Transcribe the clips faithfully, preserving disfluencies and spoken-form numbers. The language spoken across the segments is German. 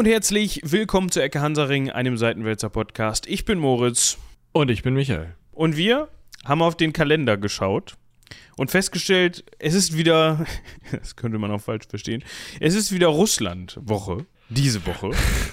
und herzlich willkommen zu Ecke Hansaring, einem Seitenwälzer Podcast. Ich bin Moritz. Und ich bin Michael. Und wir haben auf den Kalender geschaut und festgestellt, es ist wieder, das könnte man auch falsch verstehen, es ist wieder Russland-Woche, diese Woche.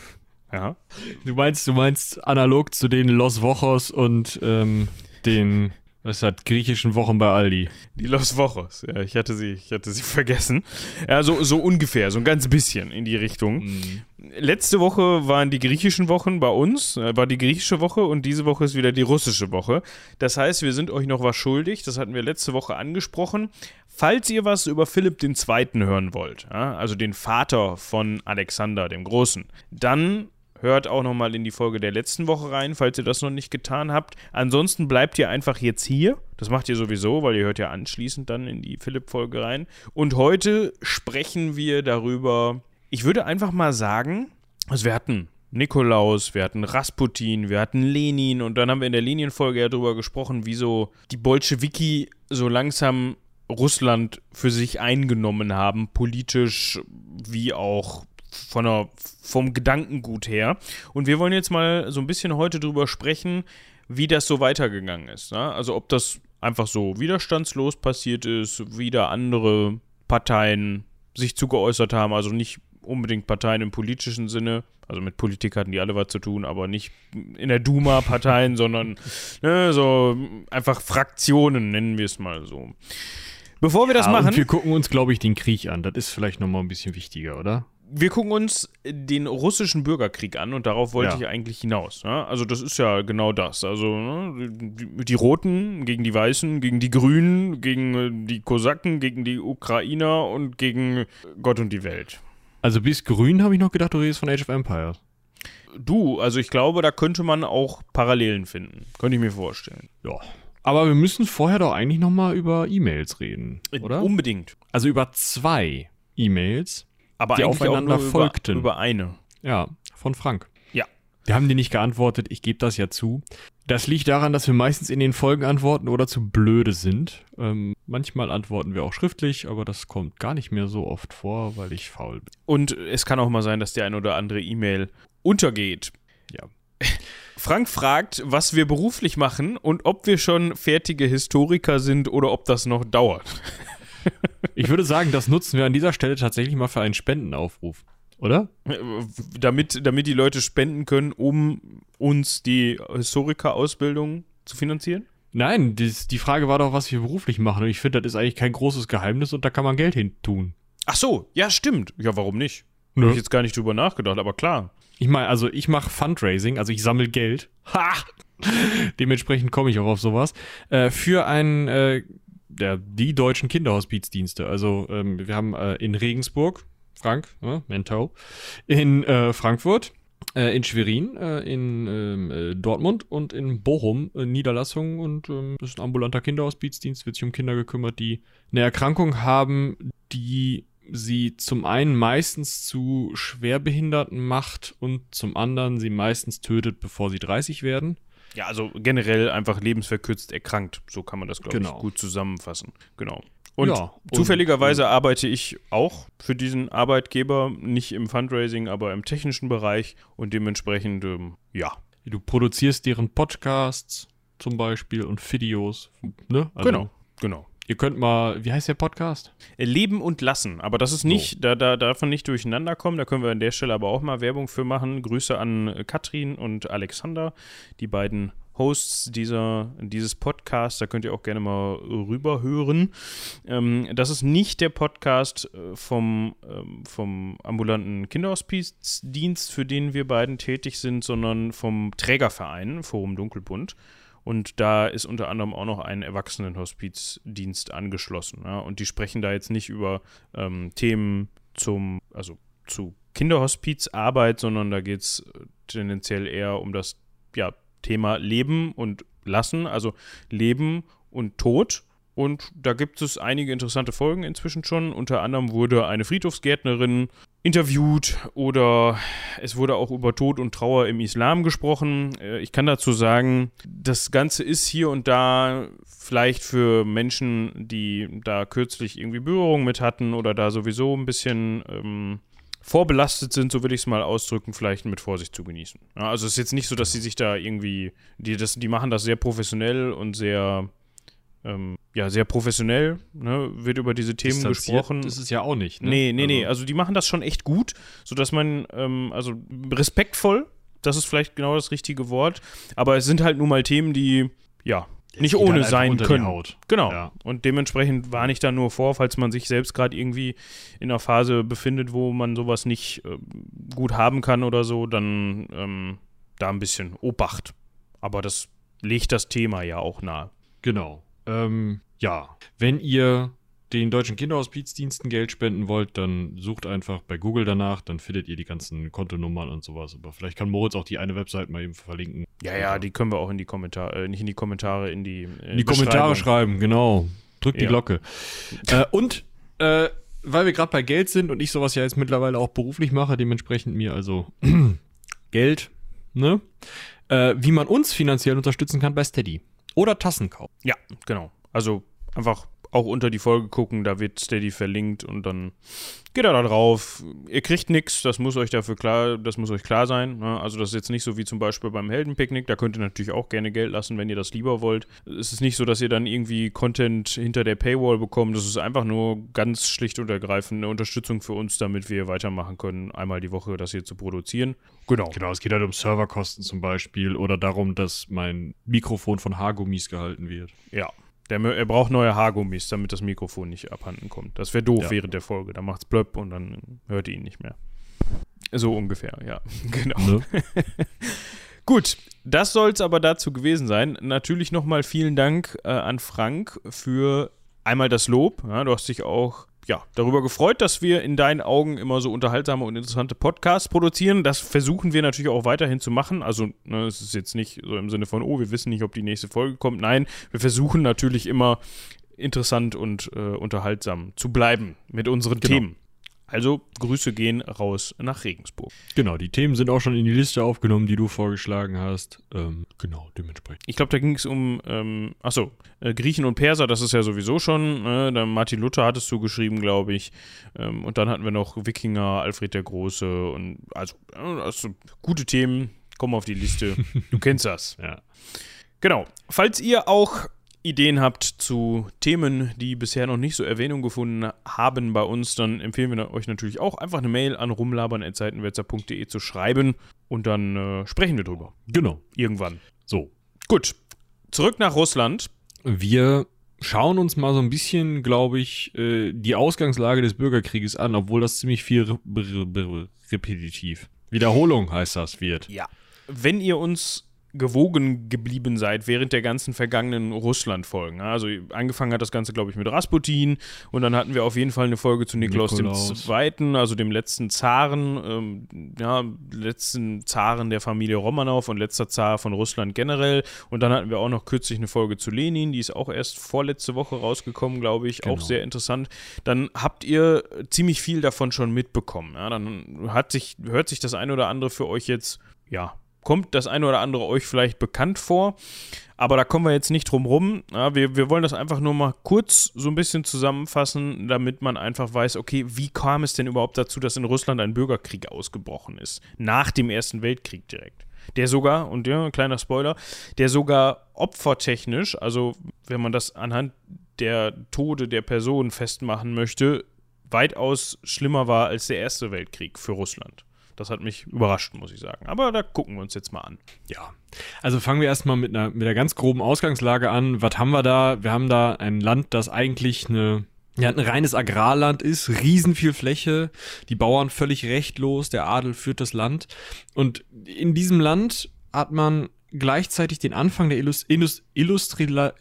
Ja. Du meinst, du meinst analog zu den Los Wochos und ähm, den, was hat, griechischen Wochen bei Aldi. Die Los Wochos, ja, ich hatte sie, ich hatte sie vergessen. Ja, so, so ungefähr, so ein ganz bisschen in die Richtung. Mhm. Letzte Woche waren die griechischen Wochen bei uns, äh, war die griechische Woche und diese Woche ist wieder die russische Woche. Das heißt, wir sind euch noch was schuldig, das hatten wir letzte Woche angesprochen. Falls ihr was über Philipp der Zweite hören wollt, ja, also den Vater von Alexander dem Großen, dann hört auch nochmal in die Folge der letzten Woche rein, falls ihr das noch nicht getan habt. Ansonsten bleibt ihr einfach jetzt hier. Das macht ihr sowieso, weil ihr hört ja anschließend dann in die Philipp-Folge rein. Und heute sprechen wir darüber, ich würde einfach mal sagen, also wir hatten Nikolaus, wir hatten Rasputin, wir hatten Lenin und dann haben wir in der Lenin-Folge ja darüber gesprochen, wie so die Bolschewiki so langsam Russland für sich eingenommen haben, politisch wie auch von der, vom Gedankengut her. Und wir wollen jetzt mal so ein bisschen heute drüber sprechen, wie das so weitergegangen ist. Ne? Also ob das einfach so widerstandslos passiert ist, wie da andere Parteien sich zugeäußert haben, also nicht unbedingt Parteien im politischen Sinne, also mit Politik hatten die alle was zu tun, aber nicht in der Duma Parteien, sondern ne, so einfach Fraktionen, nennen wir es mal so. Bevor wir das ja, machen... Und wir gucken uns, glaube ich, den Krieg an. Das ist vielleicht nochmal ein bisschen wichtiger, oder? Wir gucken uns den russischen Bürgerkrieg an und darauf wollte ja. ich eigentlich hinaus. Ne? Also das ist ja genau das. Also ne? die, die Roten gegen die Weißen, gegen die Grünen, gegen die Kosaken, gegen die Ukrainer und gegen Gott und die Welt. Also bis Grün habe ich noch gedacht, du redest von Age of Empires. Du, also ich glaube, da könnte man auch Parallelen finden. Könnte ich mir vorstellen. Ja. Aber wir müssen vorher doch eigentlich nochmal über E-Mails reden, oder? Unbedingt. Also über zwei E-Mails. Aber die eigentlich aufeinander auch nur folgten. Über, über eine. Ja, von Frank. Ja. Wir haben dir nicht geantwortet, ich gebe das ja zu. Das liegt daran, dass wir meistens in den Folgen antworten oder zu blöde sind. Ähm, manchmal antworten wir auch schriftlich, aber das kommt gar nicht mehr so oft vor, weil ich faul bin. Und es kann auch mal sein, dass die ein oder andere E-Mail untergeht. Ja. Frank fragt, was wir beruflich machen und ob wir schon fertige Historiker sind oder ob das noch dauert. Ich würde sagen, das nutzen wir an dieser Stelle tatsächlich mal für einen Spendenaufruf, oder? Damit, damit die Leute spenden können, um uns die Historikerausbildung zu finanzieren? Nein, das, die Frage war doch, was wir beruflich machen. Und ich finde, das ist eigentlich kein großes Geheimnis und da kann man Geld hin tun. Ach so, ja, stimmt. Ja, warum nicht? Nö. Habe ich jetzt gar nicht drüber nachgedacht, aber klar. Ich meine, also ich mache Fundraising, also ich sammle Geld. Ha! Dementsprechend komme ich auch auf sowas. Äh, für einen... Äh, Der, die deutschen Kinderhospizdienste. Also ähm, wir haben äh, in Regensburg, Frank, äh, Mentau, in äh, Frankfurt, äh, in Schwerin, äh, in ähm, äh, Dortmund und in Bochum äh, Niederlassungen und ähm, das ist ein ambulanter Kinderhospizdienst, wird sich um Kinder gekümmert, die eine Erkrankung haben, die sie zum einen meistens zu Schwerbehinderten macht und zum anderen sie meistens tötet, bevor sie dreißig werden. Ja, also generell einfach lebensverkürzt erkrankt. So kann man das, glaube genau. ich, gut zusammenfassen. Genau. Und ja, zufälligerweise und, arbeite ich auch für diesen Arbeitgeber, nicht im Fundraising, aber im technischen Bereich und dementsprechend, ähm, ja. Du produzierst deren Podcasts zum Beispiel und Videos, ne? Also, genau, genau. Ihr könnt mal, wie heißt der Podcast? Leben und Lassen, aber das ist nicht, so. da, da darf man nicht durcheinander kommen, da können wir an der Stelle aber auch mal Werbung für machen. Grüße an Katrin und Alexander, die beiden Hosts dieser, dieses Podcasts, da könnt ihr auch gerne mal rüberhören. Ähm, das ist nicht der Podcast vom, ähm, vom ambulanten Kinderhospizdienst, für den wir beiden tätig sind, sondern vom Trägerverein Forum Dunkelbunt. Und da ist unter anderem auch noch ein Erwachsenenhospizdienst angeschlossen. Ja? Und die sprechen da jetzt nicht über ähm, Themen zum, also zu Kinderhospizarbeit, sondern da geht es tendenziell eher um das ja, Thema Leben und Lassen, also Leben und Tod. Und da gibt es einige interessante Folgen inzwischen schon. Unter anderem wurde eine Friedhofsgärtnerin interviewt oder es wurde auch über Tod und Trauer im Islam gesprochen. Ich kann dazu sagen, das Ganze ist hier und da vielleicht für Menschen, die da kürzlich irgendwie Berührung mit hatten oder da sowieso ein bisschen ähm, vorbelastet sind, so würde ich es mal ausdrücken, vielleicht mit Vorsicht zu genießen. Ja, also es ist jetzt nicht so, dass sie sich da irgendwie, die, das, die machen das sehr professionell und sehr, ähm, ja, sehr professionell, ne, wird über diese Themen gesprochen. Das ist ja auch nicht, ne? Nee, nee, also. nee, also die machen das schon echt gut, sodass man, ähm, also respektvoll, das ist vielleicht genau das richtige Wort, aber es sind halt nun mal Themen, die, ja, nicht ohne halt sein unter können. Die Haut. Genau. Ja. Und dementsprechend warne ich da nur vor, falls man sich selbst gerade irgendwie in einer Phase befindet, wo man sowas nicht äh, gut haben kann oder so, dann ähm, da ein bisschen Obacht. Aber das legt das Thema ja auch nahe. Genau. Ähm, ja, wenn ihr den deutschen Kinderhospizdiensten Geld spenden wollt, dann sucht einfach bei Google danach, dann findet ihr die ganzen Kontonummern und sowas. Aber vielleicht kann Moritz auch die eine Website mal eben verlinken. Ja, ja, die können wir auch in die Kommentare, äh, nicht in die Kommentare, in die äh, In die Kommentare schreiben, genau. Drückt die Ja. Glocke. äh, und, äh, weil wir gerade bei Geld sind und ich sowas ja jetzt mittlerweile auch beruflich mache, dementsprechend mir also Geld, ne? Äh, wie man uns finanziell unterstützen kann bei Steady. Oder Tassen kaufen. Ja, genau. Also einfach auch unter die Folge gucken, da wird Steady verlinkt und dann geht er da drauf. Ihr kriegt nichts, das muss euch dafür klar, das muss euch klar sein. Ne? Also das ist jetzt nicht so wie zum Beispiel beim Heldenpicknick, da könnt ihr natürlich auch gerne Geld lassen, wenn ihr das lieber wollt. Es ist nicht so, dass ihr dann irgendwie Content hinter der Paywall bekommt, das ist einfach nur ganz schlicht und ergreifend eine Unterstützung für uns, damit wir weitermachen können, einmal die Woche das hier zu produzieren. Genau. Genau, es geht halt um Serverkosten zum Beispiel oder darum, dass mein Mikrofon von Haargummis gehalten wird. Ja. Der, er braucht neue Haargummis, damit das Mikrofon nicht abhanden kommt. Das wäre doof Ja. während der Folge. Da macht's blöpp und dann hört ihr ihn nicht mehr. So ungefähr, ja. Genau. Ne? Gut, das soll es aber dazu gewesen sein. Natürlich nochmal vielen Dank äh, an Frank für einmal das Lob. Ja, du hast dich auch ja, darüber gefreut, dass wir in deinen Augen immer so unterhaltsame und interessante Podcasts produzieren. Das versuchen wir natürlich auch weiterhin zu machen. Also, ne, es ist jetzt nicht so im Sinne von, oh, wir wissen nicht, ob die nächste Folge kommt. Nein, wir versuchen natürlich immer interessant und äh, unterhaltsam zu bleiben mit unseren Genau. Themen. Also, Grüße gehen raus nach Regensburg. Genau, die Themen sind auch schon in die Liste aufgenommen, die du vorgeschlagen hast. Ähm, genau, dementsprechend. Ich glaube, da ging es um, ähm, achso, äh, Griechen und Perser, das ist ja sowieso schon, äh, dann Martin Luther hattest du geschrieben, glaube ich. Ähm, und dann hatten wir noch Wikinger, Alfred der Große und also, äh, also gute Themen, komm auf die Liste, du kennst das. Ja. Genau, falls ihr auch Ideen habt zu Themen, die bisher noch nicht so Erwähnung gefunden haben bei uns, dann empfehlen wir euch natürlich auch einfach eine Mail an rumlabern at seitenwälzer punkt de zu schreiben und dann äh, sprechen wir drüber. Genau. Irgendwann. So. Gut, zurück nach Russland. Wir schauen uns mal so ein bisschen, glaube ich, äh, die Ausgangslage des Bürgerkrieges an, obwohl das ziemlich viel re re re repetitiv. Wiederholung heißt das, wird. Ja. Wenn ihr uns gewogen geblieben seid während der ganzen vergangenen Russland-Folgen. Also angefangen hat das Ganze, glaube ich, mit Rasputin und dann hatten wir auf jeden Fall eine Folge zu Nikolaus, Nikolaus. dem Zweiten, also dem letzten Zaren, ähm, ja, letzten Zaren der Familie Romanow und letzter Zar von Russland generell. Und dann hatten wir auch noch kürzlich eine Folge zu Lenin, die ist auch erst vorletzte Woche rausgekommen, glaube ich, Genau. auch sehr interessant. Dann habt ihr ziemlich viel davon schon mitbekommen. Ja? Dann hat sich, hört sich das eine oder andere für euch jetzt, ja, kommt das eine oder andere euch vielleicht bekannt vor, aber da kommen wir jetzt nicht drum rum. Ja, wir, wir wollen das einfach nur mal kurz so ein bisschen zusammenfassen, damit man einfach weiß, okay, wie kam es denn überhaupt dazu, dass in Russland ein Bürgerkrieg ausgebrochen ist? Nach dem Ersten Weltkrieg direkt. Der sogar, und ja, kleiner Spoiler, der sogar opfertechnisch, also wenn man das anhand der Tode der Personen festmachen möchte, weitaus schlimmer war als der Erste Weltkrieg für Russland. Das hat mich überrascht, muss ich sagen. Aber da gucken wir uns jetzt mal an. Ja, also fangen wir erstmal mit einer, mit einer ganz groben Ausgangslage an. Was haben wir da? Wir haben da ein Land, das eigentlich eine, ja, ein reines Agrarland ist, riesen viel Fläche, die Bauern völlig rechtlos, der Adel führt das Land. Und in diesem Land hat man gleichzeitig den Anfang der Illus, Illus, Illustrila,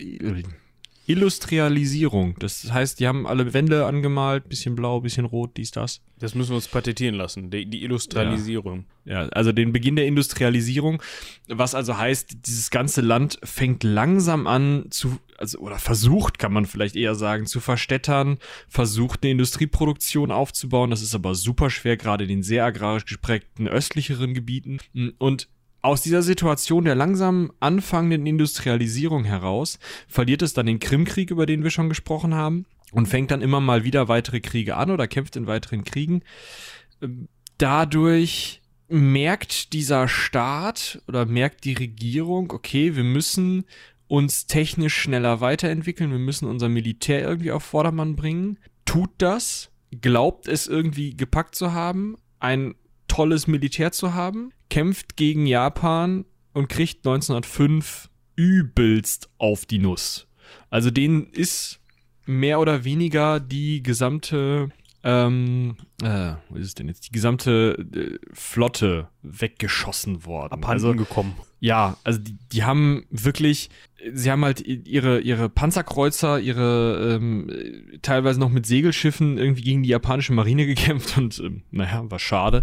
Illustrialisierung. Das heißt, die haben alle Wände angemalt, bisschen blau, bisschen rot, dies, das. Das müssen wir uns patentieren lassen, die, die Illustralisierung. Ja, also den Beginn der Industrialisierung, was also heißt, dieses ganze Land fängt langsam an zu, also oder versucht, kann man vielleicht eher sagen, zu verstädtern, versucht eine Industrieproduktion aufzubauen. Das ist aber super schwer, gerade in den sehr agrarisch geprägten östlicheren Gebieten. Und aus dieser Situation der langsam anfangenden Industrialisierung heraus verliert es dann den Krimkrieg, über den wir schon gesprochen haben, und fängt dann immer mal wieder weitere Kriege an oder kämpft in weiteren Kriegen. dadurch merkt dieser Staat oder merkt die Regierung, okay, wir müssen uns technisch schneller weiterentwickeln, wir müssen unser Militär irgendwie auf Vordermann bringen, tut das, glaubt es irgendwie gepackt zu haben, ein tolles Militär zu haben, kämpft gegen Japan und kriegt neunzehnhundertfünf übelst auf die Nuss. Also denen ist mehr oder weniger die gesamte, ähm, äh, was ist es denn jetzt, die gesamte äh, Flotte weggeschossen worden. Abhanden also, gekommen. Ja, also die, die haben wirklich, sie haben halt ihre, ihre Panzerkreuzer, ihre ähm, teilweise noch mit Segelschiffen irgendwie gegen die japanische Marine gekämpft und ähm, naja, war schade.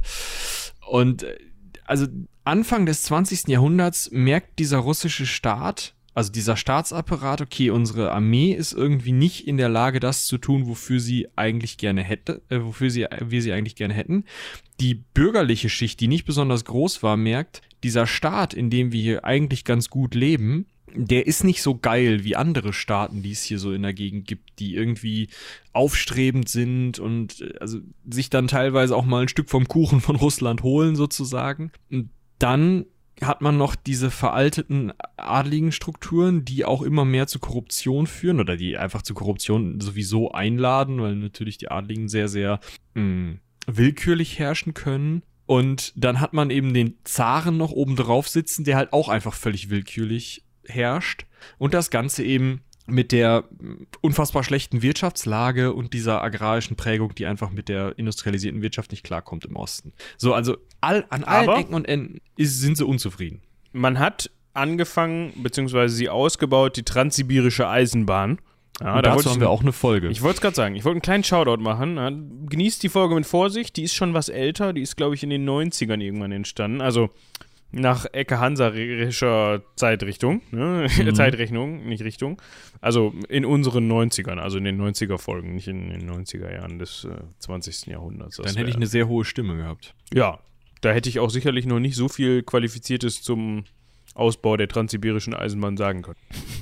Und äh, also Anfang des zwanzigsten Jahrhunderts merkt dieser russische Staat, also dieser Staatsapparat, okay, unsere Armee ist irgendwie nicht in der Lage, das zu tun, wofür sie eigentlich gerne hätte, äh, wofür sie, wir sie eigentlich gerne hätten. Die bürgerliche Schicht, die nicht besonders groß war, merkt, dieser Staat, in dem wir hier eigentlich ganz gut leben, der ist nicht so geil wie andere Staaten, die es hier so in der Gegend gibt, die irgendwie aufstrebend sind und also sich dann teilweise auch mal ein Stück vom Kuchen von Russland holen sozusagen. Und dann hat man noch diese veralteten adligen Strukturen, die auch immer mehr zu Korruption führen oder die einfach zu Korruption sowieso einladen, weil natürlich die Adligen sehr, sehr mh, willkürlich herrschen können. Und dann hat man eben den Zaren noch oben drauf sitzen, der halt auch einfach völlig willkürlich herrscht. Und das Ganze eben mit der unfassbar schlechten Wirtschaftslage und dieser agrarischen Prägung, die einfach mit der industrialisierten Wirtschaft nicht klarkommt im Osten. So, also all, an allen Aber Ecken und Enden ist, sind sie unzufrieden. Man hat angefangen, beziehungsweise sie ausgebaut, die transsibirische Eisenbahn. Ja, und da dazu haben wir auch eine Folge. Ich wollte es gerade sagen, ich wollte einen kleinen Shoutout machen. Ja, genießt die Folge mit Vorsicht, die ist schon was älter, die ist, glaube ich, in den neunzigern irgendwann entstanden. Also nach Ecke-Hansa-rischer Zeitrichtung, ne? Mhm. Zeitrechnung, nicht Richtung. Also in unseren neunzigern, also in den neunziger-Folgen, nicht in den neunziger Jahren des äh, zwanzigsten Jahrhunderts. Das Dann hätte ich eine sehr hohe Stimme gehabt. Ja, da hätte ich auch sicherlich noch nicht so viel Qualifiziertes zum Ausbau der transsibirischen Eisenbahn sagen können.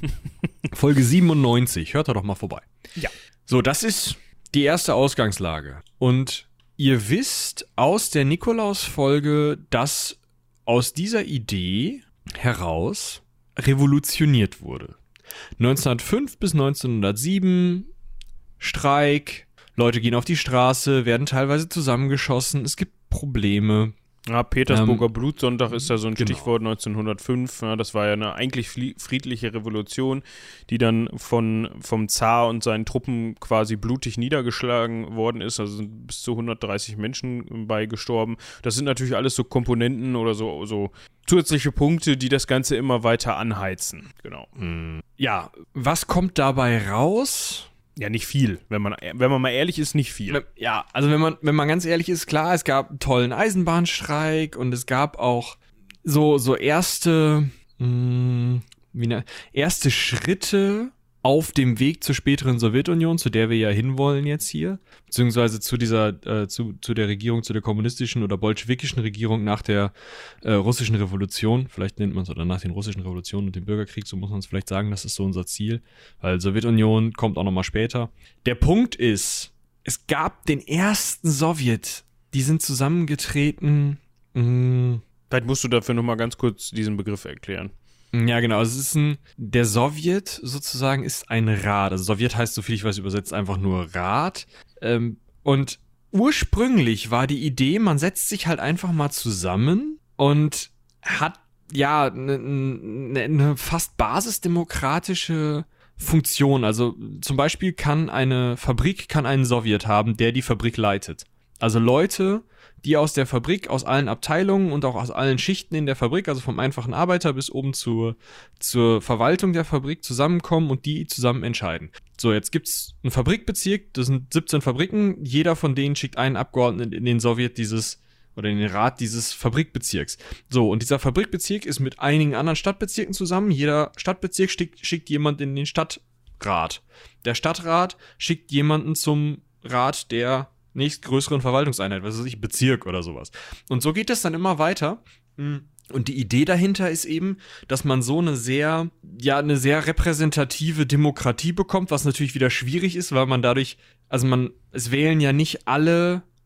Folge siebenundneunzig, hört da doch mal vorbei. Ja. So, das ist die erste Ausgangslage. Und ihr wisst aus der Nikolaus-Folge, dass aus dieser Idee heraus revolutioniert wurde. neunzehnhundertfünf bis neunzehnhundertsieben, Streik, Leute gehen auf die Straße, werden teilweise zusammengeschossen, es gibt Probleme. Ja, Petersburger ähm, Blutsonntag ist ja so ein genau. Stichwort neunzehnhundertfünf. Ja, das war ja eine eigentlich friedliche Revolution, die dann von, vom Zar und seinen Truppen quasi blutig niedergeschlagen worden ist. Also sind bis zu hundertdreißig Menschen bei gestorben. Das sind natürlich alles so Komponenten oder so, so zusätzliche Punkte, die das Ganze immer weiter anheizen. Genau. Ja, was kommt dabei raus? Ja, nicht viel. Wenn man, wenn man mal ehrlich ist, nicht viel. Ja, also wenn man, wenn man ganz ehrlich ist, klar, es gab einen tollen Eisenbahnstreik und es gab auch so, so erste, mh, wie ne, erste Schritte auf dem Weg zur späteren Sowjetunion, zu der wir ja hinwollen jetzt hier, beziehungsweise zu dieser, äh, zu, zu der Regierung, zu der kommunistischen oder bolschewikischen Regierung nach der äh, russischen Revolution, vielleicht nennt man es, oder nach den russischen Revolutionen und dem Bürgerkrieg, so muss man es vielleicht sagen, das ist so unser Ziel, weil Sowjetunion kommt auch nochmal später. Der Punkt ist, es gab den ersten Sowjet, die sind zusammengetreten, mh, Vielleicht musst du dafür nochmal ganz kurz diesen Begriff erklären. Ja, genau. Es ist ein, der Sowjet sozusagen ist ein Rat. Also Sowjet heißt, so viel ich weiß, übersetzt einfach nur Rat. Ähm, und ursprünglich war die Idee, man setzt sich halt einfach mal zusammen und hat ja eine ne, ne fast basisdemokratische Funktion. Also zum Beispiel kann eine Fabrik kann einen Sowjet haben, der die Fabrik leitet. Also Leute, die aus der Fabrik, aus allen Abteilungen und auch aus allen Schichten in der Fabrik, also vom einfachen Arbeiter bis oben zur, zur Verwaltung der Fabrik zusammenkommen und die zusammen entscheiden. So, jetzt gibt's einen Fabrikbezirk, das sind siebzehn Fabriken, jeder von denen schickt einen Abgeordneten in den Sowjet dieses, oder in den Rat dieses Fabrikbezirks. So, und dieser Fabrikbezirk ist mit einigen anderen Stadtbezirken zusammen, jeder Stadtbezirk schickt, schickt jemanden in den Stadtrat. Der Stadtrat schickt jemanden zum Rat der nächstgrößeren Verwaltungseinheit, was weiß ich, Bezirk oder sowas. Und so geht es dann immer weiter. Und die Idee dahinter ist eben, dass man so eine sehr, ja, eine sehr repräsentative Demokratie bekommt, was natürlich wieder schwierig ist, weil man dadurch, also man, es wählen ja nicht alle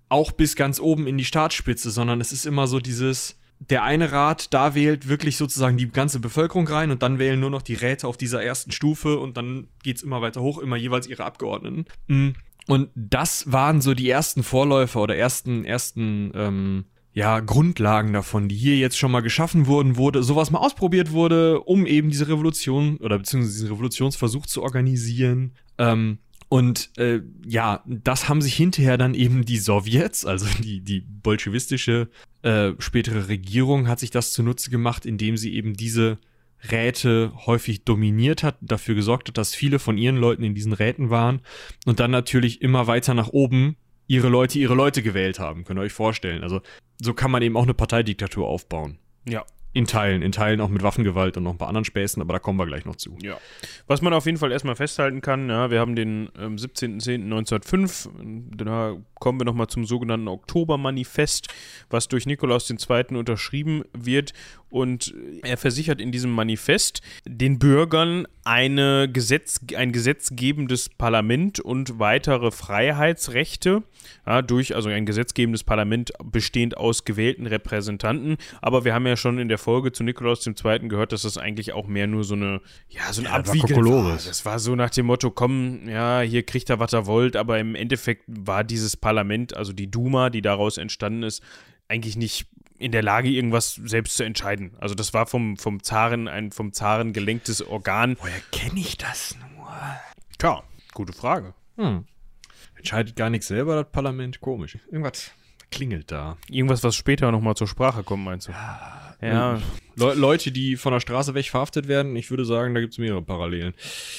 auch bis ganz oben in die Staatsspitze, sondern es ist immer so dieses, der eine Rat, da wählt wirklich sozusagen die ganze Bevölkerung rein und dann wählen nur noch die Räte auf dieser ersten Stufe und dann geht's immer weiter hoch, immer jeweils ihre Abgeordneten. Und das waren so die ersten Vorläufer oder ersten, ersten, ähm, ja, Grundlagen davon, die hier jetzt schon mal geschaffen wurden, wurde sowas mal ausprobiert wurde, um eben diese Revolution oder beziehungsweise diesen Revolutionsversuch zu organisieren. Ähm, und äh, ja, das haben sich hinterher dann eben die Sowjets, also die, die bolschewistische äh, spätere Regierung hat sich das zunutze gemacht, indem sie eben diese Räte häufig dominiert hat, dafür gesorgt hat, dass viele von ihren Leuten in diesen Räten waren und dann natürlich immer weiter nach oben ihre Leute ihre Leute gewählt haben, könnt ihr euch vorstellen. Also so kann man eben auch eine Parteidiktatur aufbauen. Ja. In Teilen, in Teilen auch mit Waffengewalt und noch ein paar anderen Späßen, aber da kommen wir gleich noch zu. Ja. Was man auf jeden Fall erstmal festhalten kann, ja, wir haben den ähm, siebzehnten zehnten neunzehnhundertfünf, da kommen wir nochmal zum sogenannten Oktobermanifest, was durch Nikolaus der Zweite unterschrieben wird und er versichert in diesem Manifest den Bürgern eine Gesetz, ein gesetzgebendes Parlament und weitere Freiheitsrechte, ja, durch, also ein gesetzgebendes Parlament bestehend aus gewählten Repräsentanten, aber wir haben ja schon in der Folge zu Nikolaus der Zweite gehört, dass das eigentlich auch mehr nur so eine, ja, so ein ja, Abwiegeln war. Das war so nach dem Motto, komm, ja, hier kriegt er, was er wollt, aber im Endeffekt war dieses Parlament, also die Duma, die daraus entstanden ist, eigentlich nicht in der Lage, irgendwas selbst zu entscheiden. Also das war vom, vom Zaren, ein vom Zaren gelenktes Organ. Woher kenne ich das nur? Tja, gute Frage. Hm. Entscheidet gar nichts selber, das Parlament? Komisch. Irgendwas klingelt da. Irgendwas, was später nochmal zur Sprache kommt, meinst du? Ja. Ja. Le- Leute, die von der Straße weg verhaftet werden, ich würde sagen, da gibt es mehrere Parallelen.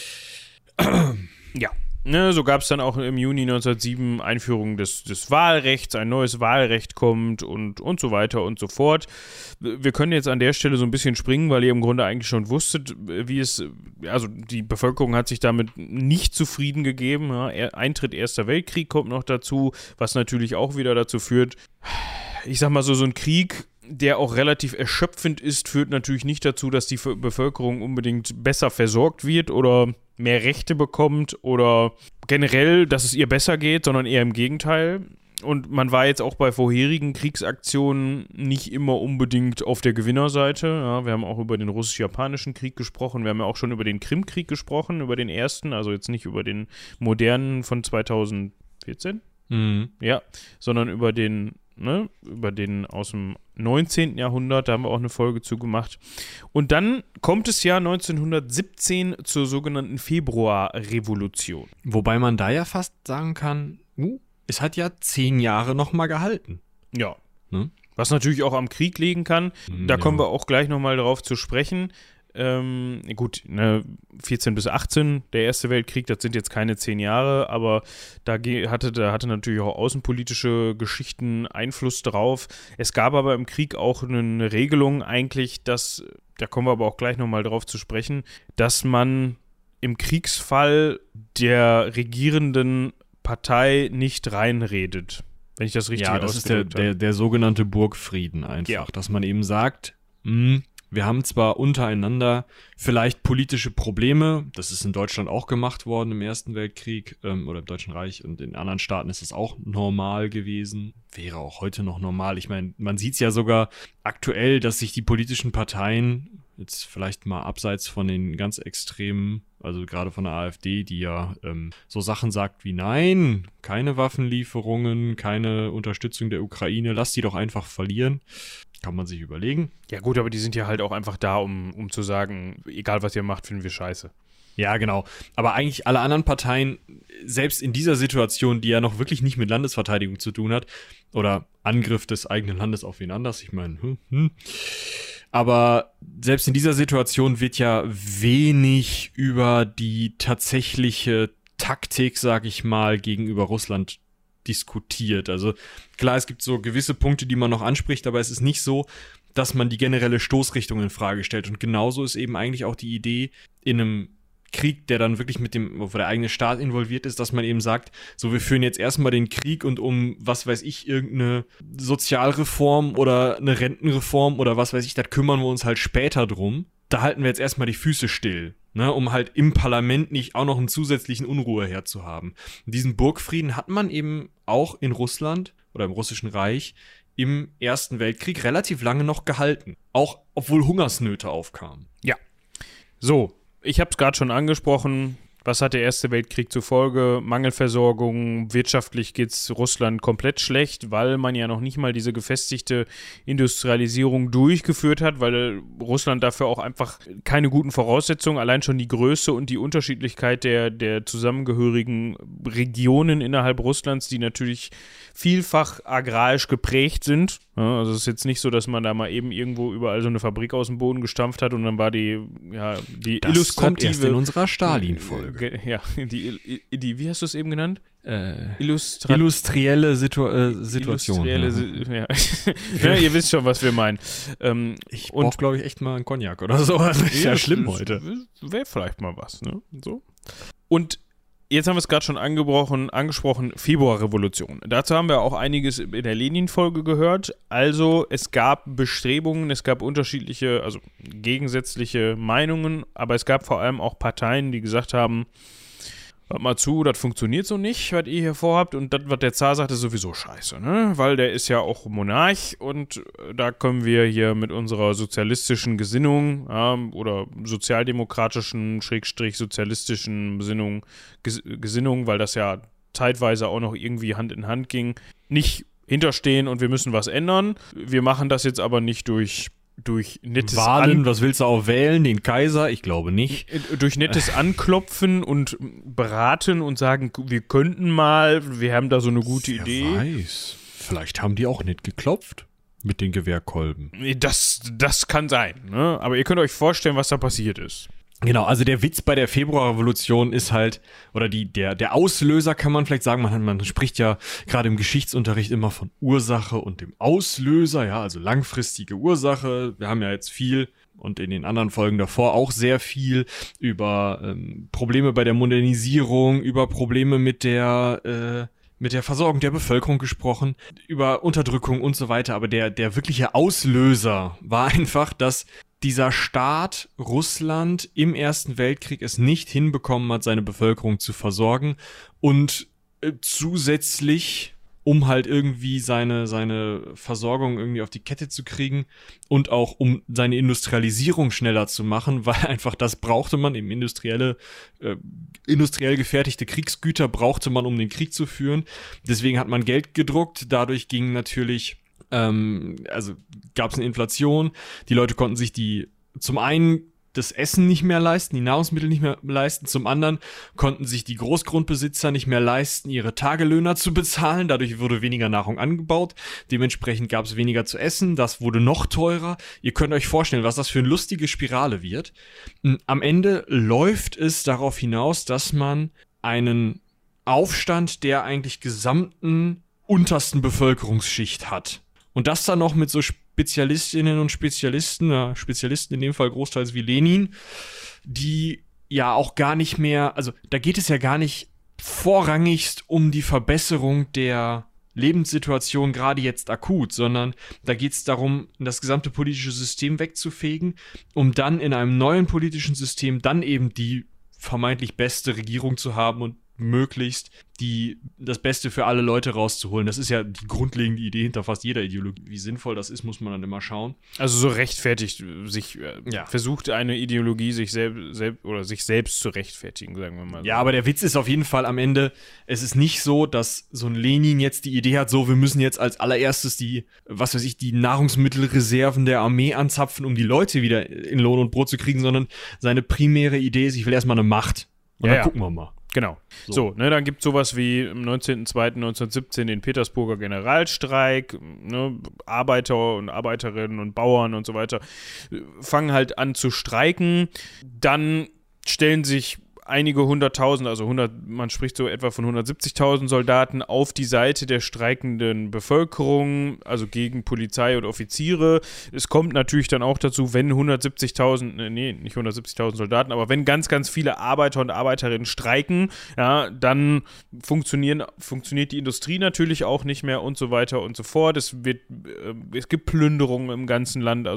Ja. Ne, so gab es dann auch im Juni neunzehnhundertsieben Einführung des, des Wahlrechts, ein neues Wahlrecht kommt und, und so weiter und so fort. Wir können jetzt an der Stelle so ein bisschen springen, weil ihr im Grunde eigentlich schon wusstet, wie es, also die Bevölkerung hat sich damit nicht zufrieden gegeben. Ja. Eintritt Erster Weltkrieg kommt noch dazu, was natürlich auch wieder dazu führt, ich sag mal so, so ein Krieg, der auch relativ erschöpfend ist, führt natürlich nicht dazu, dass die Bevölkerung unbedingt besser versorgt wird oder mehr Rechte bekommt oder generell, dass es ihr besser geht, sondern eher im Gegenteil. Und man war jetzt auch bei vorherigen Kriegsaktionen nicht immer unbedingt auf der Gewinnerseite. Ja, wir haben auch über den russisch-japanischen Krieg gesprochen. Wir haben ja auch schon über den Krimkrieg gesprochen, über den ersten, also jetzt nicht über den modernen von zweitausendvierzehn. Mhm. Ja, sondern über den Ne, über den aus dem neunzehnten Jahrhundert, da haben wir auch eine Folge zu gemacht. Und dann kommt es ja neunzehnhundertsiebzehn zur sogenannten Februarrevolution. Wobei man da ja fast sagen kann, uh, es hat ja zehn Jahre nochmal gehalten. Ja. Ne? Was natürlich auch am Krieg liegen kann. Da ja. kommen wir auch gleich nochmal drauf zu sprechen. Ähm, gut, ne, vierzehn bis achtzehn, der Erste Weltkrieg, das sind jetzt keine zehn Jahre, aber da ge- hatte, da hatte natürlich auch außenpolitische Geschichten Einfluss drauf. Es gab aber im Krieg auch eine Regelung eigentlich, dass, da kommen wir aber auch gleich nochmal drauf zu sprechen, dass man im Kriegsfall der regierenden Partei nicht reinredet, wenn ich das richtig Ja, das ist der, ausgedrückt habe. der, der sogenannte Burgfrieden einfach, Ja. dass man eben sagt, mh, wir haben zwar untereinander vielleicht politische Probleme, das ist in Deutschland auch gemacht worden im Ersten Weltkrieg ähm, oder im Deutschen Reich und in anderen Staaten ist es auch normal gewesen, wäre auch heute noch normal. Ich meine, man sieht es ja sogar aktuell, dass sich die politischen Parteien, jetzt vielleicht mal abseits von den ganz extremen, also gerade von der AfD, die ja ähm, so Sachen sagt wie nein, keine Waffenlieferungen, keine Unterstützung der Ukraine, lass die doch einfach verlieren. Kann man sich überlegen. Ja gut, aber die sind ja halt auch einfach da, um, um zu sagen, egal was ihr macht, finden wir scheiße. Ja, genau. Aber eigentlich alle anderen Parteien, selbst in dieser Situation, die ja noch wirklich nicht mit Landesverteidigung zu tun hat, oder Angriff des eigenen Landes auf wen anders, ich meine, hm, hm. Aber selbst in dieser Situation wird ja wenig über die tatsächliche Taktik, sag ich mal, gegenüber Russland diskutiert. Also klar, es gibt so gewisse Punkte, die man noch anspricht, aber es ist nicht so, dass man die generelle Stoßrichtung in Frage stellt. Und genauso ist eben eigentlich auch die Idee in einem Krieg, der dann wirklich mit dem, wo der eigene Staat involviert ist, dass man eben sagt, so, wir führen jetzt erstmal den Krieg und um, was weiß ich, irgendeine Sozialreform oder eine Rentenreform oder was weiß ich, da kümmern wir uns halt später drum. Da halten wir jetzt erstmal die Füße still. ne, um halt im Parlament nicht auch noch einen zusätzlichen Unruheherd zu haben. Und diesen Burgfrieden hat man eben auch in Russland oder im Russischen Reich im Ersten Weltkrieg relativ lange noch gehalten. Auch obwohl Hungersnöte aufkamen. Ja. So, ich habe es gerade schon angesprochen. Was hat der Erste Weltkrieg zur Folge? Mangelversorgung, wirtschaftlich geht es Russland komplett schlecht, weil man ja noch nicht mal diese gefestigte Industrialisierung durchgeführt hat, weil Russland dafür auch einfach keine guten Voraussetzungen, allein schon die Größe und die Unterschiedlichkeit der, der zusammengehörigen Regionen innerhalb Russlands, die natürlich vielfach agrarisch geprägt sind. Ja, also es ist jetzt nicht so, dass man da mal eben irgendwo überall so eine Fabrik aus dem Boden gestampft hat und dann war die, ja, die das illustrative... kommt erst in unserer Stalin-Folge. Ja, die, die, wie hast du es eben genannt? Äh, Illustra- Illustrielle Situ- äh, Situation. Illustrielle, ja. Ja. Ja, ihr wisst schon, was wir meinen. Ähm, ich brauche, glaube ich, echt mal einen Cognac oder so. Das ist ja, ja schlimm heute. Wäre vielleicht mal was, ne? So. Und jetzt haben wir es gerade schon angebrochen, angesprochen, Februarrevolution. Dazu haben wir auch einiges in der Lenin-Folge gehört. Also es gab Bestrebungen, es gab unterschiedliche, also gegensätzliche Meinungen, aber es gab vor allem auch Parteien, die gesagt haben, hört mal zu, das funktioniert so nicht, was ihr hier vorhabt, und das, was der Zar sagt, ist sowieso scheiße, ne? Weil der ist ja auch Monarch und da können wir hier mit unserer sozialistischen Gesinnung ja, oder sozialdemokratischen, schrägstrich sozialistischen Gesinnung, Ges- Gesinnung, weil das ja zeitweise auch noch irgendwie Hand in Hand ging, nicht hinterstehen und wir müssen was ändern. Wir machen das jetzt aber nicht durch durch nettes Wahlen, An- was willst du auch wählen? Den Kaiser? Ich glaube nicht. Durch nettes Anklopfen und beraten und sagen, wir könnten mal, wir haben da so eine gute Wer Idee. weiß. Vielleicht haben die auch nicht geklopft mit den Gewehrkolben. Das, das kann sein, ne? Aber ihr könnt euch vorstellen, was da passiert ist. Genau, also der Witz bei der Februarrevolution ist halt, oder die, der, der Auslöser kann man vielleicht sagen, man, man spricht ja gerade im Geschichtsunterricht immer von Ursache und dem Auslöser, ja, also langfristige Ursache. Wir haben ja jetzt viel und in den anderen Folgen davor auch sehr viel über ähm, Probleme bei der Modernisierung, über Probleme mit der, äh, mit der Versorgung der Bevölkerung gesprochen, über Unterdrückung und so weiter. Aber der, der wirkliche Auslöser war einfach, dass dieser Staat Russland im Ersten Weltkrieg es nicht hinbekommen hat, seine Bevölkerung zu versorgen und äh, zusätzlich, um halt irgendwie seine, seine Versorgung irgendwie auf die Kette zu kriegen und auch um seine Industrialisierung schneller zu machen, weil einfach das brauchte man, eben industrielle, äh, industriell gefertigte Kriegsgüter brauchte man, um den Krieg zu führen. Deswegen hat man Geld gedruckt, dadurch ging natürlich Ähm, also gab es eine Inflation, die Leute konnten sich die zum einen das Essen nicht mehr leisten, die Nahrungsmittel nicht mehr leisten, zum anderen konnten sich die Großgrundbesitzer nicht mehr leisten, ihre Tagelöhner zu bezahlen, dadurch wurde weniger Nahrung angebaut, dementsprechend gab es weniger zu essen, das wurde noch teurer. Ihr könnt euch vorstellen, was das für eine lustige Spirale wird. Am Ende läuft es darauf hinaus, dass man einen Aufstand der eigentlich gesamten untersten Bevölkerungsschicht hat. Und das dann noch mit so Spezialistinnen und Spezialisten, ja, Spezialisten in dem Fall großteils wie Lenin, die ja auch gar nicht mehr, also da geht es ja gar nicht vorrangigst um die Verbesserung der Lebenssituation gerade jetzt akut, sondern da geht es darum, das gesamte politische System wegzufegen, um dann in einem neuen politischen System dann eben die vermeintlich beste Regierung zu haben und möglichst die, das Beste für alle Leute rauszuholen. Das ist ja die grundlegende Idee hinter fast jeder Ideologie. Wie sinnvoll das ist, muss man dann immer schauen. Also so rechtfertigt sich, äh, ja. versucht eine Ideologie sich selbst selb, oder sich selbst zu rechtfertigen, sagen wir mal so. Ja, aber der Witz ist auf jeden Fall am Ende, es ist nicht so, dass so ein Lenin jetzt die Idee hat, so, wir müssen jetzt als allererstes die, was weiß ich, die Nahrungsmittelreserven der Armee anzapfen, um die Leute wieder in Lohn und Brot zu kriegen, sondern seine primäre Idee ist, ich will erstmal eine Macht. Und ja, dann ja. gucken wir mal. Genau. So, so ne, dann gibt es sowas wie am neunzehnten zweiten neunzehnhundertsiebzehn den Petersburger Generalstreik. Ne, Arbeiter und Arbeiterinnen und Bauern und so weiter fangen halt an zu streiken. Dann stellen sich einige hunderttausend, also hundert, man spricht so etwa von hundertsiebzigtausend Soldaten auf die Seite der streikenden Bevölkerung, also gegen Polizei und Offiziere. Es kommt natürlich dann auch dazu, wenn hundertsiebzigtausend, nee, nicht hundertsiebzigtausend Soldaten, aber wenn ganz, ganz viele Arbeiter und Arbeiterinnen streiken, ja, dann funktionieren, funktioniert die Industrie natürlich auch nicht mehr und so weiter und so fort. Es wird, äh, es gibt Plünderungen im ganzen Land, also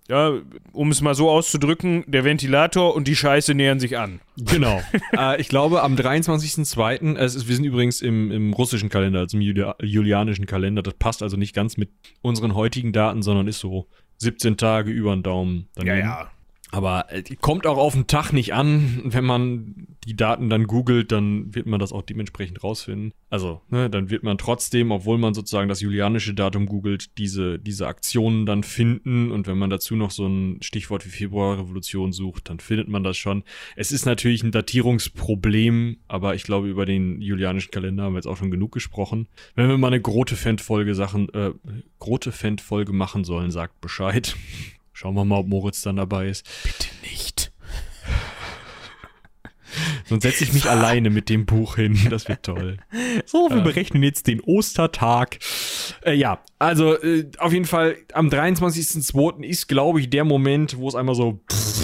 ja, um es mal so auszudrücken, der Ventilator und die Scheiße nähern sich an. Genau. äh, ich glaube, am dreiundzwanzigsten zweiten Es ist, wir sind übrigens im, im russischen Kalender, also im Juli- julianischen Kalender. Das passt also nicht ganz mit unseren heutigen Daten, sondern ist so siebzehn Tage über den Daumen daneben. Ja, ja. Aber äh, kommt auch auf den Tag nicht an. Wenn man die Daten dann googelt, dann wird man das auch dementsprechend rausfinden. Also, ne, dann wird man trotzdem, obwohl man sozusagen das julianische Datum googelt, diese, diese Aktionen dann finden. Und wenn man dazu noch so ein Stichwort wie Februarrevolution sucht, dann findet man das schon. Es ist natürlich ein Datierungsproblem, aber ich glaube, über den julianischen Kalender haben wir jetzt auch schon genug gesprochen. Wenn wir mal eine Grotefend-Folge Sachen, äh, Grotefend-Folge machen sollen, sagt Bescheid. Schauen wir mal, ob Moritz dann dabei ist. Bitte nicht. Sonst setze ich mich alleine mit dem Buch hin. Das wird toll. So, wir berechnen jetzt den Ostertag. Äh, ja, also äh, auf jeden Fall am dreiundzwanzigsten zweiten ist, glaube ich, der Moment, wo es einmal so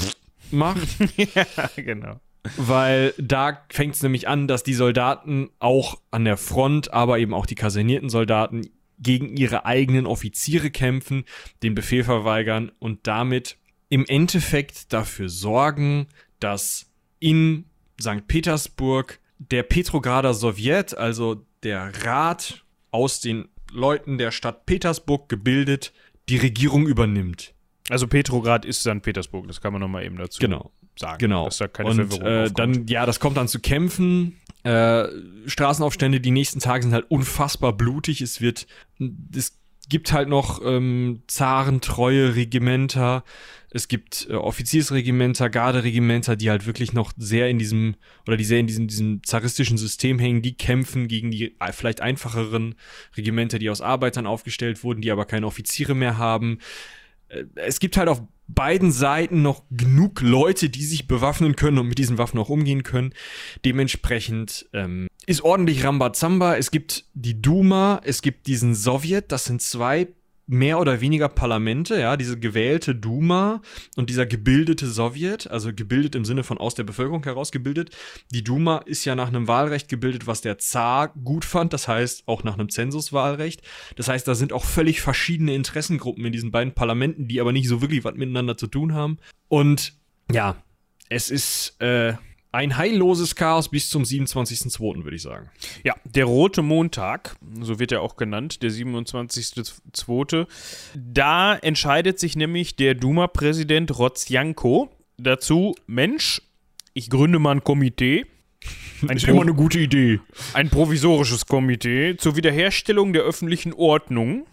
macht. Ja, genau. Weil da fängt es nämlich an, dass die Soldaten auch an der Front, aber eben auch die kasernierten Soldaten gegen ihre eigenen Offiziere kämpfen, den Befehl verweigern und damit im Endeffekt dafür sorgen, dass in Sankt Petersburg der Petrograder Sowjet, also der Rat aus den Leuten der Stadt Petersburg gebildet, die Regierung übernimmt. Also Petrograd ist Sankt Petersburg, das kann man nochmal eben dazu genau. sagen. Genau. Dass da keine und Verwirrung äh, aufkommt. dann, ja, das kommt dann zu Kämpfen. Äh, Straßenaufstände die nächsten Tage sind halt unfassbar blutig. Es wird, es gibt halt noch ähm, zarentreue Regimenter. Es gibt äh, Offiziersregimenter, Garderegimenter, die halt wirklich noch sehr in diesem, oder die sehr in diesem, diesem zaristischen System hängen. Die kämpfen gegen die äh, vielleicht einfacheren Regimenter, die aus Arbeitern aufgestellt wurden, die aber keine Offiziere mehr haben. Äh, es gibt halt auf beiden Seiten noch genug Leute, die sich bewaffnen können und mit diesen Waffen auch umgehen können. Dementsprechend ähm, ist ordentlich Rambazamba. Es gibt die Duma, es gibt diesen Sowjet, das sind zwei mehr oder weniger Parlamente, ja, diese gewählte Duma und dieser gebildete Sowjet, also gebildet im Sinne von aus der Bevölkerung heraus gebildet. Die Duma ist ja nach einem Wahlrecht gebildet, was der Zar gut fand, das heißt auch nach einem Zensuswahlrecht. Das heißt, da sind auch völlig verschiedene Interessengruppen in diesen beiden Parlamenten, die aber nicht so wirklich was miteinander zu tun haben. Und ja, es ist äh, ein heilloses Chaos bis zum siebenundzwanzigsten zweiten würde ich sagen. Ja, der Rote Montag, so wird er auch genannt, der siebenundzwanzigste zweite Da entscheidet sich nämlich der Duma-Präsident Rodzjanko dazu, Mensch, ich gründe mal ein Komitee. Ein ist immer eine gute Idee. Ein provisorisches Komitee zur Wiederherstellung der öffentlichen Ordnung.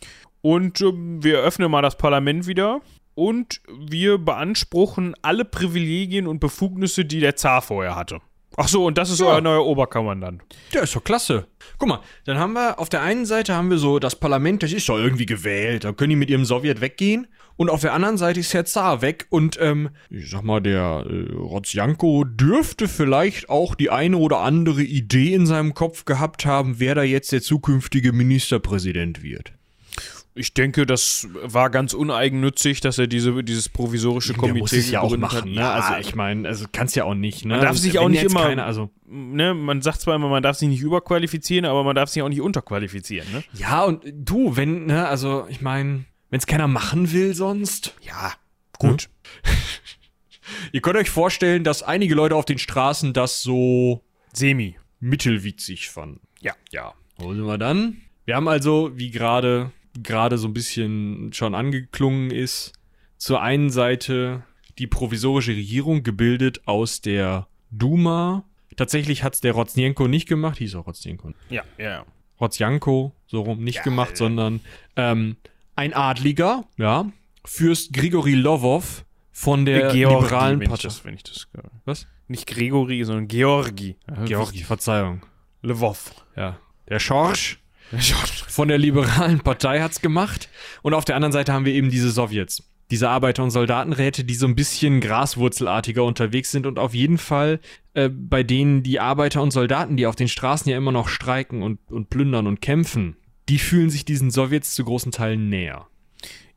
Und äh, wir öffnen mal das Parlament wieder. Und wir beanspruchen alle Privilegien und Befugnisse, die der Zar vorher hatte. Ach so, und das ist ja euer neuer Oberkommandant. Ja, ist doch klasse. Guck mal, dann haben wir, auf der einen Seite haben wir so das Parlament, das ist doch irgendwie gewählt. Da können die mit ihrem Sowjet weggehen. Und auf der anderen Seite ist der Zar weg. Und, ähm, ich sag mal, der äh, Rodzjanko dürfte vielleicht auch die eine oder andere Idee in seinem Kopf gehabt haben, wer da jetzt der zukünftige Ministerpräsident wird. Ich denke, das war ganz uneigennützig, dass er diese, dieses provisorische Komitee muss es ja auch machen, hat. ne? Ja, Also ich meine, also kannst ja auch nicht, ne? Man darf sich Wenn auch nicht jetzt immer, keine, also ne, man sagt zwar immer, man darf sich nicht überqualifizieren, aber man darf sich auch nicht unterqualifizieren, ne? ja, und du, wenn, ne, also ich meine, wenn es keiner machen will sonst. Ja, gut. Hm? Ihr könnt euch vorstellen, dass einige Leute auf den Straßen das so Semi. mittelwitzig fanden. Ja. Ja. Wo sind wir dann? Wir haben also, wie gerade gerade so ein bisschen schon angeklungen ist, zur einen Seite die provisorische Regierung, gebildet aus der Duma. Tatsächlich hat es der Rodzjanko nicht gemacht, hieß auch Rodzjanko. Ja, ja, ja. Rodzjanko, so rum, nicht Ja, gemacht, ja. sondern ähm, ein Adliger, ja, Fürst Grigori Lwow von der Georgi, liberalen wenn ich Partei. das, wenn ich das, Was? nicht Gregory, sondern Georgi. Georgi, Verzeihung. Lwow. Ja. Der Schorsch von der liberalen Partei hat's gemacht. Und auf der anderen Seite haben wir eben diese Sowjets. Diese Arbeiter- und Soldatenräte, die so ein bisschen graswurzelartiger unterwegs sind und auf jeden Fall äh, bei denen die Arbeiter und Soldaten, die auf den Straßen ja immer noch streiken und, und plündern und kämpfen, die fühlen sich diesen Sowjets zu großen Teilen näher.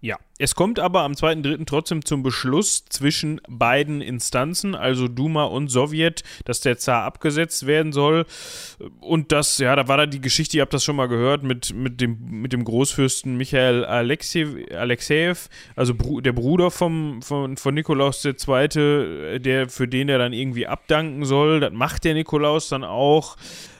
Ja, es kommt aber am zweiten dritten trotzdem zum Beschluss zwischen beiden Instanzen, also Duma und Sowjet, dass der Zar abgesetzt werden soll. Und das, ja, da war da die Geschichte, ihr habt das schon mal gehört, mit, mit, dem, mit dem Großfürsten Michael Alexejew, Alexejew also Br- der Bruder vom, von, von Nikolaus der Zweite, der, für den er dann irgendwie abdanken soll. Das macht der Nikolaus dann auch.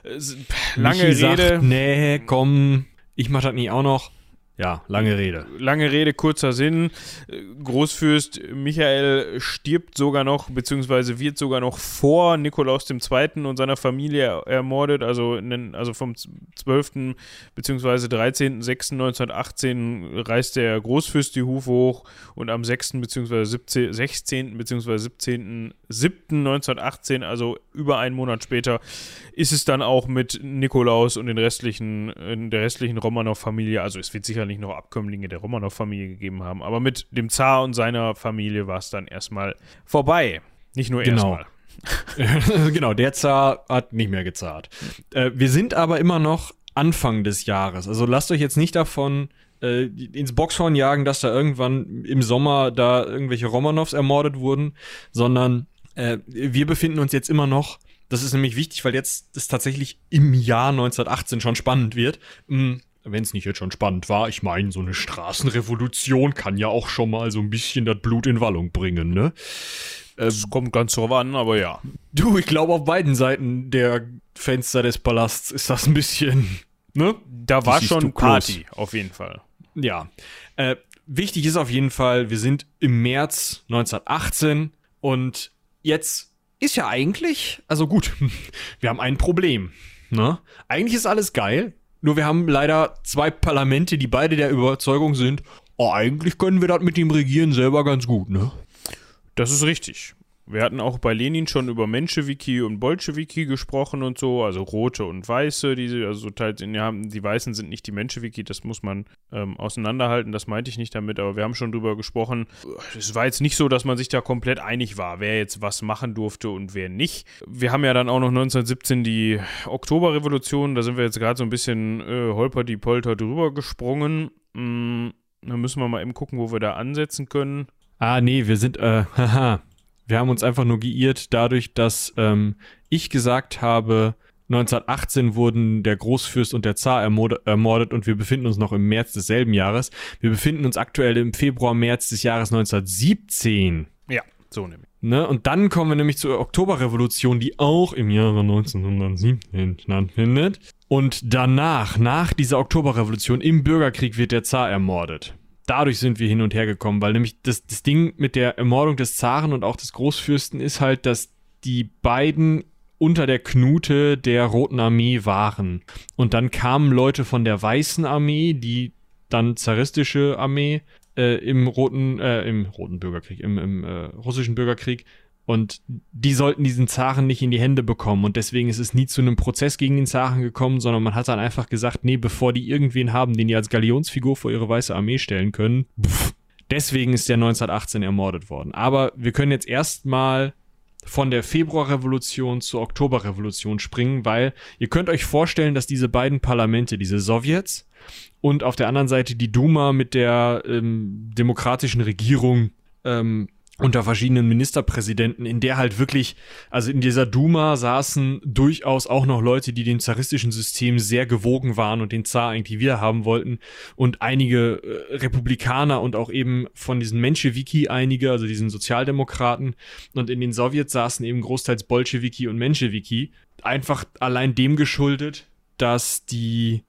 Lange Michi Rede. Sagt, nee, komm, ich mach das nicht auch noch. Ja, lange Rede. Lange Rede, kurzer Sinn. Großfürst Michael stirbt sogar noch, beziehungsweise wird sogar noch vor Nikolaus der Zweite und seiner Familie ermordet. Also, in den, also vom zwölften beziehungsweise dreizehnten sechsten neunzehnhundertachtzehn reist der Großfürst die Hufe hoch und am sechsten beziehungsweise sechzehnten beziehungsweise siebzehnten siebten neunzehnhundertachtzehn, also über einen Monat später, ist es dann auch mit Nikolaus und den restlichen, in der restlichen Romanow-Familie, also es wird sicher nicht noch Abkömmlinge der Romanow-Familie gegeben haben, aber mit dem Zar und seiner Familie war es dann erstmal vorbei. Nicht nur Genau. erstmal. Genau, der Zar hat nicht mehr gezahrt. Äh, wir sind aber immer noch Anfang des Jahres. Also lasst euch jetzt nicht davon äh, ins Boxhorn jagen, dass da irgendwann im Sommer da irgendwelche Romanows ermordet wurden, sondern äh, wir befinden uns jetzt immer noch, das ist nämlich wichtig, weil jetzt es tatsächlich im Jahr neunzehnhundertachtzehn schon spannend wird. Mhm. Wenn es nicht jetzt schon spannend war, ich meine, so eine Straßenrevolution kann ja auch schon mal so ein bisschen das Blut in Wallung bringen, ne? Es ähm, kommt ganz drauf an, aber ja. Du, ich glaube, auf beiden Seiten der Fenster des Palasts ist das ein bisschen, ne? Da war schon Party, auf jeden Fall. Ja. Äh, wichtig ist auf jeden Fall, wir sind im März neunzehnhundertachtzehn und jetzt ist ja eigentlich, also gut, wir haben ein Problem, ne? Eigentlich ist alles geil. Nur wir haben leider zwei Parlamente, die beide der Überzeugung sind, oh, eigentlich können wir das mit dem Regieren selber ganz gut, ne? Das ist richtig. Wir hatten auch bei Lenin schon über Menschewiki und Bolschewiki gesprochen und so, also rote und weiße, die also teils in, ja, die weißen sind nicht die Menschewiki, das muss man ähm, auseinanderhalten, das meinte ich nicht damit, aber wir haben schon drüber gesprochen. Es war jetzt nicht so, dass man sich da komplett einig war, wer jetzt was machen durfte und wer nicht. Wir haben ja dann auch noch neunzehnhundertsiebzehn die Oktoberrevolution, da sind wir jetzt gerade so ein bisschen äh, holper-die-polter drüber gesprungen. Hm, da müssen wir mal eben gucken, wo wir da ansetzen können. Ah, nee, wir sind, äh, haha. Wir haben uns einfach nur geirrt dadurch, dass ähm, ich gesagt habe, neunzehnhundertachtzehn wurden der Großfürst und der Zar ermord- ermordet und wir befinden uns noch im März desselben Jahres. Wir befinden uns aktuell im Februar, März des Jahres neunzehnhundertsiebzehn. Ja, so nämlich. Ne? Und dann kommen wir nämlich zur Oktoberrevolution, die auch im Jahre neunzehnhundertsiebzehn stattfindet. Und danach, nach dieser Oktoberrevolution, im Bürgerkrieg wird der Zar ermordet. Dadurch sind wir hin und her gekommen, weil nämlich das, das Ding mit der Ermordung des Zaren und auch des Großfürsten ist halt, dass die beiden unter der Knute der Roten Armee waren. Und dann kamen Leute von der Weißen Armee, die dann zaristische Armee äh, im Roten, äh, im Roten Bürgerkrieg, im, im äh, russischen Bürgerkrieg. Und die sollten diesen Zaren nicht in die Hände bekommen. Und deswegen ist es nie zu einem Prozess gegen den Zaren gekommen, sondern man hat dann einfach gesagt, nee, bevor die irgendwen haben, den die als Galionsfigur vor ihre weiße Armee stellen können, pff, deswegen ist der neunzehnhundertachtzehn ermordet worden. Aber wir können jetzt erstmal von der Februarrevolution zur Oktoberrevolution springen, weil ihr könnt euch vorstellen, dass diese beiden Parlamente, diese Sowjets und auf der anderen Seite die Duma mit der ähm, demokratischen Regierung ähm, unter verschiedenen Ministerpräsidenten, in der halt wirklich, also in dieser Duma saßen durchaus auch noch Leute, die dem zaristischen System sehr gewogen waren und den Zar eigentlich wieder haben wollten und einige äh, Republikaner und auch eben von diesen Menschewiki einige, also diesen Sozialdemokraten, und in den Sowjets saßen eben großteils Bolschewiki und Menschewiki, einfach allein dem geschuldet, dass die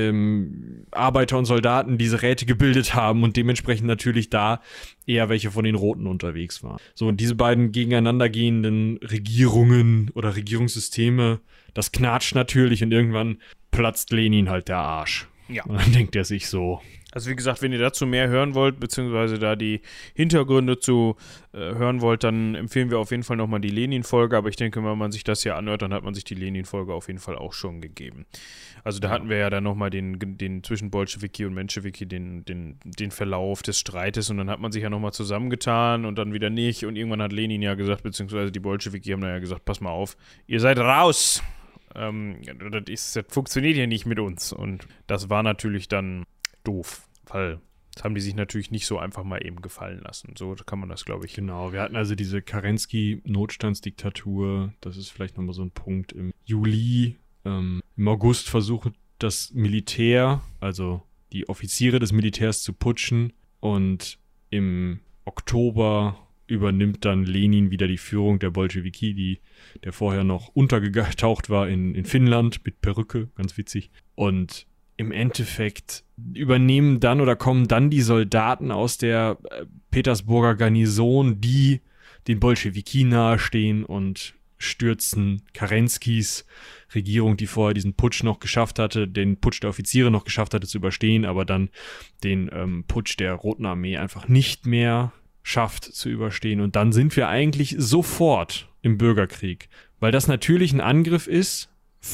Ähm, Arbeiter und Soldaten diese Räte gebildet haben und dementsprechend natürlich da eher welche von den Roten unterwegs waren. So, und diese beiden gegeneinander gehenden Regierungen oder Regierungssysteme, das knatscht natürlich und irgendwann platzt Lenin halt der Arsch. Ja. Und dann denkt er sich so. Also wie gesagt, wenn ihr dazu mehr hören wollt, beziehungsweise da die Hintergründe zu äh, hören wollt, dann empfehlen wir auf jeden Fall nochmal die Lenin-Folge, aber ich denke, wenn man sich das hier anhört, dann hat man sich die Lenin-Folge auf jeden Fall auch schon gegeben. Also da ja. hatten wir ja dann nochmal den, den zwischen Bolschewiki und Menschewiki den, den, den Verlauf des Streites und dann hat man sich ja nochmal zusammengetan und dann wieder nicht und irgendwann hat Lenin ja gesagt, beziehungsweise die Bolschewiki haben dann ja gesagt, pass mal auf, ihr seid raus! Ähm, das, ist, das funktioniert ja nicht mit uns und das war natürlich dann doof, weil Das haben die sich natürlich nicht so einfach mal eben gefallen lassen. So kann man das, glaube ich. Genau, wir hatten also diese Kerensky-Notstandsdiktatur. Das ist vielleicht nochmal so ein Punkt. Im Juli, ähm, im August versucht das Militär, also die Offiziere des Militärs zu putschen. Und im Oktober übernimmt dann Lenin wieder die Führung der Bolschewiki, die, der vorher noch untergetaucht war in, in Finnland mit Perücke, ganz witzig. Und im Endeffekt übernehmen dann oder kommen dann die Soldaten aus der äh, Petersburger Garnison, die den Bolschewiki nahestehen und stürzen Kerenskys Regierung, die vorher diesen Putsch noch geschafft hatte, den Putsch der Offiziere noch geschafft hatte zu überstehen, aber dann den ähm, Putsch der Roten Armee einfach nicht mehr schafft zu überstehen. Und dann sind wir eigentlich sofort im Bürgerkrieg, weil das natürlich ein Angriff ist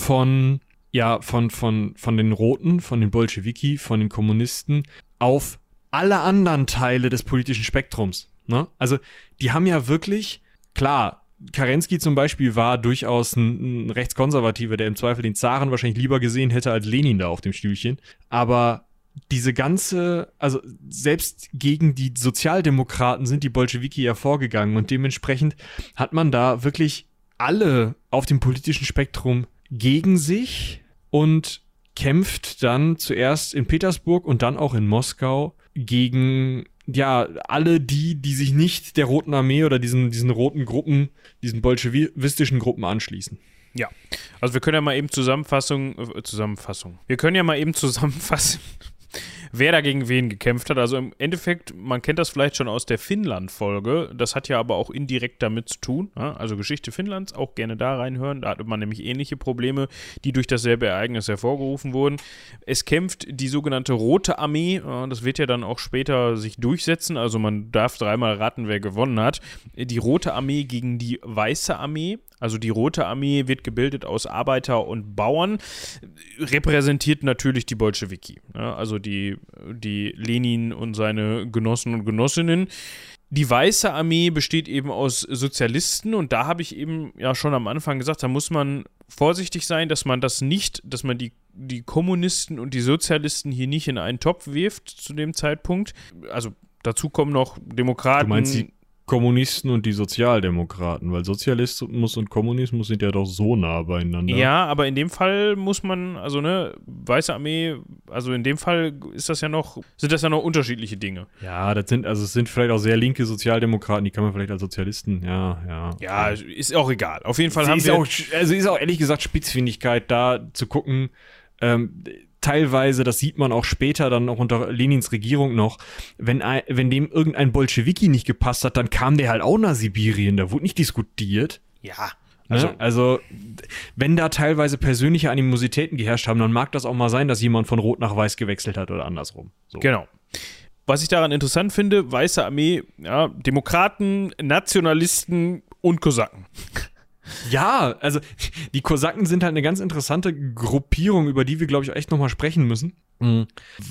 von ja, von, von, von den Roten, von den Bolschewiki, von den Kommunisten auf alle anderen Teile des politischen Spektrums. Ne? Also, die haben ja wirklich, klar, Kerensky zum Beispiel war durchaus ein, ein Rechtskonservativer, der im Zweifel den Zaren wahrscheinlich lieber gesehen hätte als Lenin da auf dem Stühlchen. Aber diese ganze, also selbst gegen die Sozialdemokraten sind die Bolschewiki ja vorgegangen und dementsprechend hat man da wirklich alle auf dem politischen Spektrum gegen sich und kämpft dann zuerst in Petersburg und dann auch in Moskau gegen, ja, alle die, die sich nicht der Roten Armee oder diesen, diesen roten Gruppen, diesen bolschewistischen Gruppen anschließen. Ja, also wir können ja mal eben Zusammenfassung, äh, Zusammenfassung. Wir können ja mal eben zusammenfassen, wer da gegen wen gekämpft hat. Also im Endeffekt, man kennt das vielleicht schon aus der Finnland-Folge, das hat ja aber auch indirekt damit zu tun, ja? Also Geschichte Finnlands, auch gerne da reinhören, da hatte man nämlich ähnliche Probleme, die durch dasselbe Ereignis hervorgerufen wurden. Es kämpft die sogenannte Rote Armee, ja, das wird ja dann auch später sich durchsetzen, also man darf dreimal raten, wer gewonnen hat. Die Rote Armee gegen die Weiße Armee. Also die Rote Armee wird gebildet aus Arbeiter und Bauern, repräsentiert natürlich die Bolschewiki, ja, also die, die Lenin und seine Genossen und Genossinnen. Die Weiße Armee besteht eben aus Sozialisten und da habe ich eben ja schon am Anfang gesagt, da muss man vorsichtig sein, dass man das nicht, dass man die, die Kommunisten und die Sozialisten hier nicht in einen Topf wirft zu dem Zeitpunkt. Also dazu kommen noch Demokraten. Du meinst die Kommunisten und die Sozialdemokraten, weil Sozialismus und Kommunismus sind ja doch so nah beieinander. Ja, aber in dem Fall muss man, also ne, Weiße Armee, also in dem Fall ist das ja noch, sind das ja noch unterschiedliche Dinge. Ja, das sind, also es sind vielleicht auch sehr linke Sozialdemokraten, die kann man vielleicht als Sozialisten, ja, ja. Ja, ist auch egal. Auf jeden Fall Sie haben ist wir... Auch, also ist auch ehrlich gesagt Spitzfindigkeit, da zu gucken, ähm, teilweise, das sieht man auch später dann auch unter Lenins Regierung noch, wenn, ein, wenn dem irgendein Bolschewiki nicht gepasst hat, dann kam der halt auch nach Sibirien, da wurde nicht diskutiert. Ja, also, ne? Also, wenn da teilweise persönliche Animositäten geherrscht haben, dann mag das auch mal sein, dass jemand von Rot nach Weiß gewechselt hat oder andersrum. So. Genau. Was ich daran interessant finde, Weiße Armee, ja, Demokraten, Nationalisten und Kosaken. Ja, also die Kosaken sind halt eine ganz interessante Gruppierung, über die wir, glaube ich, echt nochmal sprechen müssen, mhm.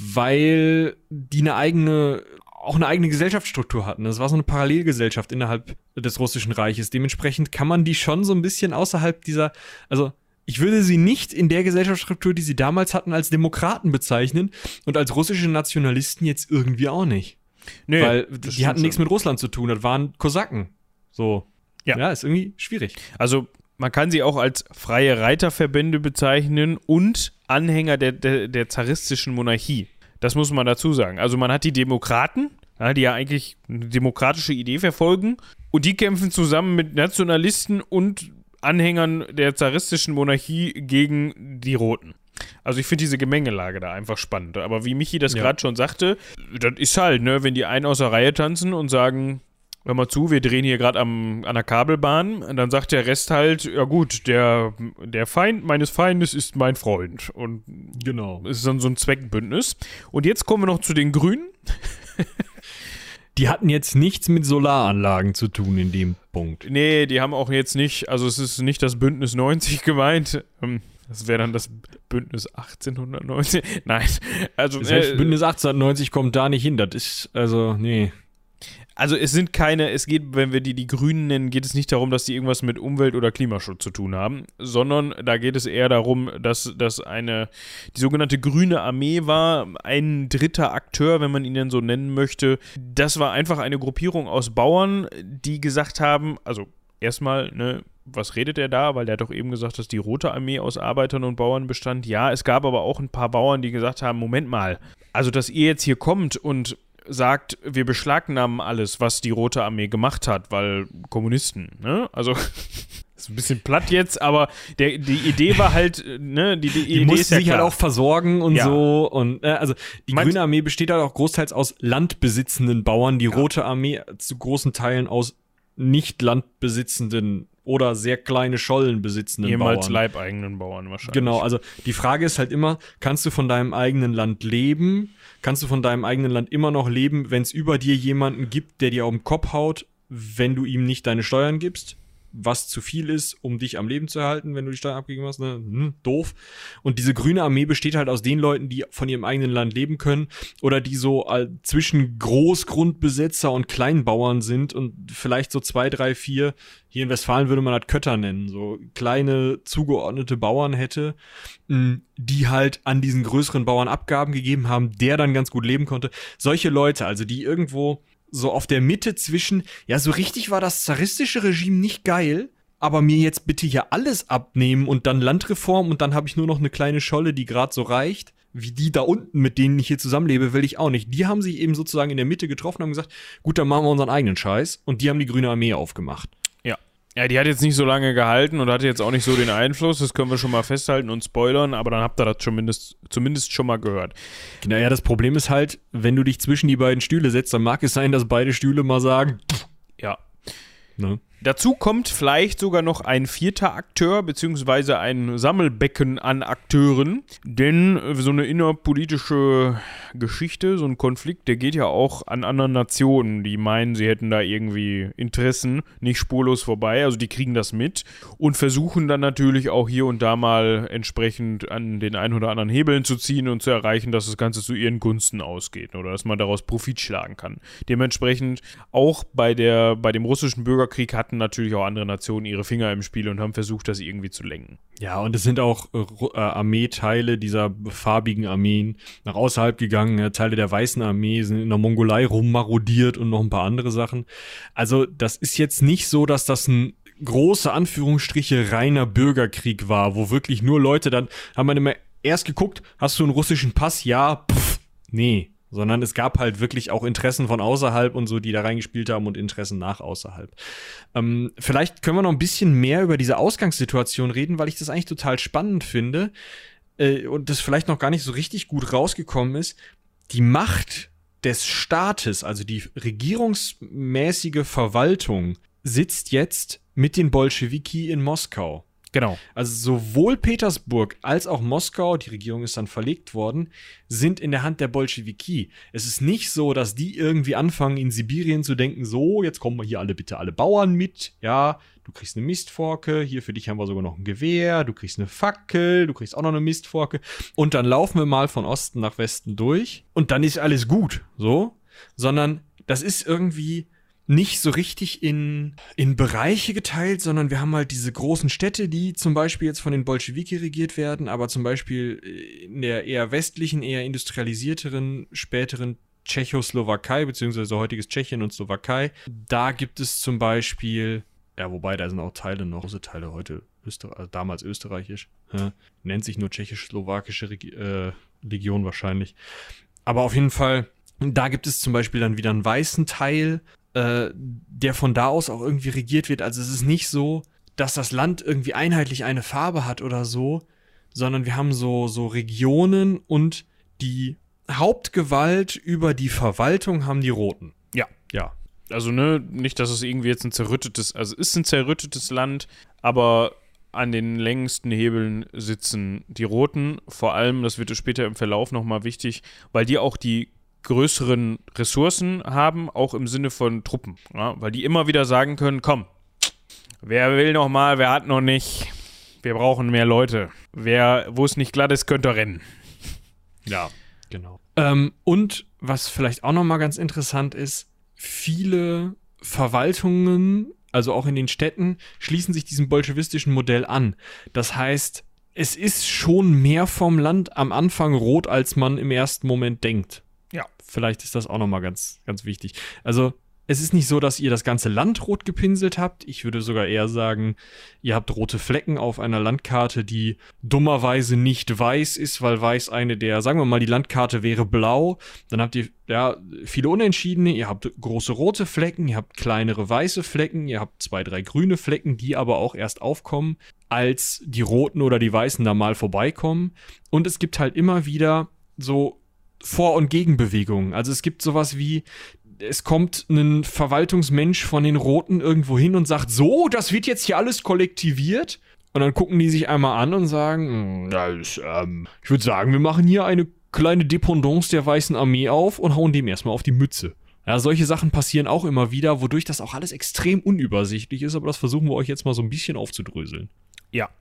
weil die eine eigene, auch eine eigene Gesellschaftsstruktur hatten. Das war so eine Parallelgesellschaft innerhalb des Russischen Reiches. Dementsprechend kann man die schon so ein bisschen außerhalb dieser, also ich würde sie nicht in der Gesellschaftsstruktur, die sie damals hatten, als Demokraten bezeichnen und als russische Nationalisten jetzt irgendwie auch nicht. Nee, weil die hatten nichts mit Russland zu tun, das waren Kosaken. So. Ja. ja, ist irgendwie schwierig. Also man kann sie auch als freie Reiterverbände bezeichnen und Anhänger der, der, der zaristischen Monarchie. Das muss man dazu sagen. Also man hat die Demokraten, ja, die ja eigentlich eine demokratische Idee verfolgen und die kämpfen zusammen mit Nationalisten und Anhängern der zaristischen Monarchie gegen die Roten. Also ich finde diese Gemengelage da einfach spannend. Aber wie Michi das ja. gerade schon sagte, das ist halt, ne, wenn die einen aus der Reihe tanzen und sagen, hör mal zu, wir drehen hier gerade an der Kabelbahn, und dann sagt der Rest halt, ja gut, der, der Feind meines Feindes ist mein Freund. Und genau. Es ist dann so ein Zweckbündnis. Und jetzt kommen wir noch zu den Grünen. Die hatten jetzt nichts mit Solaranlagen zu tun in dem Punkt. Nee, die haben auch jetzt nicht, also es ist nicht das Bündnis neunzig gemeint, das wäre dann das Bündnis achtzehnhundertneunzig. Nein, also Selbst äh, Bündnis achtzehnhundertneunzig kommt da nicht hin, das ist, also, nee. Also es sind keine, es geht, wenn wir die die Grünen nennen, geht es nicht darum, dass die irgendwas mit Umwelt- oder Klimaschutz zu tun haben, sondern da geht es eher darum, dass das eine, die sogenannte Grüne Armee war, ein dritter Akteur, wenn man ihn denn so nennen möchte. Das war einfach eine Gruppierung aus Bauern, die gesagt haben, also erstmal, ne, was redet er da? Weil der hat doch eben gesagt, dass die Rote Armee aus Arbeitern und Bauern bestand. Ja, es gab aber auch ein paar Bauern, die gesagt haben, Moment mal, also dass ihr jetzt hier kommt und sagt, wir beschlagnahmen alles, was die Rote Armee gemacht hat, weil Kommunisten, ne? Also ist ein bisschen platt jetzt, aber der, die Idee war halt, ne, die, die, die Idee mussten ist ja sich klar. halt auch versorgen und ja. so und äh, also die Meinst, Grüne Armee besteht halt auch großteils aus landbesitzenden Bauern, die ja. Rote Armee zu großen Teilen aus nicht landbesitzenden oder sehr kleine Schollen besitzenden ehemals Bauern. leibeigenen Bauern wahrscheinlich. Genau, also die Frage ist halt immer, kannst du von deinem eigenen Land leben? Kannst du von deinem eigenen Land immer noch leben, wenn es über dir jemanden gibt, der dir auf den Kopf haut, wenn du ihm nicht deine Steuern gibst? Was zu viel ist, um dich am Leben zu erhalten, wenn du die Steuern abgegeben hast, ne? Hm, doof. Und diese Grüne Armee besteht halt aus den Leuten, die von ihrem eigenen Land leben können oder die so äh, zwischen Großgrundbesetzer und Kleinbauern sind und vielleicht so zwei, drei, vier, hier in Westfalen würde man das Kötter nennen, so kleine zugeordnete Bauern hätte, mh, die halt an diesen größeren Bauern Abgaben gegeben haben, der dann ganz gut leben konnte. Solche Leute, also die irgendwo so auf der Mitte zwischen, ja, so richtig war das zaristische Regime nicht geil, aber mir jetzt bitte hier alles abnehmen und dann Landreform und dann habe ich nur noch eine kleine Scholle, die gerade so reicht, wie die da unten, mit denen ich hier zusammenlebe, will ich auch nicht. Die haben sich eben sozusagen in der Mitte getroffen und haben gesagt, gut, dann machen wir unseren eigenen Scheiß und die haben die Grüne Armee aufgemacht. Ja. Ja, die hat jetzt nicht so lange gehalten und hatte jetzt auch nicht so den Einfluss, das können wir schon mal festhalten und spoilern, aber dann habt ihr das zumindest, zumindest schon mal gehört. Naja, das Problem ist halt, wenn du dich zwischen die beiden Stühle setzt, dann mag es sein, dass beide Stühle mal sagen, ja. Ne? Dazu kommt vielleicht sogar noch ein vierter Akteur, beziehungsweise ein Sammelbecken an Akteuren, denn so eine innerpolitische Geschichte, so ein Konflikt, der geht ja auch an anderen Nationen, die meinen, sie hätten da irgendwie Interessen nicht spurlos vorbei, also die kriegen das mit und versuchen dann natürlich auch hier und da mal entsprechend an den ein oder anderen Hebeln zu ziehen und zu erreichen, dass das Ganze zu ihren Gunsten ausgeht oder dass man daraus Profit schlagen kann. Dementsprechend auch bei der, bei dem russischen Bürgerkrieg hatten natürlich auch andere Nationen ihre Finger im Spiel und haben versucht, das irgendwie zu lenken. Ja, und es sind auch äh, Armeeteile dieser farbigen Armeen nach außerhalb gegangen. Ja, Teile der Weißen Armee sind in der Mongolei rummarodiert und noch ein paar andere Sachen. Also das ist jetzt nicht so, dass das ein große Anführungsstriche reiner Bürgerkrieg war, wo wirklich nur Leute dann, haben wir immer erst geguckt, hast du einen russischen Pass? Ja, pff, nee. Sondern es gab halt wirklich auch Interessen von außerhalb und so, die da reingespielt haben und Interessen nach außerhalb. Ähm, vielleicht können wir noch ein bisschen mehr über diese Ausgangssituation reden, weil ich das eigentlich total spannend finde äh, und das vielleicht noch gar nicht so richtig gut rausgekommen ist. Die Macht des Staates, also die regierungsmäßige Verwaltung, sitzt jetzt mit den Bolschewiki in Moskau. Genau. Also sowohl Petersburg als auch Moskau, die Regierung ist dann verlegt worden, sind in der Hand der Bolschewiki. Es ist nicht so, dass die irgendwie anfangen, in Sibirien zu denken, so, jetzt kommen wir hier alle bitte alle Bauern mit, ja, du kriegst eine Mistforke, hier für dich haben wir sogar noch ein Gewehr, du kriegst eine Fackel, du kriegst auch noch eine Mistforke und dann laufen wir mal von Osten nach Westen durch und dann ist alles gut, so, sondern das ist irgendwie nicht so richtig in, in Bereiche geteilt, sondern wir haben halt diese großen Städte, die zum Beispiel jetzt von den Bolschewiki regiert werden, aber zum Beispiel in der eher westlichen, eher industrialisierteren, späteren Tschechoslowakei, beziehungsweise heutiges Tschechien und Slowakei, da gibt es zum Beispiel, ja, wobei da sind auch Teile noch, große Teile heute, Öster- also damals österreichisch, ja, nennt sich nur tschechisch-slowakische Regi- äh, Legion wahrscheinlich. Aber auf jeden Fall, da gibt es zum Beispiel dann wieder einen weißen Teil, Äh, der von da aus auch irgendwie regiert wird. Also es ist nicht so, dass das Land irgendwie einheitlich eine Farbe hat oder so, sondern wir haben so, so Regionen und die Hauptgewalt über die Verwaltung haben die Roten. Ja. Ja. Also, ne, nicht, dass es irgendwie jetzt ein zerrüttetes, also es ist ein zerrüttetes Land, aber an den längsten Hebeln sitzen die Roten. Vor allem, das wird später im Verlauf nochmal wichtig, weil die auch die größeren Ressourcen haben, auch im Sinne von Truppen, ja? Weil die immer wieder sagen können, komm, wer will noch mal, wer hat noch nicht, wir brauchen mehr Leute, wer, wo es nicht glatt ist, könnte rennen. Ja, genau. Ähm, und was vielleicht auch noch mal ganz interessant ist, viele Verwaltungen, also auch in den Städten, schließen sich diesem bolschewistischen Modell an. Das heißt, es ist schon mehr vom Land am Anfang rot, als man im ersten Moment denkt. Ja. Vielleicht ist das auch nochmal ganz, ganz wichtig. Also, es ist nicht so, dass ihr das ganze Land rot gepinselt habt. Ich würde sogar eher sagen, ihr habt rote Flecken auf einer Landkarte, die dummerweise nicht weiß ist, weil weiß eine der, sagen wir mal, die Landkarte wäre blau. Dann habt ihr, ja, viele Unentschiedene. Ihr habt große rote Flecken, ihr habt kleinere weiße Flecken, ihr habt zwei, drei grüne Flecken, die aber auch erst aufkommen, als die roten oder die weißen da mal vorbeikommen. Und es gibt halt immer wieder so Vor- und Gegenbewegungen. Also es gibt sowas wie, es kommt ein Verwaltungsmensch von den Roten irgendwo hin und sagt, so, das wird jetzt hier alles kollektiviert. Und dann gucken die sich einmal an und sagen, das, ähm, ich würde sagen, wir machen hier eine kleine Dependance der Weißen Armee auf und hauen dem erstmal auf die Mütze. Ja, solche Sachen passieren auch immer wieder, wodurch das auch alles extrem unübersichtlich ist, aber das versuchen wir euch jetzt mal so ein bisschen aufzudröseln. Ja.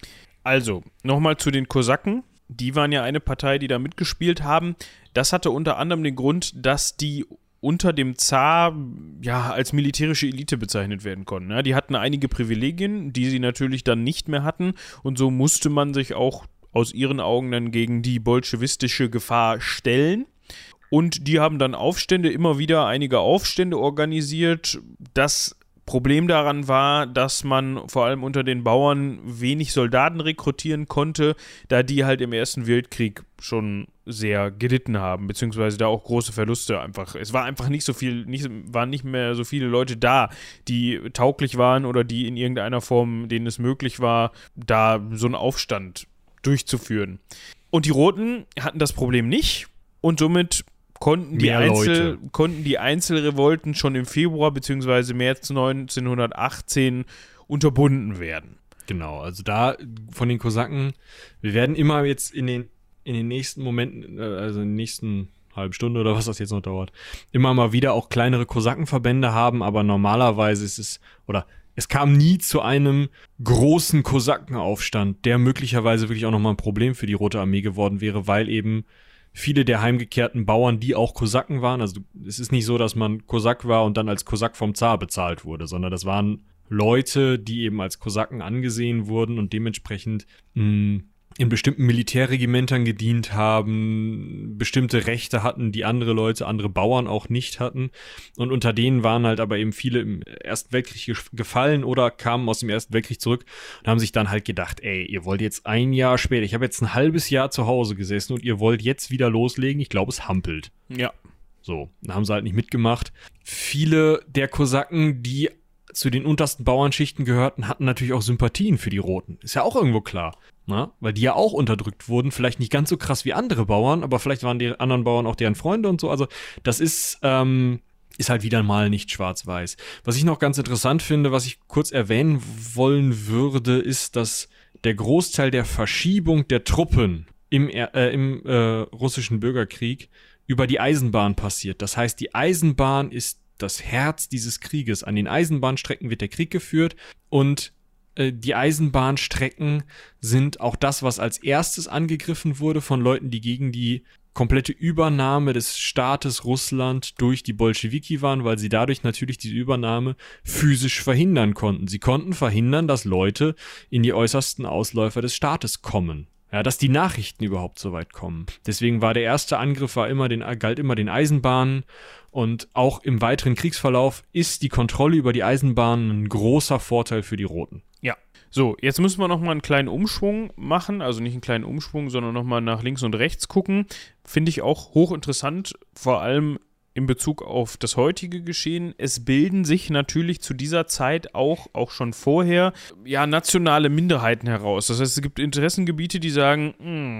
Also, nochmal zu den Kosaken. Die waren ja eine Partei, die da mitgespielt haben. Das hatte unter anderem den Grund, dass die unter dem Zar ja als militärische Elite bezeichnet werden konnten. Ja, die hatten einige Privilegien, die sie natürlich dann nicht mehr hatten, und so musste man sich auch aus ihren Augen dann gegen die bolschewistische Gefahr stellen. Und die haben dann Aufstände, immer wieder einige Aufstände organisiert. Das Problem daran war, dass man vor allem unter den Bauern wenig Soldaten rekrutieren konnte, da die halt im Ersten Weltkrieg schon sehr gelitten haben, beziehungsweise da auch große Verluste einfach. Es war einfach nicht so viel, nicht, waren nicht mehr so viele Leute da, die tauglich waren oder die in irgendeiner Form, denen es möglich war, da so einen Aufstand durchzuführen. Und die Roten hatten das Problem nicht und somit konnten die, Einzel, konnten die Einzelrevolten schon im Februar bzw. März neunzehnhundertachtzehn unterbunden werden. Genau, also da von den Kosaken, wir werden immer jetzt in den, in den nächsten Momenten, also in den nächsten halben Stunde oder was das jetzt noch dauert, immer mal wieder auch kleinere Kosakenverbände haben, aber normalerweise ist es, oder es kam nie zu einem großen Kosakenaufstand, der möglicherweise wirklich auch nochmal ein Problem für die Rote Armee geworden wäre, weil eben viele der heimgekehrten Bauern, die auch Kosaken waren, also es ist nicht so, dass man Kosak war und dann als Kosak vom Zar bezahlt wurde, sondern das waren Leute, die eben als Kosaken angesehen wurden und dementsprechend mh, in bestimmten Militärregimentern gedient haben, bestimmte Rechte hatten, die andere Leute, andere Bauern auch nicht hatten. Und unter denen waren halt aber eben viele im Ersten Weltkrieg gefallen oder kamen aus dem Ersten Weltkrieg zurück und haben sich dann halt gedacht, ey, ihr wollt jetzt ein Jahr später, ich habe jetzt ein halbes Jahr zu Hause gesessen und ihr wollt jetzt wieder loslegen, ich glaube, es hampelt. Ja. So, dann haben sie halt nicht mitgemacht. Viele der Kosaken, die zu den untersten Bauernschichten gehörten, hatten natürlich auch Sympathien für die Roten. Ist ja auch irgendwo klar. Na, weil die ja auch unterdrückt wurden, vielleicht nicht ganz so krass wie andere Bauern, aber vielleicht waren die anderen Bauern auch deren Freunde und so. Also das ist, ähm, ist halt wieder mal nicht schwarz-weiß. Was ich noch ganz interessant finde, was ich kurz erwähnen wollen würde, ist, dass der Großteil der Verschiebung der Truppen im, äh, im äh, russischen Bürgerkrieg über die Eisenbahn passiert. Das heißt, die Eisenbahn ist das Herz dieses Krieges. An den Eisenbahnstrecken wird der Krieg geführt und die Eisenbahnstrecken sind auch das, was als erstes angegriffen wurde von Leuten, die gegen die komplette Übernahme des Staates Russland durch die Bolschewiki waren, weil sie dadurch natürlich diese Übernahme physisch verhindern konnten. Sie konnten verhindern, dass Leute in die äußersten Ausläufer des Staates kommen. Ja, dass die Nachrichten überhaupt so weit kommen. Deswegen war der erste Angriff, war immer den, galt immer den Eisenbahnen. Und auch im weiteren Kriegsverlauf ist die Kontrolle über die Eisenbahnen ein großer Vorteil für die Roten. Ja. So, jetzt müssen wir nochmal einen kleinen Umschwung machen. Also nicht einen kleinen Umschwung, sondern nochmal nach links und rechts gucken. Finde ich auch hochinteressant, vor allem in Bezug auf das heutige Geschehen. Es bilden sich natürlich zu dieser Zeit auch, auch schon vorher, ja, nationale Minderheiten heraus. Das heißt, es gibt Interessengebiete, die sagen,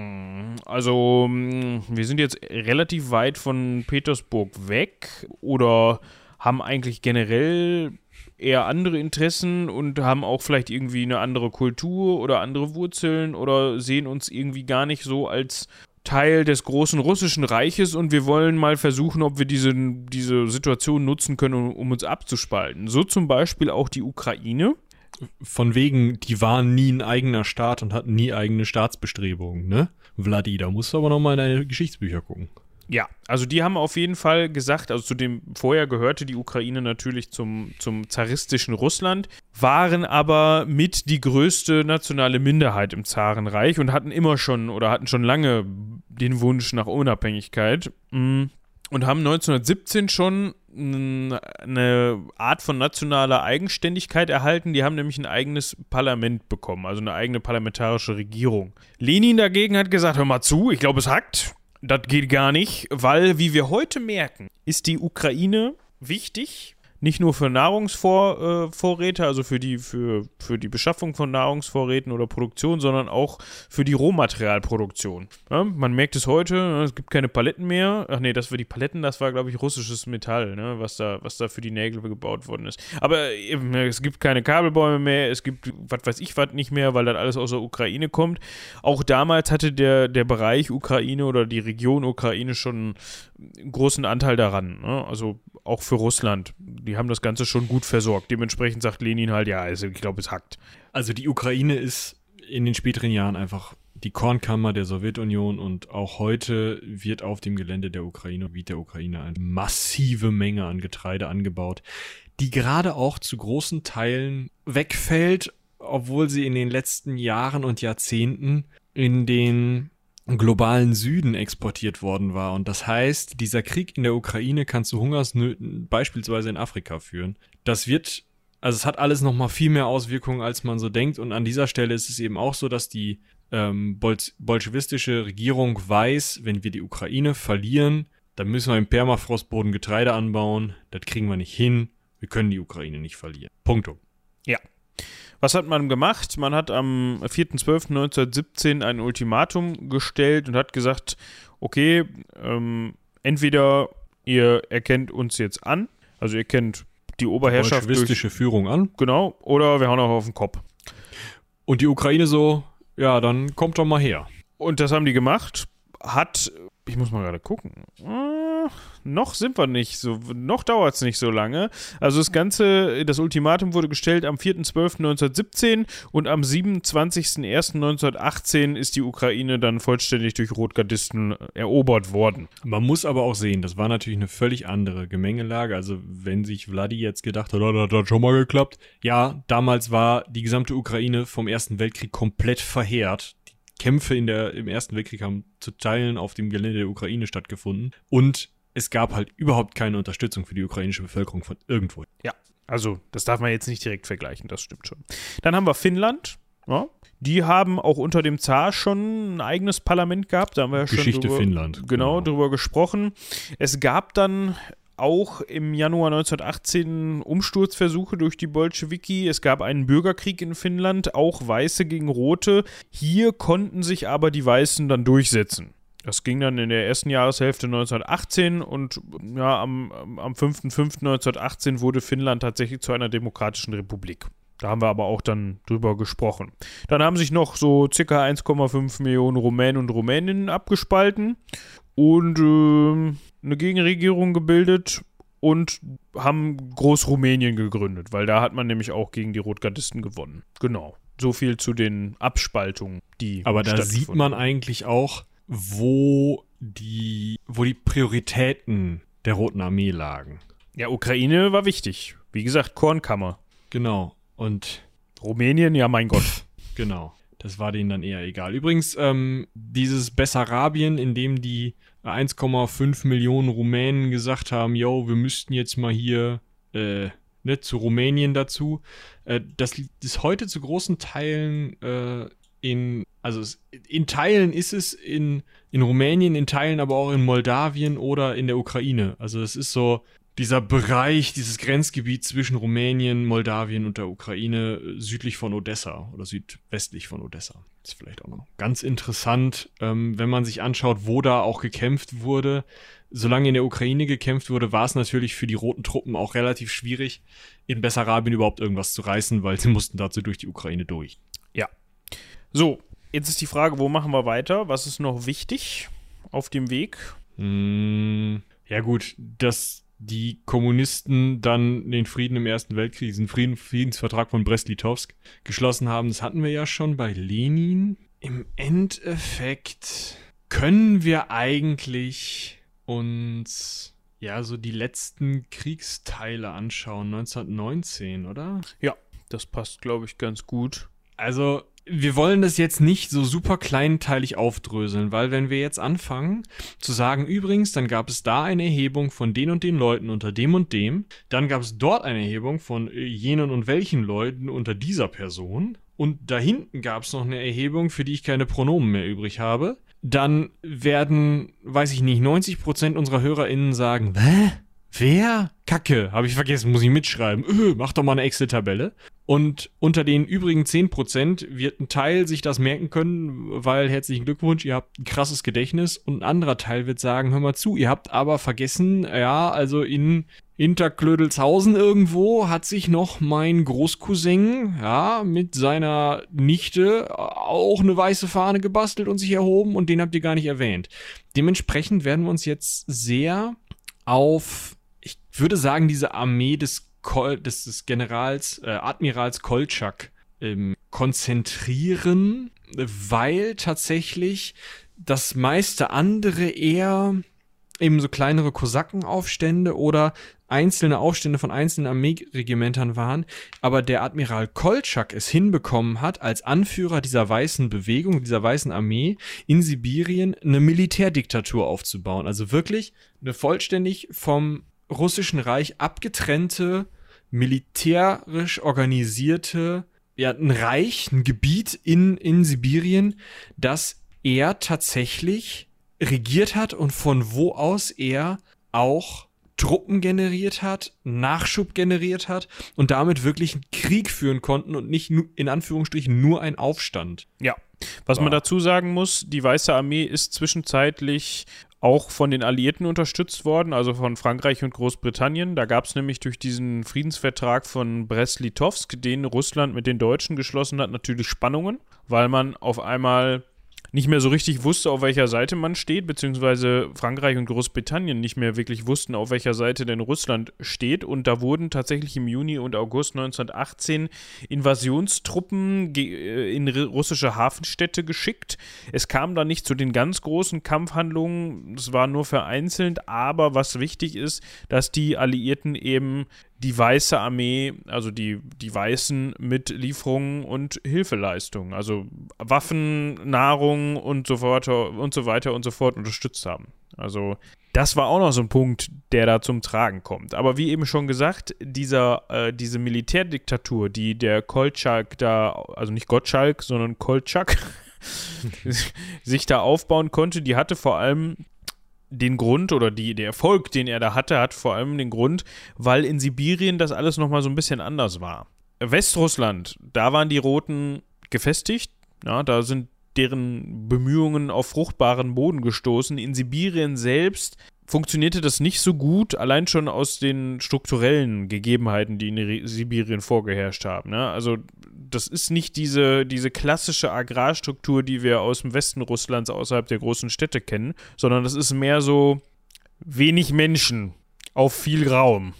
mh, also mh, wir sind jetzt relativ weit von Petersburg weg oder haben eigentlich generell eher andere Interessen und haben auch vielleicht irgendwie eine andere Kultur oder andere Wurzeln oder sehen uns irgendwie gar nicht so als Teil des großen russischen Reiches und wir wollen mal versuchen, ob wir diese, diese Situation nutzen können, um, um uns abzuspalten. So zum Beispiel auch die Ukraine. Von wegen, die waren nie ein eigener Staat und hatten nie eigene Staatsbestrebungen, ne? Vladi, da musst du aber nochmal in deine Geschichtsbücher gucken. Ja, also die haben auf jeden Fall gesagt, also zu dem vorher gehörte die Ukraine natürlich zum, zum zaristischen Russland, waren aber mit die größte nationale Minderheit im Zarenreich und hatten immer schon oder hatten schon lange den Wunsch nach Unabhängigkeit und haben neunzehnhundertsiebzehn schon eine Art von nationaler Eigenständigkeit erhalten. Die haben nämlich ein eigenes Parlament bekommen, also eine eigene parlamentarische Regierung. Lenin dagegen hat gesagt, hör mal zu, ich glaube es hackt. Das geht gar nicht, weil, wie wir heute merken, ist die Ukraine wichtig, nicht nur für Nahrungsvorräte, also für die, für, für die Beschaffung von Nahrungsvorräten oder Produktion, sondern auch für die Rohmaterialproduktion. Ja, man merkt es heute, es gibt keine Paletten mehr. Ach nee, das war die Paletten, das war, glaube ich, russisches Metall, ne, was da, was da für die Nägel gebaut worden ist. Aber eben, es gibt keine Kabelbäume mehr, es gibt, was weiß ich, was nicht mehr, weil das alles aus der Ukraine kommt. Auch damals hatte der, der Bereich Ukraine oder die Region Ukraine schon einen großen Anteil daran, ne? Also auch für Russland. Die haben das Ganze schon gut versorgt. Dementsprechend sagt Lenin halt, ja, also ich glaube, es hackt. Also die Ukraine ist in den späteren Jahren einfach die Kornkammer der Sowjetunion und auch heute wird auf dem Gelände der Ukraine, wie der Ukraine, eine massive Menge an Getreide angebaut, die gerade auch zu großen Teilen wegfällt, obwohl sie in den letzten Jahren und Jahrzehnten in den globalen Süden exportiert worden war. Und das heißt, dieser Krieg in der Ukraine kann zu Hungersnöten beispielsweise in Afrika führen. Das wird, also es hat alles nochmal viel mehr Auswirkungen, als man so denkt. Und an dieser Stelle ist es eben auch so, dass die ähm, bol- bolschewistische Regierung weiß, wenn wir die Ukraine verlieren, dann müssen wir im Permafrostboden Getreide anbauen. Das kriegen wir nicht hin. Wir können die Ukraine nicht verlieren. Punktum. Ja. Was hat man gemacht? Man hat am vierter zwölfter neunzehnhundertsiebzehn ein Ultimatum gestellt und hat gesagt, okay, ähm, entweder ihr erkennt uns jetzt an, also ihr kennt die Oberherrschaft bolschewistische durch, Führung an. Genau, oder wir hauen auch auf den Kopf. Und die Ukraine so, ja, dann kommt doch mal her. Und das haben die gemacht, hat, ich muss mal gerade gucken, äh, noch sind wir nicht so, noch dauert es nicht so lange. Also das Ganze, das Ultimatum wurde gestellt am vierter zwölfter neunzehnhundertsiebzehn und am siebenundzwanzigster erster neunzehnhundertachtzehn ist die Ukraine dann vollständig durch Rotgardisten erobert worden. Man muss aber auch sehen, das war natürlich eine völlig andere Gemengelage. Also wenn sich Vladi jetzt gedacht hat, oh, das hat schon mal geklappt. Ja, damals war die gesamte Ukraine vom Ersten Weltkrieg komplett verheert. Kämpfe in der, im Ersten Weltkrieg haben zu Teilen auf dem Gelände der Ukraine stattgefunden und es gab halt überhaupt keine Unterstützung für die ukrainische Bevölkerung von irgendwo. Ja, also das darf man jetzt nicht direkt vergleichen, das stimmt schon. Dann haben wir Finnland, ja. Die haben auch unter dem Zar schon ein eigenes Parlament gehabt, da haben wir ja schon Geschichte drüber, Finnland. Genau, genau, drüber gesprochen. Es gab dann auch im Januar neunzehnhundertachtzehn Umsturzversuche durch die Bolschewiki. Es gab einen Bürgerkrieg in Finnland, auch Weiße gegen Rote. Hier konnten sich aber die Weißen dann durchsetzen. Das ging dann in der ersten Jahreshälfte neunzehnhundertachtzehn und ja, am, am fünfter fünfter neunzehnhundertachtzehn wurde Finnland tatsächlich zu einer demokratischen Republik. Da haben wir aber auch dann drüber gesprochen. Dann haben sich noch so circa eins Komma fünf Millionen Rumänen und Rumäninnen abgespalten und äh, eine Gegenregierung gebildet und haben Großrumänien gegründet, weil da hat man nämlich auch gegen die Rotgardisten gewonnen. Genau. So viel zu den Abspaltungen, die Aber da sieht man eigentlich auch, wo die, wo die Prioritäten der Roten Armee lagen. Ja, Ukraine war wichtig. Wie gesagt, Kornkammer. Genau. Und Rumänien, ja mein Gott. Genau. Das war denen dann eher egal. Übrigens, ähm, dieses Bessarabien, in dem die eins Komma fünf Millionen Rumänen gesagt haben, yo, wir müssten jetzt mal hier äh, ne, zu Rumänien dazu. Äh, das ist heute zu großen Teilen äh, in, also es, in Teilen ist es in, in Rumänien, in Teilen aber auch in Moldawien oder in der Ukraine. Also es ist so dieser Bereich, dieses Grenzgebiet zwischen Rumänien, Moldawien und der Ukraine südlich von Odessa oder südwestlich von Odessa. Das ist vielleicht auch noch ganz interessant, ähm, wenn man sich anschaut, wo da auch gekämpft wurde. Solange in der Ukraine gekämpft wurde, war es natürlich für die roten Truppen auch relativ schwierig, in Bessarabien überhaupt irgendwas zu reißen, weil sie mussten dazu durch die Ukraine durch. Ja. So, jetzt ist die Frage, wo machen wir weiter? Was ist noch wichtig auf dem Weg? Hm, ja gut, dass die Kommunisten dann den Frieden im Ersten Weltkrieg, diesen Frieden, Friedensvertrag von Brest-Litovsk geschlossen haben. Das hatten wir ja schon bei Lenin. Im Endeffekt können wir eigentlich und ja, so die letzten Kriegsteile anschauen, neunzehnhundertneunzehn, oder? Ja, das passt, glaube ich, ganz gut. Also, wir wollen das jetzt nicht so super kleinteilig aufdröseln, weil wenn wir jetzt anfangen zu sagen, übrigens, dann gab es da eine Erhebung von den und den Leuten unter dem und dem, dann gab es dort eine Erhebung von jenen und welchen Leuten unter dieser Person und da hinten gab es noch eine Erhebung, für die ich keine Pronomen mehr übrig habe, dann werden, weiß ich nicht, neunzig Prozent unserer HörerInnen sagen, hä? Wer? Kacke, habe ich vergessen, muss ich mitschreiben. Öh, mach doch mal eine Excel-Tabelle. Und unter den übrigen zehn Prozent wird ein Teil sich das merken können, weil herzlichen Glückwunsch, ihr habt ein krasses Gedächtnis. Und ein anderer Teil wird sagen, hör mal zu, ihr habt aber vergessen, ja, also in Hinterklödelshausen irgendwo hat sich noch mein Großcousin, ja, mit seiner Nichte auch eine weiße Fahne gebastelt und sich erhoben und den habt ihr gar nicht erwähnt. Dementsprechend werden wir uns jetzt sehr auf, ich würde sagen, diese Armee des, Kol- des, des Generals, äh, Admirals Koltschak ähm, konzentrieren, weil tatsächlich das meiste andere eher eben so kleinere Kosakenaufstände oder einzelne Aufstände von einzelnen Armeeregimentern waren, aber der Admiral Koltschak es hinbekommen hat, als Anführer dieser weißen Bewegung, dieser weißen Armee in Sibirien eine Militärdiktatur aufzubauen. Also wirklich eine vollständig vom Russischen Reich abgetrennte, militärisch organisierte, ja, ein Reich, ein Gebiet in, in Sibirien, das er tatsächlich regiert hat und von wo aus er auch Truppen generiert hat, Nachschub generiert hat und damit wirklich einen Krieg führen konnten und nicht nu- in Anführungsstrichen nur ein Aufstand. Ja, was War. man dazu sagen muss, die Weiße Armee ist zwischenzeitlich auch von den Alliierten unterstützt worden, also von Frankreich und Großbritannien. Da gab es nämlich durch diesen Friedensvertrag von Brest-Litovsk, den Russland mit den Deutschen geschlossen hat, natürlich Spannungen, weil man auf einmal nicht mehr so richtig wusste, auf welcher Seite man steht, beziehungsweise Frankreich und Großbritannien nicht mehr wirklich wussten, auf welcher Seite denn Russland steht. Und da wurden tatsächlich im Juni und August neunzehnhundertachtzehn Invasionstruppen ge- in russische Hafenstädte geschickt. Es kam dann nicht zu den ganz großen Kampfhandlungen, es war nur vereinzelt, aber was wichtig ist, dass die Alliierten eben die Weiße Armee, also die, die Weißen mit Lieferungen und Hilfeleistungen, also Waffen, Nahrung und so weiter und so weiter und so fort unterstützt haben. Also das war auch noch so ein Punkt, der da zum Tragen kommt. Aber wie eben schon gesagt, dieser, äh, diese Militärdiktatur, die der Koltschak da, also nicht Gottschalk, sondern Koltschak, sich da aufbauen konnte, die hatte vor allem den Grund oder die, der Erfolg, den er da hatte, hat vor allem den Grund, weil in Sibirien das alles nochmal so ein bisschen anders war. Westrussland, da waren die Roten gefestigt, ja, da sind deren Bemühungen auf fruchtbaren Boden gestoßen. In Sibirien selbst funktionierte das nicht so gut, allein schon aus den strukturellen Gegebenheiten, die in Re- Sibirien vorgeherrscht haben. Ne? Also das ist nicht diese, diese klassische Agrarstruktur, die wir aus dem Westen Russlands außerhalb der großen Städte kennen, sondern das ist mehr so wenig Menschen auf viel Raum.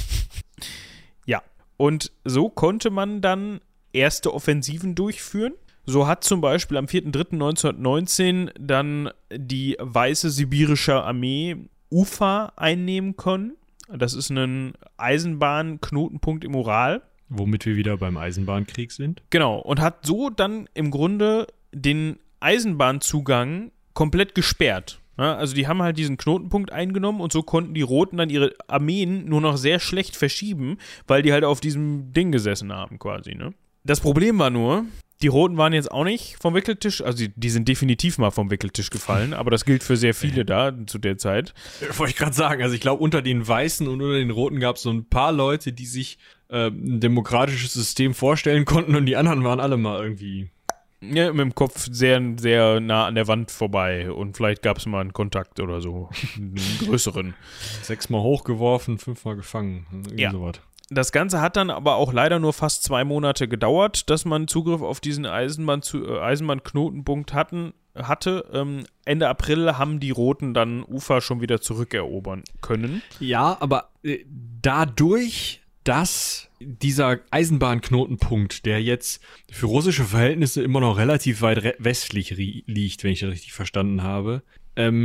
Ja, und so konnte man dann erste Offensiven durchführen. So hat zum Beispiel am vierten dritten neunzehnhundertneunzehn dann die Weiße Sibirische Armee Ufa einnehmen können. Das ist ein Eisenbahnknotenpunkt im Ural. Womit wir wieder beim Eisenbahnkrieg sind. Genau, und hat so dann im Grunde den Eisenbahnzugang komplett gesperrt. Ja, also die haben halt diesen Knotenpunkt eingenommen und so konnten die Roten dann ihre Armeen nur noch sehr schlecht verschieben, weil die halt auf diesem Ding gesessen haben quasi. Ne? Das Problem war nur, die Roten waren jetzt auch nicht vom Wickeltisch, also die, die sind definitiv mal vom Wickeltisch gefallen, aber das gilt für sehr viele da zu der Zeit. Wollte ich gerade sagen, also ich glaube, unter den Weißen und unter den Roten gab es so ein paar Leute, die sich äh, ein demokratisches System vorstellen konnten und die anderen waren alle mal irgendwie... Ja, mit dem Kopf sehr, sehr nah an der Wand vorbei und vielleicht gab es mal einen Kontakt oder so, einen größeren. Sechsmal hochgeworfen, fünfmal gefangen, irgendwie ja. sowas. Das Ganze hat dann aber auch leider nur fast zwei Monate gedauert, dass man Zugriff auf diesen Eisenbahn zu, äh, Eisenbahnknotenpunkt hatten, hatte. Ähm, Ende April haben die Roten dann Ufa schon wieder zurückerobern können. Ja, aber äh, dadurch, dass dieser Eisenbahnknotenpunkt, der jetzt für russische Verhältnisse immer noch relativ weit re- westlich ri- liegt, wenn ich das richtig verstanden habe, ähm,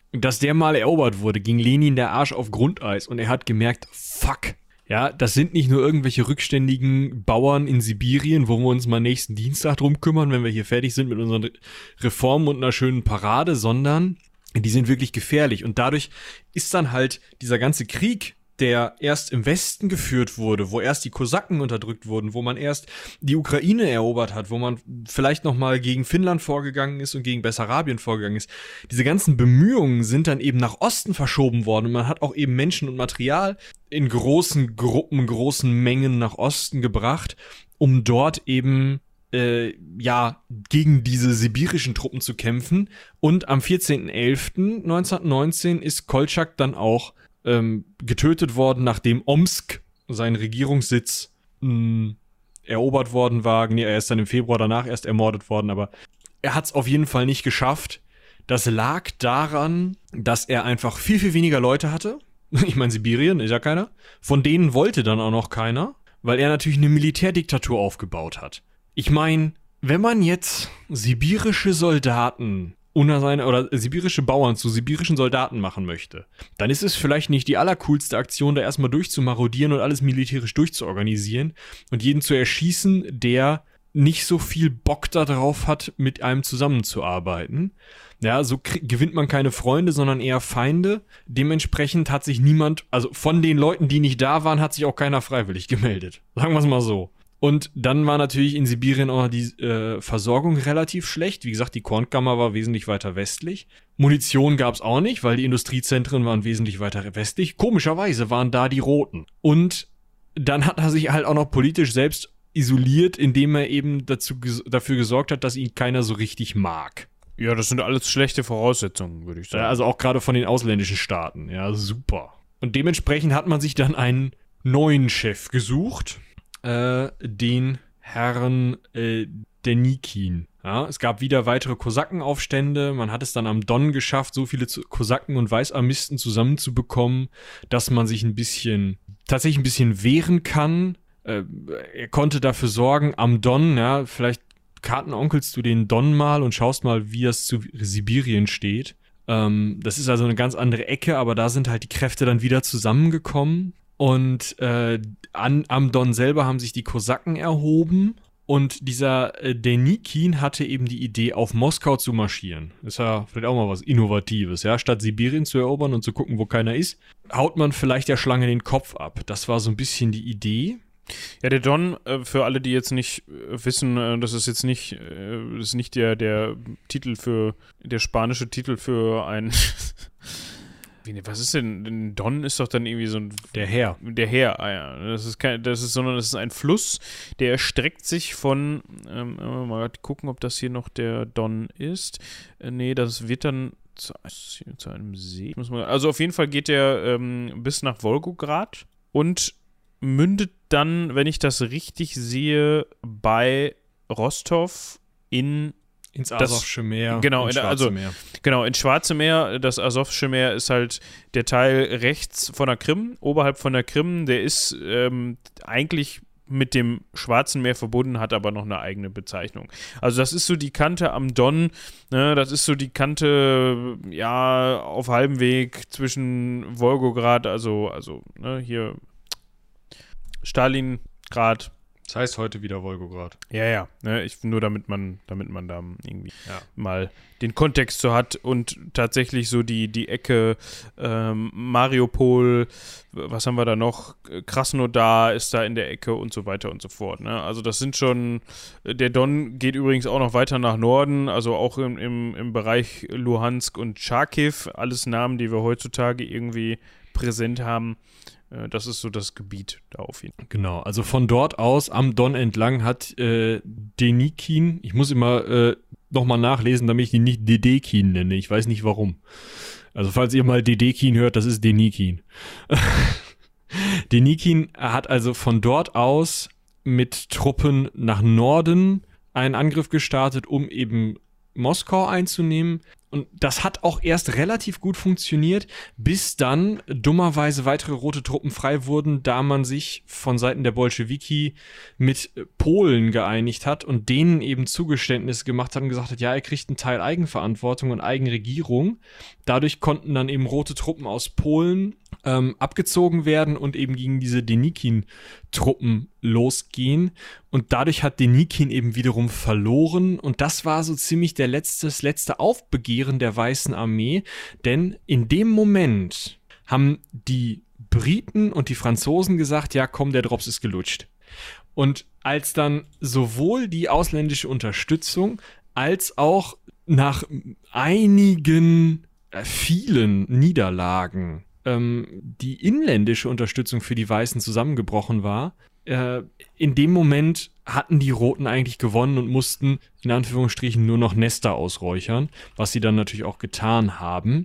dass der mal erobert wurde, ging Lenin der Arsch auf Grundeis und er hat gemerkt, fuck, ja, das sind nicht nur irgendwelche rückständigen Bauern in Sibirien, wo wir uns mal nächsten Dienstag drum kümmern, wenn wir hier fertig sind mit unseren Reformen und einer schönen Parade, sondern die sind wirklich gefährlich. Und dadurch ist dann halt dieser ganze Krieg, der erst im Westen geführt wurde, wo erst die Kosaken unterdrückt wurden, wo man erst die Ukraine erobert hat, wo man vielleicht nochmal gegen Finnland vorgegangen ist und gegen Bessarabien vorgegangen ist. Diese ganzen Bemühungen sind dann eben nach Osten verschoben worden und man hat auch eben Menschen und Material in großen Gruppen, großen Mengen nach Osten gebracht, um dort eben Äh, ja, gegen diese sibirischen Truppen zu kämpfen. Und am vierzehnten elften neunzehnhundertneunzehn ist Koltschak dann auch ähm, getötet worden, nachdem Omsk, sein Regierungssitz, mh, erobert worden war. Nee, er ist dann im Februar danach erst ermordet worden, aber er hat es auf jeden Fall nicht geschafft. Das lag daran, dass er einfach viel, viel weniger Leute hatte. Ich meine, Sibirien ist ja keiner. Von denen wollte dann auch noch keiner, weil er natürlich eine Militärdiktatur aufgebaut hat. Ich meine, wenn man jetzt sibirische Soldaten unter seine, oder sibirische Bauern zu sibirischen Soldaten machen möchte, dann ist es vielleicht nicht die allercoolste Aktion, da erstmal durchzumarodieren und alles militärisch durchzuorganisieren und jeden zu erschießen, der nicht so viel Bock darauf hat, mit einem zusammenzuarbeiten. Ja, so k- gewinnt man keine Freunde, sondern eher Feinde. Dementsprechend hat sich niemand, also von den Leuten, die nicht da waren, hat sich auch keiner freiwillig gemeldet. Sagen wir es mal so. Und dann war natürlich in Sibirien auch die äh, Versorgung relativ schlecht. Wie gesagt, die Kornkammer war wesentlich weiter westlich. Munition gab es auch nicht, weil die Industriezentren waren wesentlich weiter westlich. Komischerweise waren da die Roten. Und dann hat er sich halt auch noch politisch selbst isoliert, indem er eben dazu ges- dafür gesorgt hat, dass ihn keiner so richtig mag. Ja, das sind alles schlechte Voraussetzungen, würde ich sagen. Ja, also auch gerade von den ausländischen Staaten. Ja, super. Und dementsprechend hat man sich dann einen neuen Chef gesucht. Äh, den Herrn äh, Denikin. Ja, es gab wieder weitere Kosakenaufstände. Man hat es dann am Don geschafft, so viele zu- Kosaken und Weißarmisten zusammenzubekommen, dass man sich ein bisschen, tatsächlich ein bisschen wehren kann. Äh, er konnte dafür sorgen, am Don, ja, vielleicht kartenonkelst du den Don mal und schaust mal, wie es zu Sibirien steht. Ähm, das ist also eine ganz andere Ecke, aber da sind halt die Kräfte dann wieder zusammengekommen. Und äh, an, am Don selber haben sich die Kosaken erhoben und dieser äh, Denikin hatte eben die Idee, auf Moskau zu marschieren. Ist ja vielleicht auch mal was Innovatives, ja. Statt Sibirien zu erobern und zu gucken, wo keiner ist, haut man vielleicht der Schlange den Kopf ab. Das war so ein bisschen die Idee. Ja, der Don, äh, für alle, die jetzt nicht äh, wissen, äh, das ist jetzt nicht, äh, das ist nicht der, der Titel für, der spanische Titel für ein Wie, was ist denn? Ein Don ist doch dann irgendwie so ein. Der Herr. Der Herr, ah ja. Das ist kein, das ist, sondern das ist ein Fluss, der erstreckt sich von, ähm, mal gucken, ob das hier noch der Don ist. Äh, nee, das wird dann zu, zu einem See. Muss man, also auf jeden Fall geht der ähm, bis nach Wolgograd und mündet dann, wenn ich das richtig sehe, bei Rostov in Ins Das- Asowsche Meer. genau, ins in der- Schwarze also- Meer. Genau, ins Schwarze Meer, das Asowsche Meer ist halt der Teil rechts von der Krim, oberhalb von der Krim, der ist ähm, eigentlich mit dem Schwarzen Meer verbunden, hat aber noch eine eigene Bezeichnung. Also das ist so die Kante am Don, ne, das ist so die Kante, ja, auf halbem Weg zwischen Wolgograd, also, also ne, hier Stalingrad. Das heißt heute wieder Wolgograd. Ja, ja, ne, ich, nur damit man, damit man da irgendwie Ja. mal den Kontext so hat und tatsächlich so die, die Ecke ähm, Mariupol, was haben wir da noch? Krasnodar ist da in der Ecke und so weiter und so fort. Ne? Also das sind schon, der Don geht übrigens auch noch weiter nach Norden, also auch im, im, im Bereich Luhansk und Charkiw, alles Namen, die wir heutzutage irgendwie präsent haben. Das ist so das Gebiet da auf jeden Fall. Genau, also von dort aus am Don entlang hat äh, Denikin, ich muss immer äh, nochmal nachlesen, damit ich ihn nicht Dedekin nenne, ich weiß nicht warum. Also falls ihr mal Dedekin hört, das ist Denikin. Denikin hat also von dort aus mit Truppen nach Norden einen Angriff gestartet, um eben Moskau einzunehmen Und das hat auch erst relativ gut funktioniert, bis dann dummerweise weitere rote Truppen frei wurden, da man sich von Seiten der Bolschewiki mit Polen geeinigt hat und denen eben Zugeständnisse gemacht hat und gesagt hat, ja, ihr kriegt einen Teil Eigenverantwortung und Eigenregierung. Dadurch konnten dann eben rote Truppen aus Polen ähm, abgezogen werden und eben gegen diese Denikin-Truppen losgehen. Und dadurch hat Denikin eben wiederum verloren. Und das war so ziemlich der letzte, das letzte Aufbegehren der Weißen Armee. Denn in dem Moment haben die Briten und die Franzosen gesagt, ja komm, der Drops ist gelutscht. Und als dann sowohl die ausländische Unterstützung als auch nach einigen, äh, vielen Niederlagen ähm, die inländische Unterstützung für die Weißen zusammengebrochen war, äh, in dem Moment hatten die Roten eigentlich gewonnen und mussten in Anführungsstrichen nur noch Nester ausräuchern, was sie dann natürlich auch getan haben.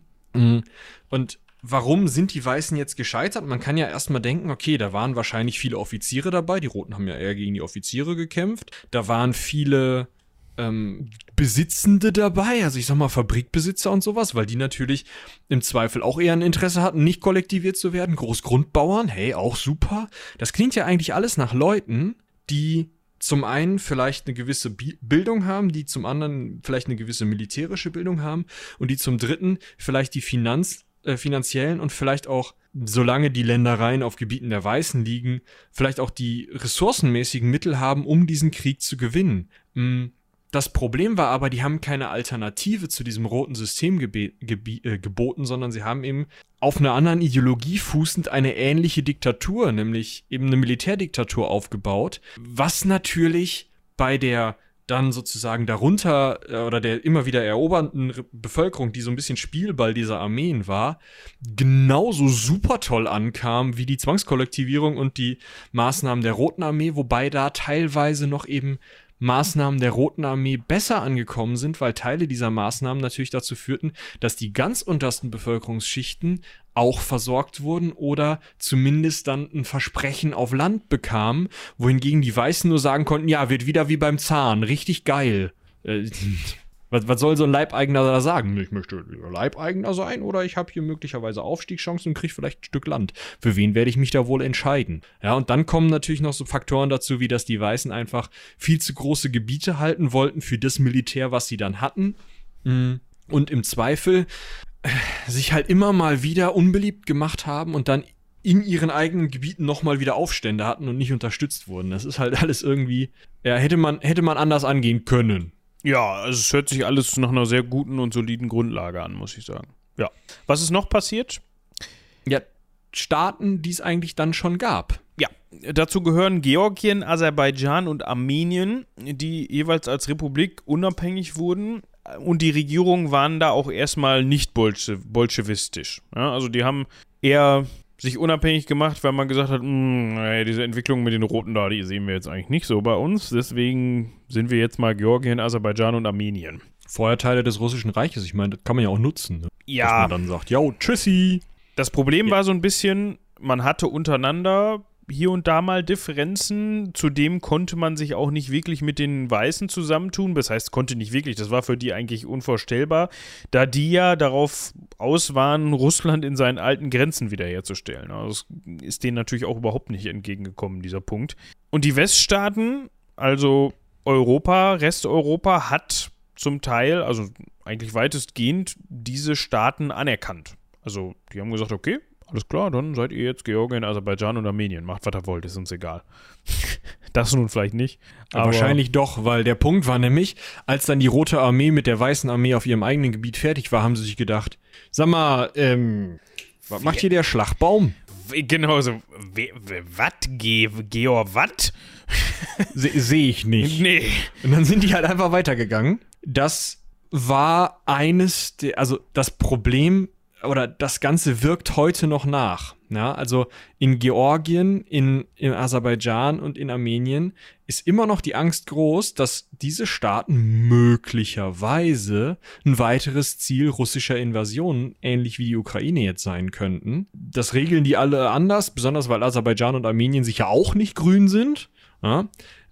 Und warum sind die Weißen jetzt gescheitert? Man kann ja erstmal denken, okay, da waren wahrscheinlich viele Offiziere dabei. Die Roten haben ja eher gegen die Offiziere gekämpft. Da waren viele ähm, Besitzende dabei, also ich sag mal Fabrikbesitzer und sowas, weil die natürlich im Zweifel auch eher ein Interesse hatten, nicht kollektiviert zu werden. Großgrundbauern, hey, auch super. Das klingt ja eigentlich alles nach Leuten, die zum einen vielleicht eine gewisse Bi- Bildung haben, die zum anderen vielleicht eine gewisse militärische Bildung haben und die zum dritten vielleicht die Finanz äh, finanziellen und vielleicht auch, solange die Ländereien auf Gebieten der Weißen liegen, vielleicht auch die ressourcenmäßigen Mittel haben, um diesen Krieg zu gewinnen. Mm. Das Problem war aber, die haben keine Alternative zu diesem roten System gebe- gebe- äh, geboten, sondern sie haben eben auf einer anderen Ideologie fußend eine ähnliche Diktatur, nämlich eben eine Militärdiktatur aufgebaut, was natürlich bei der dann sozusagen darunter äh, oder der immer wieder erobernden Re- Bevölkerung, die so ein bisschen Spielball dieser Armeen war, genauso super toll ankam wie die Zwangskollektivierung und die Maßnahmen der Roten Armee, wobei da teilweise noch eben Maßnahmen der Roten Armee besser angekommen sind, weil Teile dieser Maßnahmen natürlich dazu führten, dass die ganz untersten Bevölkerungsschichten auch versorgt wurden oder zumindest dann ein Versprechen auf Land bekamen, wohingegen die Weißen nur sagen konnten, ja, wird wieder wie beim Zahn, richtig geil. Äh, was, was soll so ein Leibeigener da sagen? Ich möchte Leibeigener sein oder ich habe hier möglicherweise Aufstiegschancen und kriege vielleicht ein Stück Land. Für wen werde ich mich da wohl entscheiden? Ja, und dann kommen natürlich noch so Faktoren dazu, wie dass die Weißen einfach viel zu große Gebiete halten wollten für das Militär, was sie dann hatten. Und im Zweifel sich halt immer mal wieder unbeliebt gemacht haben und dann in ihren eigenen Gebieten nochmal wieder Aufstände hatten und nicht unterstützt wurden. Das ist halt alles irgendwie, ja, hätte man, hätte man anders angehen können. Ja, also es hört sich alles nach einer sehr guten und soliden Grundlage an, muss ich sagen. Ja. Was ist noch passiert? Ja, Staaten, die es eigentlich dann schon gab. Ja, dazu gehören Georgien, Aserbaidschan und Armenien, die jeweils als Republik unabhängig wurden. Und die Regierungen waren da auch erstmal nicht bolsche- bolschewistisch. Ja, also die haben eher sich unabhängig gemacht, weil man gesagt hat, naja, diese Entwicklung mit den Roten da, die sehen wir jetzt eigentlich nicht so bei uns. Deswegen sind wir jetzt mal Georgien, Aserbaidschan und Armenien. Vorher Teile des Russischen Reiches, ich meine, das kann man ja auch nutzen. Ne? Ja. Dass man dann sagt, yo, tschüssi. Das Problem Ja. war so ein bisschen, man hatte untereinander hier und da mal Differenzen, zudem konnte man sich auch nicht wirklich mit den Weißen zusammentun, das heißt, konnte nicht wirklich, das war für die eigentlich unvorstellbar, da die ja darauf aus waren, Russland in seinen alten Grenzen wiederherzustellen. Also das ist denen natürlich auch überhaupt nicht entgegengekommen, dieser Punkt. Und die Weststaaten, also Europa, Resteuropa, hat zum Teil, also eigentlich weitestgehend, diese Staaten anerkannt. Also die haben gesagt, okay, alles klar, dann seid ihr jetzt Georgien, Aserbaidschan und Armenien. Macht, was ihr wollt, ist uns egal. Das nun vielleicht nicht. Aber wahrscheinlich doch, weil der Punkt war nämlich, als dann die Rote Armee mit der Weißen Armee auf ihrem eigenen Gebiet fertig war, haben sie sich gedacht, sag mal, ähm, was macht hier der Schlagbaum? Genau so. Was? Georg, was? Se- Sehe ich nicht. Nee. Und dann sind die halt einfach weitergegangen. Das war eines, der, also das Problem oder das Ganze wirkt heute noch nach. Ja, also in Georgien, in, in Aserbaidschan und in Armenien ist immer noch die Angst groß, dass diese Staaten möglicherweise ein weiteres Ziel russischer Invasionen, ähnlich wie die Ukraine jetzt sein könnten. Das regeln die alle anders, besonders weil Aserbaidschan und Armenien sicher auch nicht grün sind. Ja,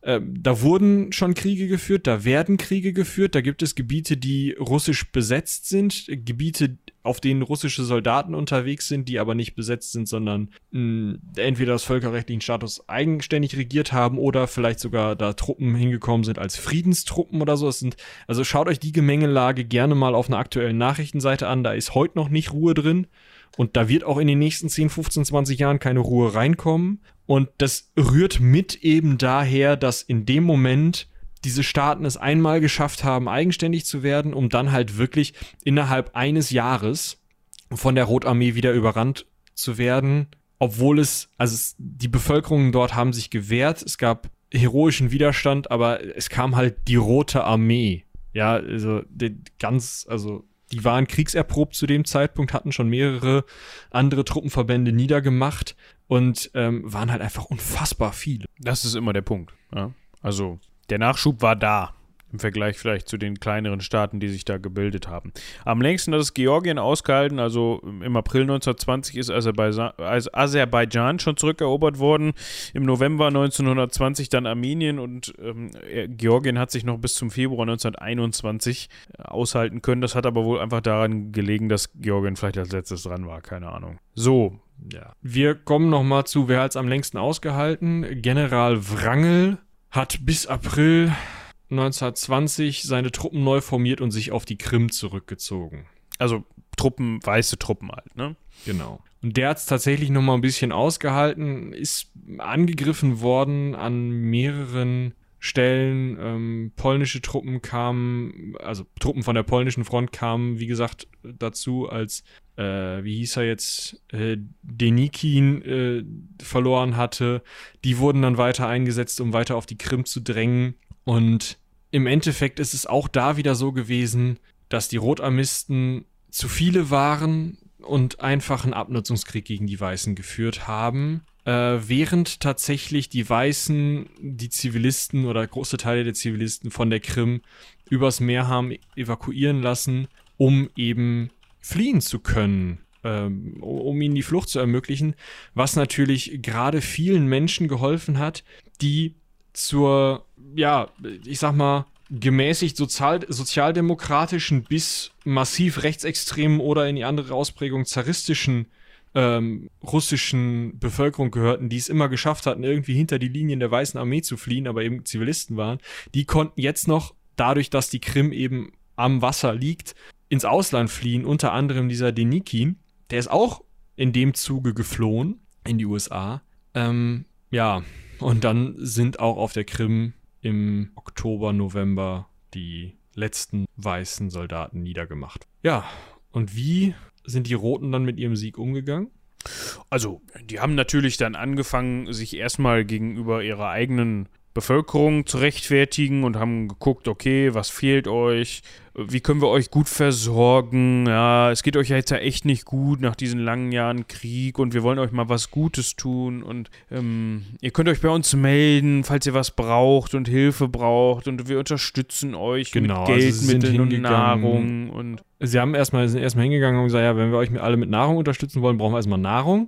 äh, da wurden schon Kriege geführt, da werden Kriege geführt, da gibt es Gebiete, die russisch besetzt sind, Gebiete, auf denen russische Soldaten unterwegs sind, die aber nicht besetzt sind, sondern mh, entweder das völkerrechtlichen Status eigenständig regiert haben oder vielleicht sogar da Truppen hingekommen sind als Friedenstruppen oder so. Es sind, also schaut euch die Gemengelage gerne mal auf einer aktuellen Nachrichtenseite an, da ist heute noch nicht Ruhe drin und da wird auch in den nächsten zehn, fünfzehn, zwanzig Jahren keine Ruhe reinkommen und das rührt mit eben daher, dass in dem Moment diese Staaten es einmal geschafft haben, eigenständig zu werden, um dann halt wirklich innerhalb eines Jahres von der Rotarmee wieder überrannt zu werden, obwohl es, also es, die Bevölkerungen dort haben sich gewehrt, es gab heroischen Widerstand, aber es kam halt die Rote Armee. Ja, also die ganz, also die waren kriegserprobt zu dem Zeitpunkt, hatten schon mehrere andere Truppenverbände niedergemacht und ähm, waren halt einfach unfassbar viele. Das ist immer der Punkt, ja. Also der Nachschub war da, im Vergleich vielleicht zu den kleineren Staaten, die sich da gebildet haben. Am längsten hat es Georgien ausgehalten, also im April neunzehnhundertzwanzig ist Aserbaidschan, also Aserbaidschan schon zurückerobert worden, im November neunzehnhundertzwanzig dann Armenien und ähm, Georgien hat sich noch bis zum Februar neunzehnhunderteinundzwanzig aushalten können. Das hat aber wohl einfach daran gelegen, dass Georgien vielleicht als letztes dran war, keine Ahnung. So. Ja. Wir kommen nochmal zu, wer hat es am längsten ausgehalten? General Wrangel hat bis April neunzehnhundertzwanzig seine Truppen neu formiert und sich auf die Krim zurückgezogen. Also Truppen, weiße Truppen halt, ne? Genau. Und der hat es tatsächlich noch mal ein bisschen ausgehalten, ist angegriffen worden an mehreren Stellen. Ähm, polnische Truppen kamen, also Truppen von der polnischen Front kamen, wie gesagt, dazu, als, äh, wie hieß er jetzt, äh, Denikin äh, verloren hatte. Die wurden dann weiter eingesetzt, um weiter auf die Krim zu drängen. Und im Endeffekt ist es auch da wieder so gewesen, dass die Rotarmisten zu viele waren und einfach einen Abnutzungskrieg gegen die Weißen geführt haben, äh, während tatsächlich die Weißen, die Zivilisten oder große Teile der Zivilisten von der Krim übers Meer haben evakuieren lassen, um eben fliehen zu können, ähm, um ihnen die Flucht zu ermöglichen, was natürlich gerade vielen Menschen geholfen hat, die zur, ja, ich sag mal, gemäßigt sozial, sozialdemokratischen bis massiv rechtsextremen oder in die andere Ausprägung zaristischen ähm, russischen Bevölkerung gehörten, die es immer geschafft hatten, irgendwie hinter die Linien der Weißen Armee zu fliehen, aber eben Zivilisten waren, die konnten jetzt noch, dadurch, dass die Krim eben am Wasser liegt, ins Ausland fliehen, unter anderem dieser Denikin, der ist auch in dem Zuge geflohen in die U S A. Ähm, ja, und dann sind auch auf der Krim im Oktober, November die letzten weißen Soldaten niedergemacht. Ja, und wie sind die Roten dann mit ihrem Sieg umgegangen? Also, die haben natürlich dann angefangen, sich erstmal gegenüber ihrer eigenen Bevölkerung zu rechtfertigen und haben geguckt, okay, was fehlt euch? Wie können wir euch gut versorgen? Ja, es geht euch ja jetzt ja echt nicht gut nach diesen langen Jahren Krieg und wir wollen euch mal was Gutes tun und ähm, ihr könnt euch bei uns melden, falls ihr was braucht und Hilfe braucht und wir unterstützen euch genau, mit Geldmitteln also und Nahrung und sie haben erstmal, sind erstmal hingegangen und gesagt, ja, wenn wir euch alle mit Nahrung unterstützen wollen, brauchen wir erstmal Nahrung.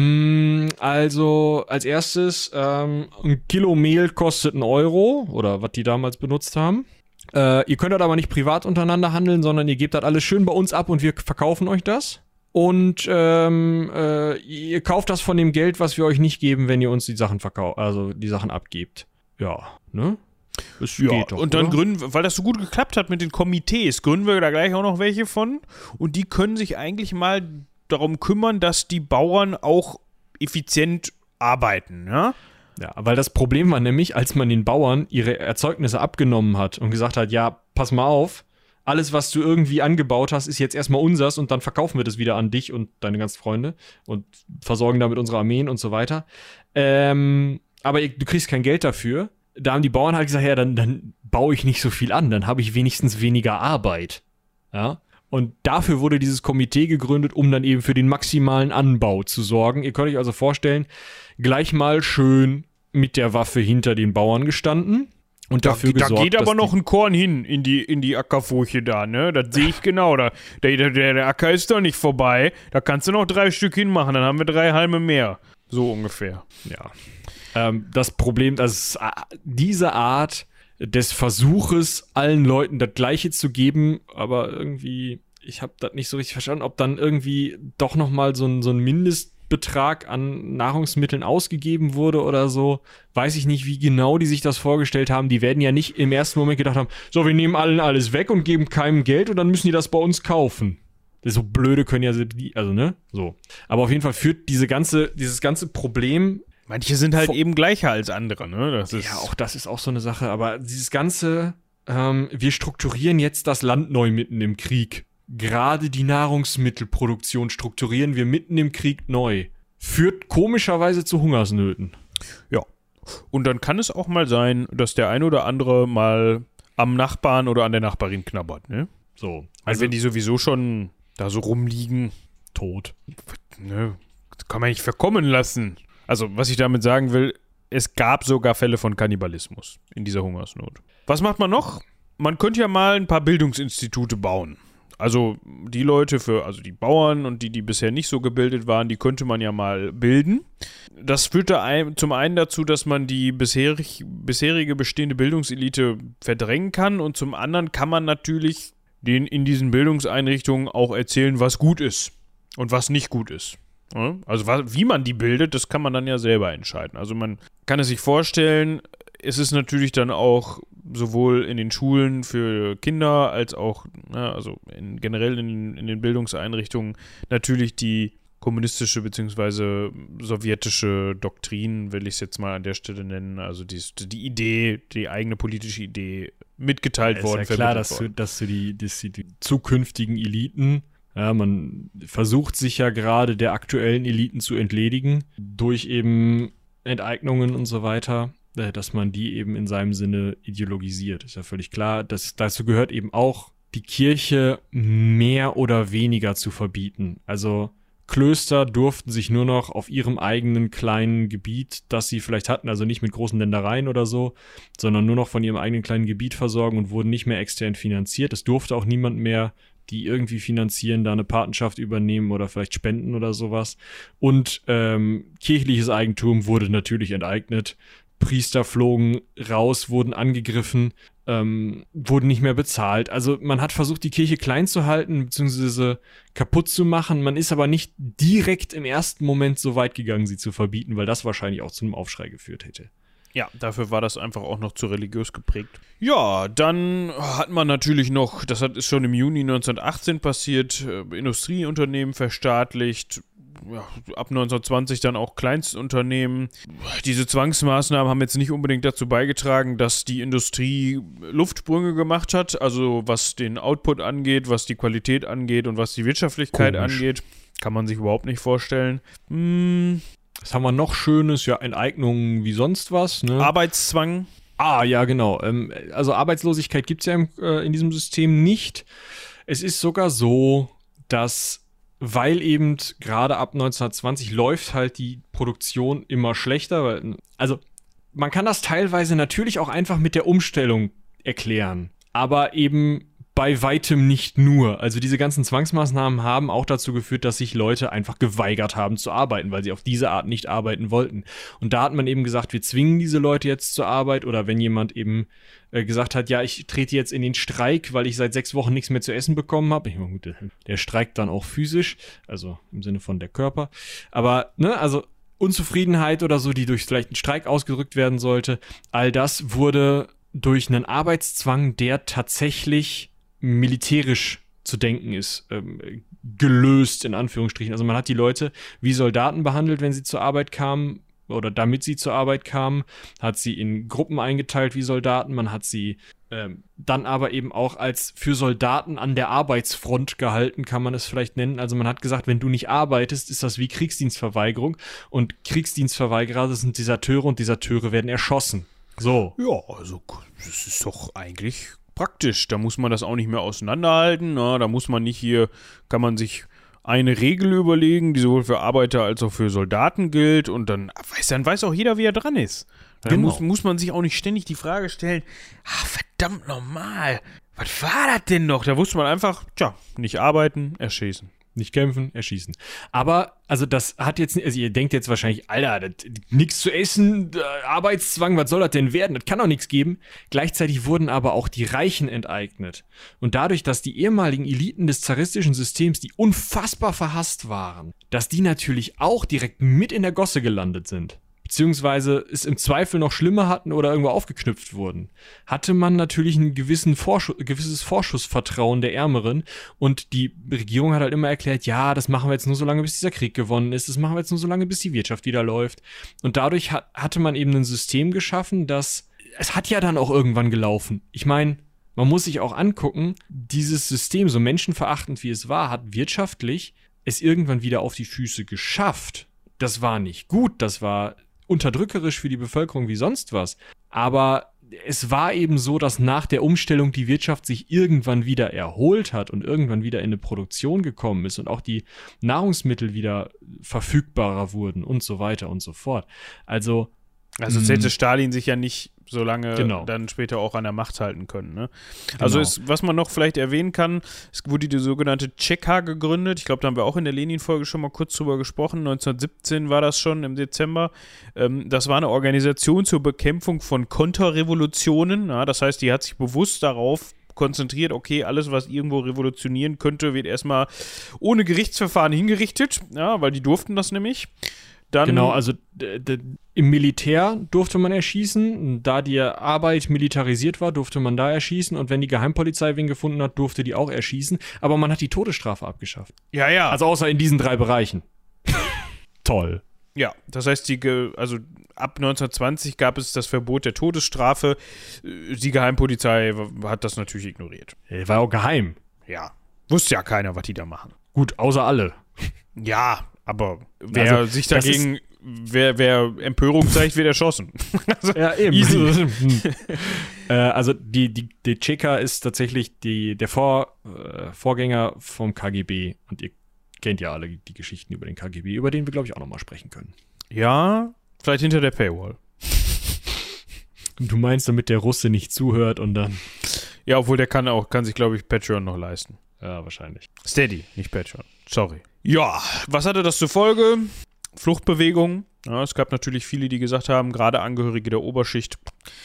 Also als erstes, ähm, ein Kilo Mehl kostet einen Euro oder was die damals benutzt haben. Äh, ihr könnt das aber nicht privat untereinander handeln, sondern ihr gebt das alles schön bei uns ab und wir verkaufen euch das. Und ähm, äh, ihr kauft das von dem Geld, was wir euch nicht geben, wenn ihr uns die Sachen verkauft, also die Sachen abgebt. Ja, ne? Es ja, geht doch, und dann oder? gründen, weil das so gut geklappt hat mit den Komitees, gründen wir da gleich auch noch welche von. Und die können sich eigentlich mal darum kümmern, dass die Bauern auch effizient arbeiten, ja? Ja, weil das Problem war nämlich, als man den Bauern ihre Erzeugnisse abgenommen hat und gesagt hat, ja, pass mal auf, alles, was du irgendwie angebaut hast, ist jetzt erstmal unsers und dann verkaufen wir das wieder an dich und deine ganzen Freunde und versorgen damit unsere Armeen und so weiter. Ähm, aber du kriegst kein Geld dafür. Da haben die Bauern halt gesagt, ja, dann, dann baue ich nicht so viel an, dann habe ich wenigstens weniger Arbeit. Ja. Und dafür wurde dieses Komitee gegründet, um dann eben für den maximalen Anbau zu sorgen. Ihr könnt euch also vorstellen, gleich mal schön mit der Waffe hinter den Bauern gestanden und da, dafür da gesorgt, Da geht aber noch ein Korn hin in die, in die Ackerfurche da, ne? Das sehe ich genau. Da, der, der, der Acker ist doch nicht vorbei. Da kannst du noch drei Stück hinmachen, dann haben wir drei Halme mehr. So ungefähr. Ja. Ähm, das Problem, dass äh, diese Art des Versuches, allen Leuten das Gleiche zu geben, aber irgendwie, ich habe das nicht so richtig verstanden, ob dann irgendwie doch nochmal so ein, so ein Mindestbetrag an Nahrungsmitteln ausgegeben wurde oder so. Weiß ich nicht, wie genau die sich das vorgestellt haben. Die werden ja nicht im ersten Moment gedacht haben, so, wir nehmen allen alles weg und geben keinem Geld und dann müssen die das bei uns kaufen. So blöde können ja, also ne, so. Aber auf jeden Fall führt diese ganze, dieses ganze Problem. Manche sind halt eben gleicher als andere, ne? Das ist ja, auch das ist auch so eine Sache. Aber dieses ganze, ähm, wir strukturieren jetzt das Land neu mitten im Krieg. Gerade die Nahrungsmittelproduktion strukturieren wir mitten im Krieg neu. Führt komischerweise zu Hungersnöten. Ja. Und dann kann es auch mal sein, dass der ein oder andere mal am Nachbarn oder an der Nachbarin knabbert, ne? So. Also wenn die sowieso schon da so rumliegen, tot. Ne, das kann man nicht verkommen lassen. Also, was ich damit sagen will, es gab sogar Fälle von Kannibalismus in dieser Hungersnot. Was macht man noch? Man könnte ja mal ein paar Bildungsinstitute bauen. Also, die Leute für, also die Bauern und die, die bisher nicht so gebildet waren, die könnte man ja mal bilden. Das führte ein, zum einen dazu, dass man die bisherig, bisherige bestehende Bildungselite verdrängen kann und zum anderen kann man natürlich den in diesen Bildungseinrichtungen auch erzählen, was gut ist und was nicht gut ist. Ja? Also wie man die bildet, das kann man dann ja selber entscheiden. Also man kann es sich vorstellen, es ist natürlich dann auch sowohl in den Schulen für Kinder als auch, na, also in, generell in, in den Bildungseinrichtungen natürlich die kommunistische bzw. sowjetische Doktrin, will ich es jetzt mal an der Stelle nennen, also die, die Idee, die eigene politische Idee mitgeteilt ja, worden. Ist ja klar, dass du, dass du die, dass die zukünftigen Eliten, ja, man versucht sich ja gerade der aktuellen Eliten zu entledigen, durch eben Enteignungen und so weiter, dass man die eben in seinem Sinne ideologisiert. Ist ja völlig klar. Das, dazu gehört eben auch, die Kirche mehr oder weniger zu verbieten. Also Klöster durften sich nur noch auf ihrem eigenen kleinen Gebiet, das sie vielleicht hatten, also nicht mit großen Ländereien oder so, sondern nur noch von ihrem eigenen kleinen Gebiet versorgen und wurden nicht mehr extern finanziert. Es durfte auch niemand mehr, die irgendwie finanzieren, da eine Patenschaft übernehmen oder vielleicht spenden oder sowas. Und ähm, kirchliches Eigentum wurde natürlich enteignet. Priester flogen raus, wurden angegriffen, ähm, wurden nicht mehr bezahlt. Also man hat versucht, die Kirche klein zu halten, beziehungsweise kaputt zu machen. Man ist aber nicht direkt im ersten Moment so weit gegangen, sie zu verbieten, weil das wahrscheinlich auch zu einem Aufschrei geführt hätte. Ja, dafür war das einfach auch noch zu religiös geprägt. Ja, dann hat man natürlich noch, das hat, ist schon im Juni neunzehnhundertachtzehn passiert, äh, Industrieunternehmen verstaatlicht, ja, ab neunzehnhundertzwanzig dann auch Kleinstunternehmen. Diese Zwangsmaßnahmen haben jetzt nicht unbedingt dazu beigetragen, dass die Industrie Luftsprünge gemacht hat, also was den Output angeht, was die Qualität angeht und was die Wirtschaftlichkeit Komisch. angeht. Kann man sich überhaupt nicht vorstellen. Hm. Was haben wir noch Schönes? Ja, Enteignungen wie sonst was. Ne? Arbeitszwang. Ah, ja, genau. Ähm, also Arbeitslosigkeit gibt es ja im, äh, in diesem System nicht. Es ist sogar so, dass weil eben gerade ab neunzehnhundertzwanzig läuft halt die Produktion immer schlechter. Weil, also man kann das teilweise natürlich auch einfach mit der Umstellung erklären, aber eben bei weitem nicht nur. Also diese ganzen Zwangsmaßnahmen haben auch dazu geführt, dass sich Leute einfach geweigert haben zu arbeiten, weil sie auf diese Art nicht arbeiten wollten. Und da hat man eben gesagt, wir zwingen diese Leute jetzt zur Arbeit. Oder wenn jemand eben äh, gesagt hat, ja, ich trete jetzt in den Streik, weil ich seit sechs Wochen nichts mehr zu essen bekommen habe. Ich meine, gut, der streikt dann auch physisch, also im Sinne von der Körper. Aber, ne, also Unzufriedenheit oder so, die durch vielleicht einen Streik ausgedrückt werden sollte, all das wurde durch einen Arbeitszwang, der tatsächlich militärisch zu denken ist, ähm, gelöst in Anführungsstrichen. Also man hat die Leute wie Soldaten behandelt, wenn sie zur Arbeit kamen oder damit sie zur Arbeit kamen, hat sie in Gruppen eingeteilt wie Soldaten, man hat sie ähm, dann aber eben auch als für Soldaten an der Arbeitsfront gehalten, kann man es vielleicht nennen. Also man hat gesagt, wenn du nicht arbeitest, ist das wie Kriegsdienstverweigerung und Kriegsdienstverweigerer, das sind Deserteure und Deserteure werden erschossen. So. Ja, also das ist doch eigentlich praktisch, da muss man das auch nicht mehr auseinanderhalten, na, da muss man nicht hier, kann man sich eine Regel überlegen, die sowohl für Arbeiter als auch für Soldaten gilt und dann weiß, dann weiß auch jeder, wie er dran ist. Dann genau. muss, muss man sich auch nicht ständig die Frage stellen, ah, verdammt normal, was war das denn noch? Da wusste man einfach, tja, nicht arbeiten, erschießen. Nicht kämpfen, erschießen. Aber, also das hat jetzt, also ihr denkt jetzt wahrscheinlich, Alter, nichts zu essen, äh, Arbeitszwang, was soll das denn werden? Das kann doch nichts geben. Gleichzeitig wurden aber auch die Reichen enteignet. Und dadurch, dass die ehemaligen Eliten des zaristischen Systems, die unfassbar verhasst waren, dass die natürlich auch direkt mit in der Gosse gelandet sind, beziehungsweise es im Zweifel noch schlimmer hatten oder irgendwo aufgeknüpft wurden, hatte man natürlich ein gewissen Vorschuss, gewisses Vorschussvertrauen der Ärmeren und die Regierung hat halt immer erklärt, ja, das machen wir jetzt nur so lange, bis dieser Krieg gewonnen ist, das machen wir jetzt nur so lange, bis die Wirtschaft wieder läuft. Und dadurch hat, hatte man eben ein System geschaffen, das, es hat ja dann auch irgendwann gelaufen. Ich meine, man muss sich auch angucken, dieses System, so menschenverachtend wie es war, hat wirtschaftlich es irgendwann wieder auf die Füße geschafft. Das war nicht gut, das war unterdrückerisch für die Bevölkerung wie sonst was. Aber es war eben so, dass nach der Umstellung die Wirtschaft sich irgendwann wieder erholt hat und irgendwann wieder in eine Produktion gekommen ist und auch die Nahrungsmittel wieder verfügbarer wurden und so weiter und so fort. Also, also es hätte Stalin sich ja nicht so lange genau. dann später auch an der Macht halten können. Ne? Also Genau. ist, was man noch vielleicht erwähnen kann, es wurde die sogenannte Tscheka gegründet. Ich glaube, da haben wir auch in der Lenin-Folge schon mal kurz drüber gesprochen. neunzehnhundertsiebzehn war das schon im Dezember. Ähm, das war eine Organisation zur Bekämpfung von Konterrevolutionen. Ja, das heißt, die hat sich bewusst darauf konzentriert, okay, alles, was irgendwo revolutionieren könnte, wird erstmal ohne Gerichtsverfahren hingerichtet, ja, weil die durften das nämlich. Dann Genau, also d- d- im Militär durfte man erschießen, da die Arbeit militarisiert war, durfte man da erschießen und wenn die Geheimpolizei wen gefunden hat, durfte die auch erschießen, aber man hat die Todesstrafe abgeschafft. Ja, ja. Also außer in diesen drei Bereichen. Toll. Ja, das heißt, die Ge- also ab neunzehnhundertzwanzig gab es das Verbot der Todesstrafe. Die Geheimpolizei w- hat das natürlich ignoriert. Äh, War auch geheim. Ja, wusste ja keiner, was die da machen. Gut, außer alle. Ja, aber wer Also, sich das dagegen, wer, wer Empörung zeigt, wird erschossen. Also, Ja, eben. easy. äh, also die, die, die Tscheka ist tatsächlich die, der Vor, äh, Vorgänger vom K G B. Und ihr kennt ja alle die Geschichten über den K G B, über den wir, glaube ich, auch nochmal sprechen können. Ja, vielleicht hinter der Paywall. Und du meinst, damit der Russe nicht zuhört und dann... Ja, obwohl der kann auch, kann sich, glaube ich, Patreon noch leisten. Ja, wahrscheinlich. Steady, nicht Patreon. Sorry. Ja, was hatte das zur Folge? Fluchtbewegung. Ja, es gab natürlich viele, die gesagt haben, gerade Angehörige der Oberschicht,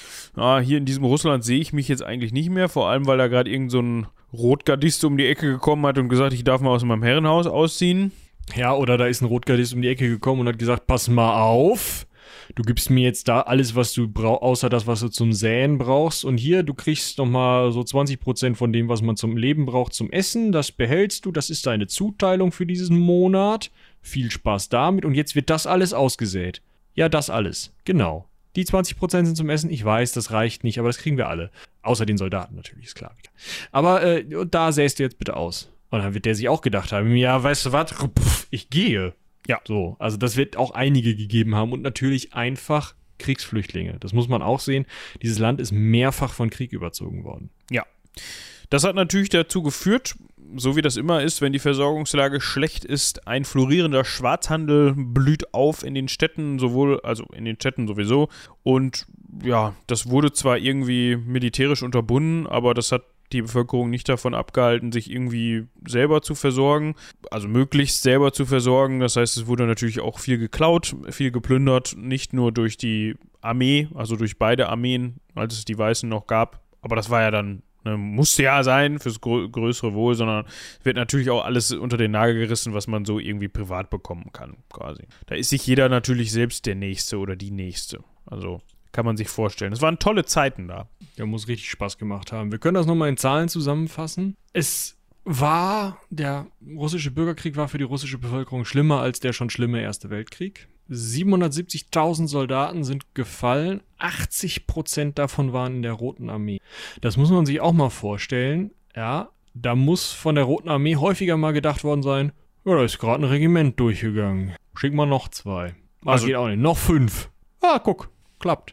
ja, hier in diesem Russland sehe ich mich jetzt eigentlich nicht mehr, vor allem, weil da gerade irgend so ein Rotgardist um die Ecke gekommen hat und gesagt, ich darf mal aus meinem Herrenhaus ausziehen. Ja, oder da ist ein Rotgardist um die Ecke gekommen und hat gesagt, pass mal auf, du gibst mir jetzt da alles, was du brauchst, außer das, was du zum Säen brauchst. Und hier, du kriegst nochmal so zwanzig Prozent von dem, was man zum Leben braucht, zum Essen. Das behältst du, das ist deine Zuteilung für diesen Monat. Viel Spaß damit. Und jetzt wird das alles ausgesät. Ja, das alles. Genau. Die zwanzig Prozent sind zum Essen. Ich weiß, das reicht nicht, aber das kriegen wir alle. Außer den Soldaten natürlich, ist klar. Aber äh, da säst du jetzt bitte aus. Und dann wird der sich auch gedacht haben, ja, weißt du was, Pff, ich gehe. Ja. So, also das wird auch einige gegeben haben und natürlich einfach Kriegsflüchtlinge. Das muss man auch sehen. Dieses Land ist mehrfach von Krieg überzogen worden. Ja. Das hat natürlich dazu geführt, so wie das immer ist, wenn die Versorgungslage schlecht ist, ein florierender Schwarzhandel blüht auf in den Städten, sowohl, also in den Städten sowieso. Und ja, das wurde zwar irgendwie militärisch unterbunden, aber das hat die Bevölkerung nicht davon abgehalten, sich irgendwie selber zu versorgen, also möglichst selber zu versorgen. Das heißt, es wurde natürlich auch viel geklaut, viel geplündert, nicht nur durch die Armee, also durch beide Armeen, als es die Weißen noch gab. Aber das war ja dann, ne, musste ja sein fürs grö- größere Wohl, sondern wird natürlich auch alles unter den Nagel gerissen, was man so irgendwie privat bekommen kann, quasi. Da ist sich jeder natürlich selbst der Nächste oder die Nächste. Also kann man sich vorstellen. Es waren tolle Zeiten da. Der muss richtig Spaß gemacht haben. Wir können das nochmal in Zahlen zusammenfassen. Es war, der russische Bürgerkrieg war für die russische Bevölkerung schlimmer als der schon schlimme Erste Weltkrieg. siebenhundertsiebzigtausend Soldaten sind gefallen. achtzig Prozent davon waren in der Roten Armee. Das muss man sich auch mal vorstellen. Ja, da muss von der Roten Armee häufiger mal gedacht worden sein, ja, da ist gerade ein Regiment durchgegangen. Schick mal noch zwei. Also Also- geht auch nicht. Noch fünf. Ah, guck, klappt.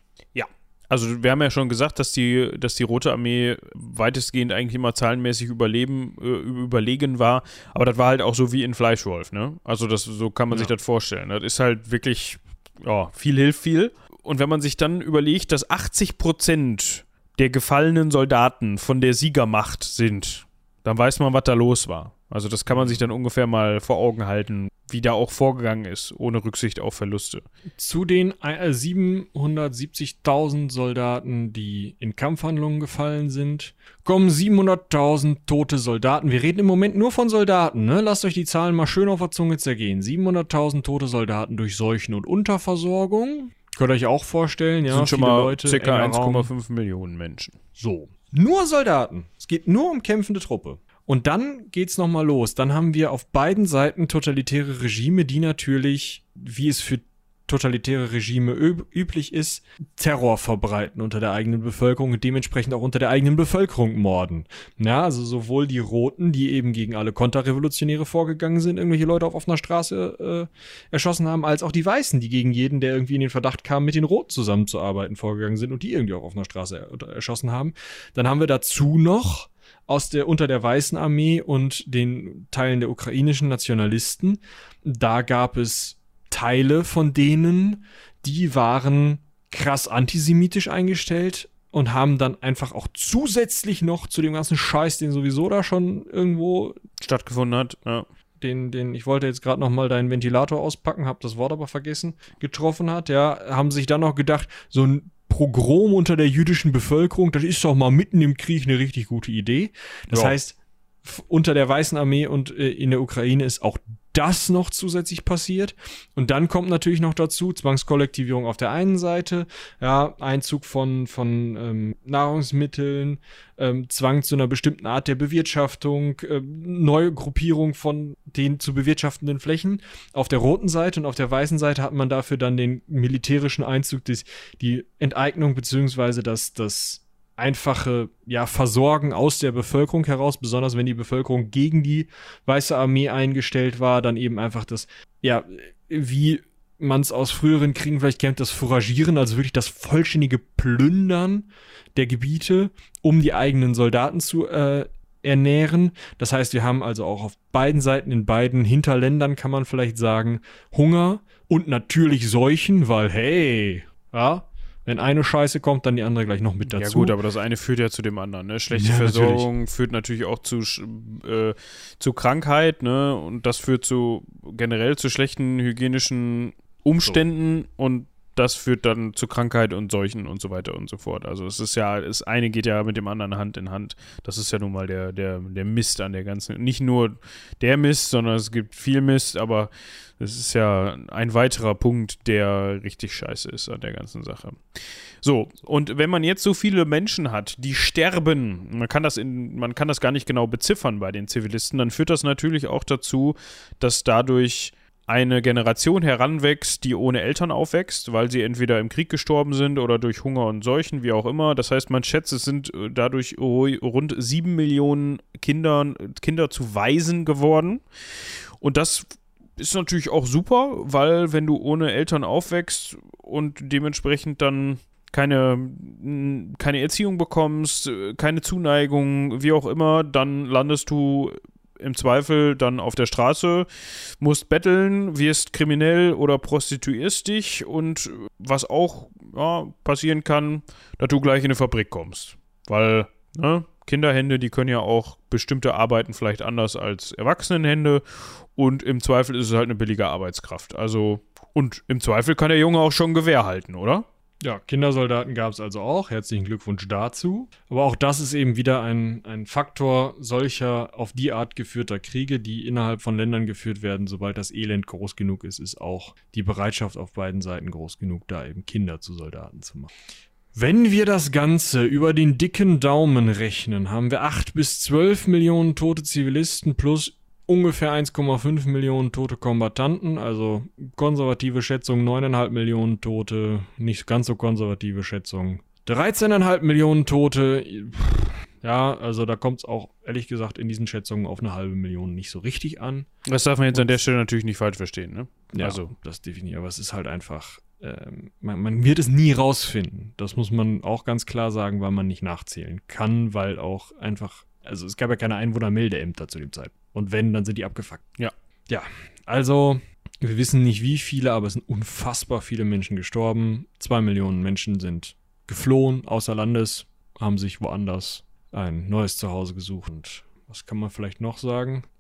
Also wir haben ja schon gesagt, dass die, dass die Rote Armee weitestgehend eigentlich immer zahlenmäßig überleben, äh, überlegen war, aber das war halt auch so wie in Fleischwolf, ne? Also das, so kann man Ja. sich das vorstellen. Das ist halt wirklich, ja, viel hilft viel. Und wenn man sich dann überlegt, dass achtzig Prozent der gefallenen Soldaten von der Siegermacht sind, dann weiß man, was da los war. Also das kann man sich dann ungefähr mal vor Augen halten, wie da auch vorgegangen ist, ohne Rücksicht auf Verluste. Zu den äh, siebenhundertsiebzigtausend Soldaten, die in Kampfhandlungen gefallen sind, kommen siebenhunderttausend tote Soldaten. Wir reden im Moment nur von Soldaten, ne? Lasst euch die Zahlen mal schön auf der Zunge zergehen. siebenhunderttausend tote Soldaten durch Seuchen und Unterversorgung. Könnt ihr euch auch vorstellen, ja, Das sind schon viele mal Leute, ca. enger eins Komma Raum. fünf Millionen Menschen. So. Nur Soldaten. Es geht nur um kämpfende Truppe. Und dann geht's nochmal los. Dann haben wir auf beiden Seiten totalitäre Regime, die natürlich, wie es für totalitäre Regime üb- üblich ist, Terror verbreiten unter der eigenen Bevölkerung und dementsprechend auch unter der eigenen Bevölkerung morden. Ja, also sowohl die Roten, die eben gegen alle Konterrevolutionäre vorgegangen sind, irgendwelche Leute auf offener Straße äh, erschossen haben, als auch die Weißen, die gegen jeden, der irgendwie in den Verdacht kam, mit den Roten zusammenzuarbeiten, vorgegangen sind und die irgendwie auch auf offener Straße er- erschossen haben. Dann haben wir dazu noch aus der, unter der Weißen Armee und den Teilen der ukrainischen Nationalisten, da gab es Teile von denen, die waren krass antisemitisch eingestellt und haben dann einfach auch zusätzlich noch zu dem ganzen Scheiß, den sowieso da schon irgendwo Stattgefunden hat, ja. den, den, ich wollte jetzt gerade noch mal deinen Ventilator auspacken, habe das Wort aber vergessen, getroffen hat, ja, haben sich dann noch gedacht, so ein Pogrom unter der jüdischen Bevölkerung, das ist doch mal mitten im Krieg eine richtig gute Idee. Das Ja. heißt, f- unter der Weißen Armee und äh, in der Ukraine ist auch das noch zusätzlich passiert. Und dann kommt natürlich noch dazu Zwangskollektivierung auf der einen Seite, ja, Einzug von, von ähm, Nahrungsmitteln, ähm, Zwang zu einer bestimmten Art der Bewirtschaftung, äh, neue Gruppierung von den zu bewirtschaftenden Flächen. Auf der roten Seite und auf der weißen Seite hat man dafür dann den militärischen Einzug, des, die Enteignung beziehungsweise das, das einfache ja, Versorgen aus der Bevölkerung heraus, besonders wenn die Bevölkerung gegen die Weiße Armee eingestellt war, dann eben einfach das, ja, wie man es aus früheren Kriegen vielleicht kennt, das Fouragieren, also wirklich das vollständige Plündern der Gebiete, um die eigenen Soldaten zu äh, ernähren. Das heißt, wir haben also auch auf beiden Seiten, in beiden Hinterländern, kann man vielleicht sagen, Hunger und natürlich Seuchen, weil hey, ja, wenn eine Scheiße kommt, dann die andere gleich noch mit dazu. Ja gut, aber das eine führt ja zu dem anderen. Ne? Schlechte Ja, Versorgung natürlich. führt natürlich auch zu, sch- äh, zu Krankheit, ne? Und das führt zu generell zu schlechten hygienischen Umständen und das führt dann zu Krankheit und Seuchen und so weiter und so fort. Also es ist ja, das eine geht ja mit dem anderen Hand in Hand. Das ist ja nun mal der, der, der Mist an der ganzen, nicht nur der Mist, sondern es gibt viel Mist, aber es ist ja ein weiterer Punkt, der richtig scheiße ist an der ganzen Sache. So, und wenn man jetzt so viele Menschen hat, die sterben, man kann das in, man kann das gar nicht genau beziffern bei den Zivilisten, dann führt das natürlich auch dazu, dass dadurch eine Generation heranwächst, die ohne Eltern aufwächst, weil sie entweder im Krieg gestorben sind oder durch Hunger und Seuchen, wie auch immer. Das heißt, man schätzt, es sind dadurch rund sieben Millionen Kindern, Kinder zu Waisen geworden. Und das ist natürlich auch super, weil wenn du ohne Eltern aufwächst und dementsprechend dann keine, keine Erziehung bekommst, keine Zuneigung, wie auch immer, dann landest du im Zweifel dann auf der Straße, musst betteln, wirst kriminell oder prostituierst dich und was auch ja, passieren kann, dass du gleich in eine Fabrik kommst. Weil ne, Kinderhände, die können ja auch bestimmte Arbeiten vielleicht anders als Erwachsenenhände und im Zweifel ist es halt eine billige Arbeitskraft. Also und im Zweifel kann der Junge auch schon ein Gewehr halten, oder? Ja, Kindersoldaten gab es also auch. Herzlichen Glückwunsch dazu. Aber auch das ist eben wieder ein, ein Faktor solcher auf die Art geführter Kriege, die innerhalb von Ländern geführt werden. Sobald das Elend groß genug ist, ist auch die Bereitschaft auf beiden Seiten groß genug, da eben Kinder zu Soldaten zu machen. Wenn wir das Ganze über den dicken Daumen rechnen, haben wir acht bis zwölf Millionen tote Zivilisten plus ungefähr eins Komma fünf Millionen tote Kombattanten, also konservative Schätzung neun Komma fünf Millionen Tote, nicht ganz so konservative Schätzung dreizehn Komma fünf Millionen Tote. Ja, also da kommt es auch ehrlich gesagt in diesen Schätzungen auf eine halbe Million nicht so richtig an. Das darf man jetzt an der Stelle natürlich nicht falsch verstehen, ne? Ja, also. das definitiv, aber es ist halt einfach, ähm, man, man wird es nie rausfinden. Das muss man auch ganz klar sagen, weil man nicht nachzählen kann, weil auch einfach, also es gab ja keine Einwohnermeldeämter zu dem Zeitpunkt. Und wenn, dann sind die abgefuckt. Ja. Ja, also wir wissen nicht wie viele, aber es sind unfassbar viele Menschen gestorben. Zwei Millionen Menschen sind geflohen außer Landes, haben sich woanders ein neues Zuhause gesucht. Und was kann man vielleicht noch sagen?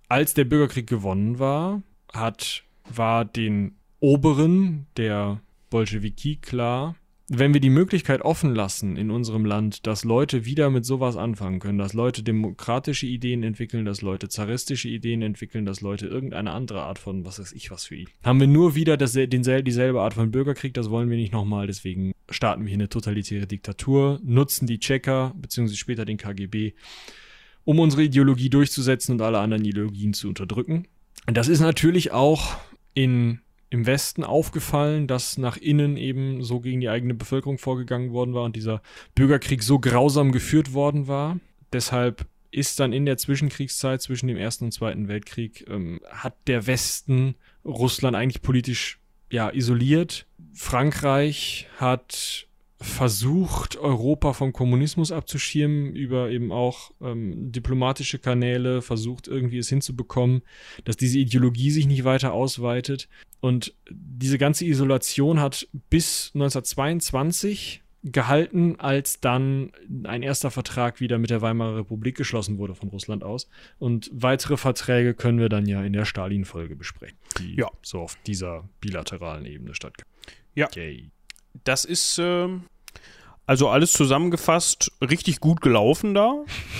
als der Bürgerkrieg gewonnen war, hat, war den Oberen der Bolschewiki klar, wenn wir die Möglichkeit offen lassen in unserem Land, dass Leute wieder mit sowas anfangen können, dass Leute demokratische Ideen entwickeln, dass Leute zaristische Ideen entwickeln, dass Leute irgendeine andere Art von, was weiß ich, was für ihn. Haben wir nur wieder das, denselbe, dieselbe Art von Bürgerkrieg, das wollen wir nicht nochmal, deswegen starten wir hier eine totalitäre Diktatur, nutzen die Tschecher, beziehungsweise später den K G B, um unsere Ideologie durchzusetzen und alle anderen Ideologien zu unterdrücken. Und das ist natürlich auch in im Westen aufgefallen, dass nach innen eben so gegen die eigene Bevölkerung vorgegangen worden war und dieser Bürgerkrieg so grausam geführt worden war. Deshalb ist dann in der Zwischenkriegszeit zwischen dem Ersten und Zweiten Weltkrieg, ähm, hat der Westen Russland eigentlich politisch ja, isoliert. Frankreich hat versucht, Europa vom Kommunismus abzuschirmen, über eben auch ähm, diplomatische Kanäle, versucht irgendwie es hinzubekommen, dass diese Ideologie sich nicht weiter ausweitet. Und diese ganze Isolation hat bis neunzehnhundertzweiundzwanzig gehalten, als dann ein erster Vertrag wieder mit der Weimarer Republik geschlossen wurde von Russland aus. Und weitere Verträge können wir dann ja in der Stalin-Folge besprechen, die ja. so auf dieser bilateralen Ebene stattfinden. Ja. Okay. Das ist äh, also alles zusammengefasst richtig gut gelaufen da.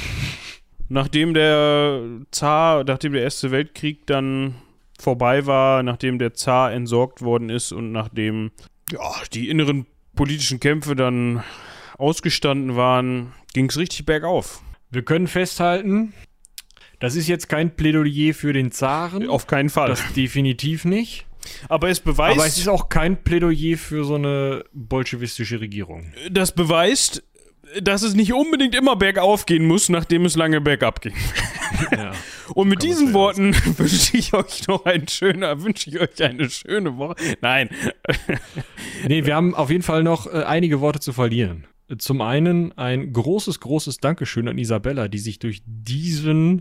Nachdem der Zar, nachdem der Erste Weltkrieg dann vorbei war, nachdem der Zar entsorgt worden ist und nachdem ja, die inneren politischen Kämpfe dann ausgestanden waren, ging es richtig bergauf. Wir können festhalten, das ist jetzt kein Plädoyer für den Zaren. Auf keinen Fall. Das definitiv nicht. Aber es beweist... Aber es ist auch kein Plädoyer für so eine bolschewistische Regierung. Das beweist, dass es nicht unbedingt immer bergauf gehen muss, nachdem es lange bergab ging. Ja, und mit diesen Worten wünsche ich euch noch ein schöner, wünsche ich euch eine schöne Woche. Nein. Nee, wir haben auf jeden Fall noch äh, einige Worte zu verlieren. Zum einen ein großes, großes Dankeschön an Isabella, die sich durch diesen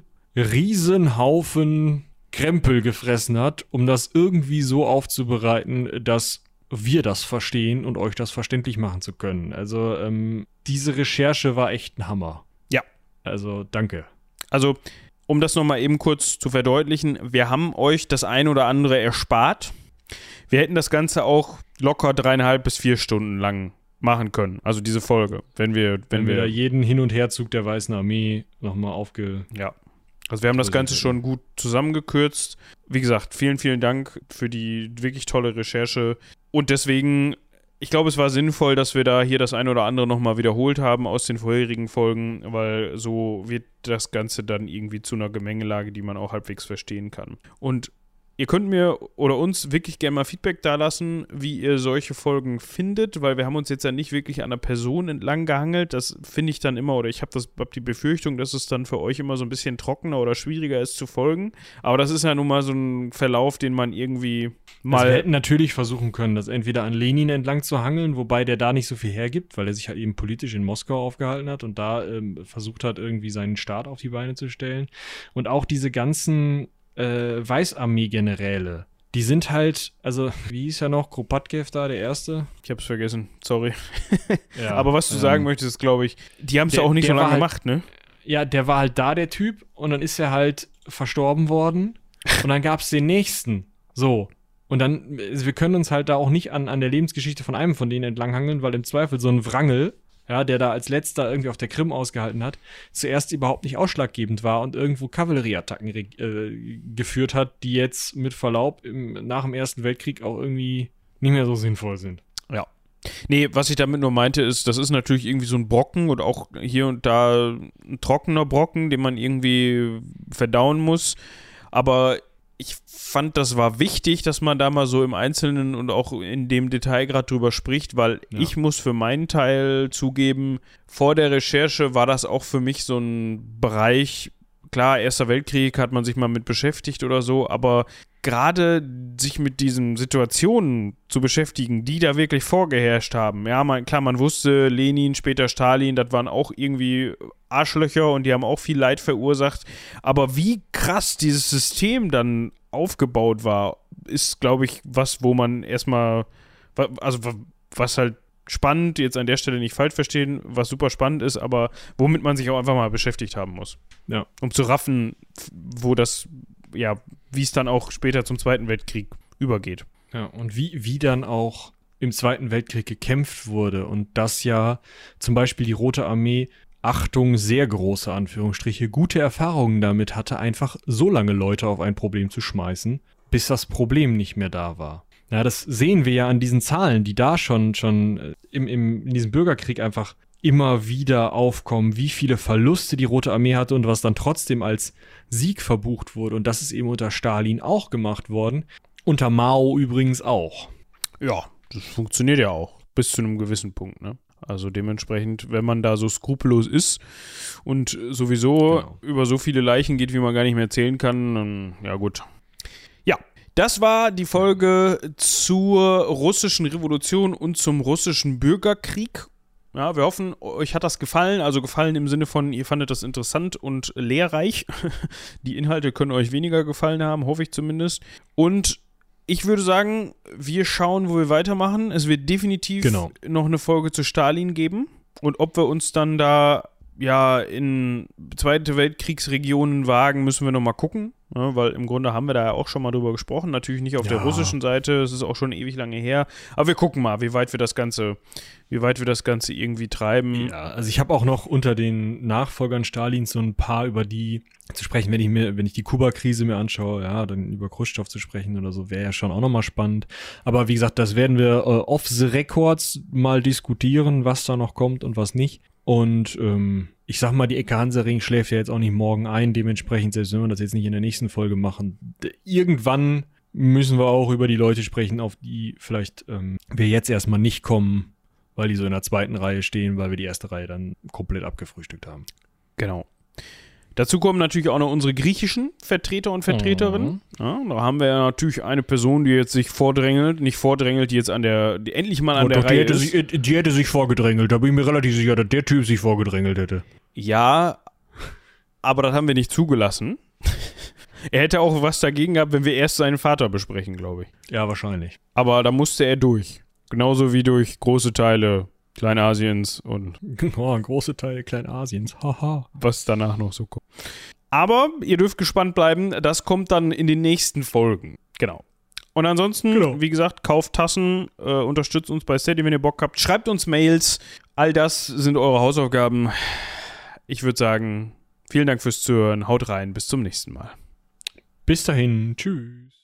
Riesenhaufen Krempel gefressen hat, um das irgendwie so aufzubereiten, dass wir das verstehen und euch das verständlich machen zu können. Also ähm, diese Recherche war echt ein Hammer. Ja. Also danke. Also, um das nochmal eben kurz zu verdeutlichen, wir haben euch das ein oder andere erspart. Wir hätten das Ganze auch locker dreieinhalb bis vier Stunden lang machen können. Also diese Folge, wenn wir... Wenn, wenn wir, wir da jeden Hin- und Herzug der Weißen Armee nochmal aufge... Ja. Also wir haben das Ganze schon gut zusammengekürzt. Wie gesagt, vielen, vielen Dank für die wirklich tolle Recherche. Und deswegen, ich glaube, es war sinnvoll, dass wir da hier das ein oder andere nochmal wiederholt haben aus den vorherigen Folgen, weil so wird das Ganze dann irgendwie zu einer Gemengelage, die man auch halbwegs verstehen kann. Und ihr könnt mir oder uns wirklich gerne mal Feedback dalassen, wie ihr solche Folgen findet, weil wir haben uns jetzt ja nicht wirklich an einer Person entlang gehangelt. Das finde ich dann immer, oder ich habe hab die Befürchtung, dass es dann für euch immer so ein bisschen trockener oder schwieriger ist zu folgen. Aber das ist ja nun mal so ein Verlauf, den man irgendwie mal... Also wir hätten natürlich versuchen können, das entweder an Lenin entlang zu hangeln, wobei der da nicht so viel hergibt, weil er sich halt eben politisch in Moskau aufgehalten hat und da ähm, versucht hat, irgendwie seinen Staat auf die Beine zu stellen. Und auch diese ganzen Äh, Weißarmee-Generäle, die sind halt, also, wie hieß ja noch, Kropatkew da, der Erste? Ich hab's vergessen, sorry. Ja, aber was du sagen ähm, möchtest, glaube ich, die haben es ja auch nicht so lange halt, gemacht, ne? Ja, der war halt da, der Typ, und dann ist er halt verstorben worden und dann gab's den Nächsten. So. Und dann, wir können uns halt da auch nicht an, an der Lebensgeschichte von einem von denen entlanghangeln, weil im Zweifel so ein Wrangel, ja, der da als letzter irgendwie auf der Krim ausgehalten hat, zuerst überhaupt nicht ausschlaggebend war und irgendwo Kavallerieattacken äh, geführt hat, die jetzt mit Verlaub im, nach dem Ersten Weltkrieg auch irgendwie nicht mehr so sinnvoll sind. Ja. Nee, was ich damit nur meinte, ist, das ist natürlich irgendwie so ein Brocken und auch hier und da ein trockener Brocken, den man irgendwie verdauen muss. Aber ich fand, das war wichtig, dass man da mal so im Einzelnen und auch in dem Detail gerade drüber spricht, weil ja. Ich muss für meinen Teil zugeben, vor der Recherche war das auch für mich so ein Bereich, klar, Erster Weltkrieg hat man sich mal mit beschäftigt oder so, aber gerade sich mit diesen Situationen zu beschäftigen, die da wirklich vorgeherrscht haben. Ja, man, klar, man wusste, Lenin, später Stalin, das waren auch irgendwie Arschlöcher und die haben auch viel Leid verursacht. Aber wie krass dieses System dann aufgebaut war, ist, glaube ich, was, wo man erstmal, also was halt spannend, jetzt an der Stelle nicht falsch verstehen, was super spannend ist, aber womit man sich auch einfach mal beschäftigt haben muss. Ja. Um zu raffen, wo das ja, wie es dann auch später zum Zweiten Weltkrieg übergeht. Ja, und wie, wie dann auch im Zweiten Weltkrieg gekämpft wurde und dass ja zum Beispiel die Rote Armee, Achtung, sehr große Anführungsstriche, gute Erfahrungen damit hatte, einfach so lange Leute auf ein Problem zu schmeißen, bis das Problem nicht mehr da war. Ja, das sehen wir ja an diesen Zahlen, die da schon, schon im, im, in diesem Bürgerkrieg einfach immer wieder aufkommen, wie viele Verluste die Rote Armee hatte und was dann trotzdem als Sieg verbucht wurde. Und das ist eben unter Stalin auch gemacht worden. Unter Mao übrigens auch. Ja, das funktioniert ja auch. Bis zu einem gewissen Punkt, ne? Also dementsprechend, wenn man da so skrupellos ist und sowieso genau. über so viele Leichen geht, wie man gar nicht mehr zählen kann, dann, ja gut. Ja, das war die Folge zur russischen Revolution und zum russischen Bürgerkrieg. Ja, wir hoffen, euch hat das gefallen. Also gefallen im Sinne von, ihr fandet das interessant und lehrreich. Die Inhalte können euch weniger gefallen haben, hoffe ich zumindest. Und ich würde sagen, wir schauen, wo wir weitermachen. Es wird definitiv genau. noch eine Folge zu Stalin geben. Und ob wir uns dann da ja in Zweite Weltkriegsregionen wagen, müssen wir noch mal gucken. Ja, weil im Grunde haben wir da ja auch schon mal drüber gesprochen. Natürlich nicht auf ja. der russischen Seite. Es ist auch schon ewig lange her. Aber wir gucken mal, wie weit wir das Ganze, wie weit wir das Ganze irgendwie treiben. Ja, also ich habe auch noch unter den Nachfolgern Stalins so ein paar, über die zu sprechen, wenn ich mir, wenn ich die Kuba-Krise mir anschaue, ja, dann über Khrushchev zu sprechen oder so, wäre ja schon auch nochmal spannend. Aber wie gesagt, das werden wir äh, off the records mal diskutieren, was da noch kommt und was nicht. Und ähm, ich sag mal, die Ecke Hansaring schläft ja jetzt auch nicht morgen ein, dementsprechend, selbst wenn wir das jetzt nicht in der nächsten Folge machen, d- irgendwann müssen wir auch über die Leute sprechen, auf die vielleicht ähm, wir jetzt erstmal nicht kommen, weil die so in der zweiten Reihe stehen, weil wir die erste Reihe dann komplett abgefrühstückt haben. Genau. Dazu kommen natürlich auch noch unsere griechischen Vertreter und Vertreterinnen. Mhm. Ja, da haben wir ja natürlich eine Person, die jetzt sich vordrängelt, nicht vordrängelt, die jetzt an der, die endlich mal an oh, der doch, Reihe die hätte ist. Sich, die hätte sich vorgedrängelt, da bin ich mir relativ sicher, dass der Typ sich vorgedrängelt hätte. Ja, aber das haben wir nicht zugelassen. Er hätte auch was dagegen gehabt, wenn wir erst seinen Vater besprechen, glaube ich. Ja, wahrscheinlich. Aber da musste er durch. Genauso wie durch große Teile Kleinasiens und oh, große Teile Kleinasiens, haha. Was danach noch so kommt. Aber ihr dürft gespannt bleiben, das kommt dann in den nächsten Folgen. Genau. Und ansonsten, genau. wie gesagt, kauft Tassen, äh, unterstützt uns bei Steady, wenn ihr Bock habt. Schreibt uns Mails. All das sind eure Hausaufgaben. Ich würde sagen, vielen Dank fürs Zuhören. Haut rein. Bis zum nächsten Mal. Bis dahin. Tschüss.